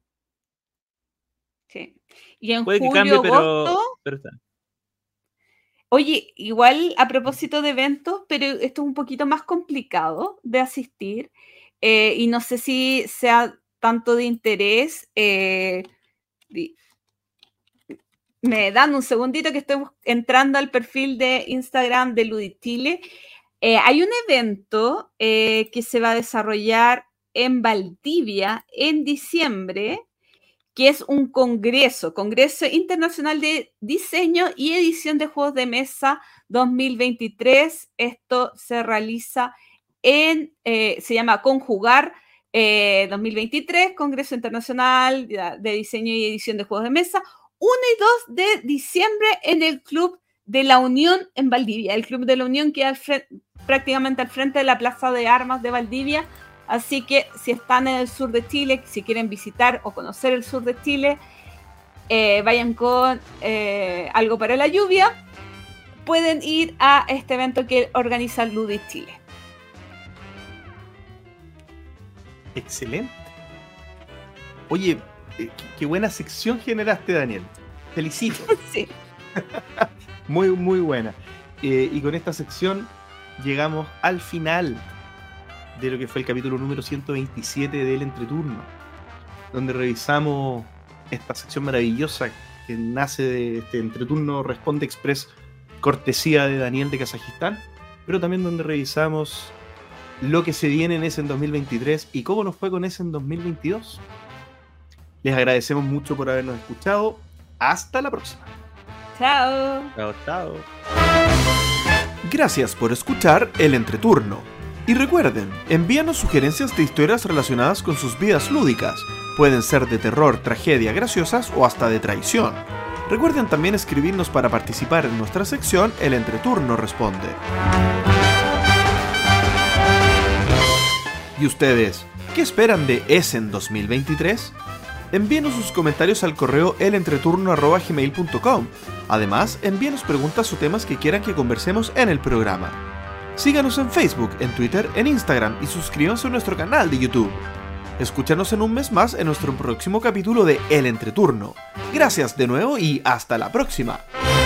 Sí. Y en Puede julio, que cambie, agosto... pero, pero está. Oye, igual a propósito de eventos, pero esto es un poquito más complicado de asistir eh, y no sé si sea tanto de interés. Eh, de, me dan un segundito que estoy entrando al perfil de Instagram de Ludichile. Eh, hay un evento eh, que se va a desarrollar en Valdivia en diciembre, que es un congreso, Congreso Internacional de Diseño y Edición de Juegos de Mesa dos mil veintitrés. Esto se realiza en, eh, se llama Conjugar eh, dos mil veintitrés, Congreso Internacional de Diseño y Edición de Juegos de Mesa, uno y dos de diciembre en el Club de la Unión en Valdivia. El Club de la Unión queda al frente, prácticamente al frente de la Plaza de Armas de Valdivia. Así que si están en el sur de Chile, si quieren visitar o conocer el sur de Chile, eh, vayan con eh, algo para la lluvia, pueden ir a este evento que organiza Ludis Chile. Excelente. Oye, eh, qué buena sección generaste, Daniel. Felicito. Sí. Muy, muy buena. Eh, y con esta sección llegamos al final de lo que fue el capítulo número ciento veintisiete del Entreturno, donde revisamos esta sección maravillosa que nace de este Entreturno Responde Express, cortesía de Daniel de Kazajistán, pero también donde revisamos lo que se viene en Essen dos mil veintitrés y cómo nos fue con Essen dos mil veintidós. Les agradecemos mucho por habernos escuchado. Hasta la próxima. Chao. Chao, chao. Gracias por escuchar El Entreturno. Y recuerden, envíanos sugerencias de historias relacionadas con sus vidas lúdicas. Pueden ser de terror, tragedia, graciosas o hasta de traición. Recuerden también escribirnos para participar en nuestra sección El Entreturno Responde. ¿Y ustedes, qué esperan de Essen dos mil veintitrés? Envíenos sus comentarios al correo elentreturno arroba gmail punto com. Además, envíenos preguntas o temas que quieran que conversemos en el programa. Síganos en Facebook, en Twitter, en Instagram y suscríbanse a nuestro canal de YouTube. Escúchanos en un mes más en nuestro próximo capítulo de El Entreturno. Gracias de nuevo y hasta la próxima.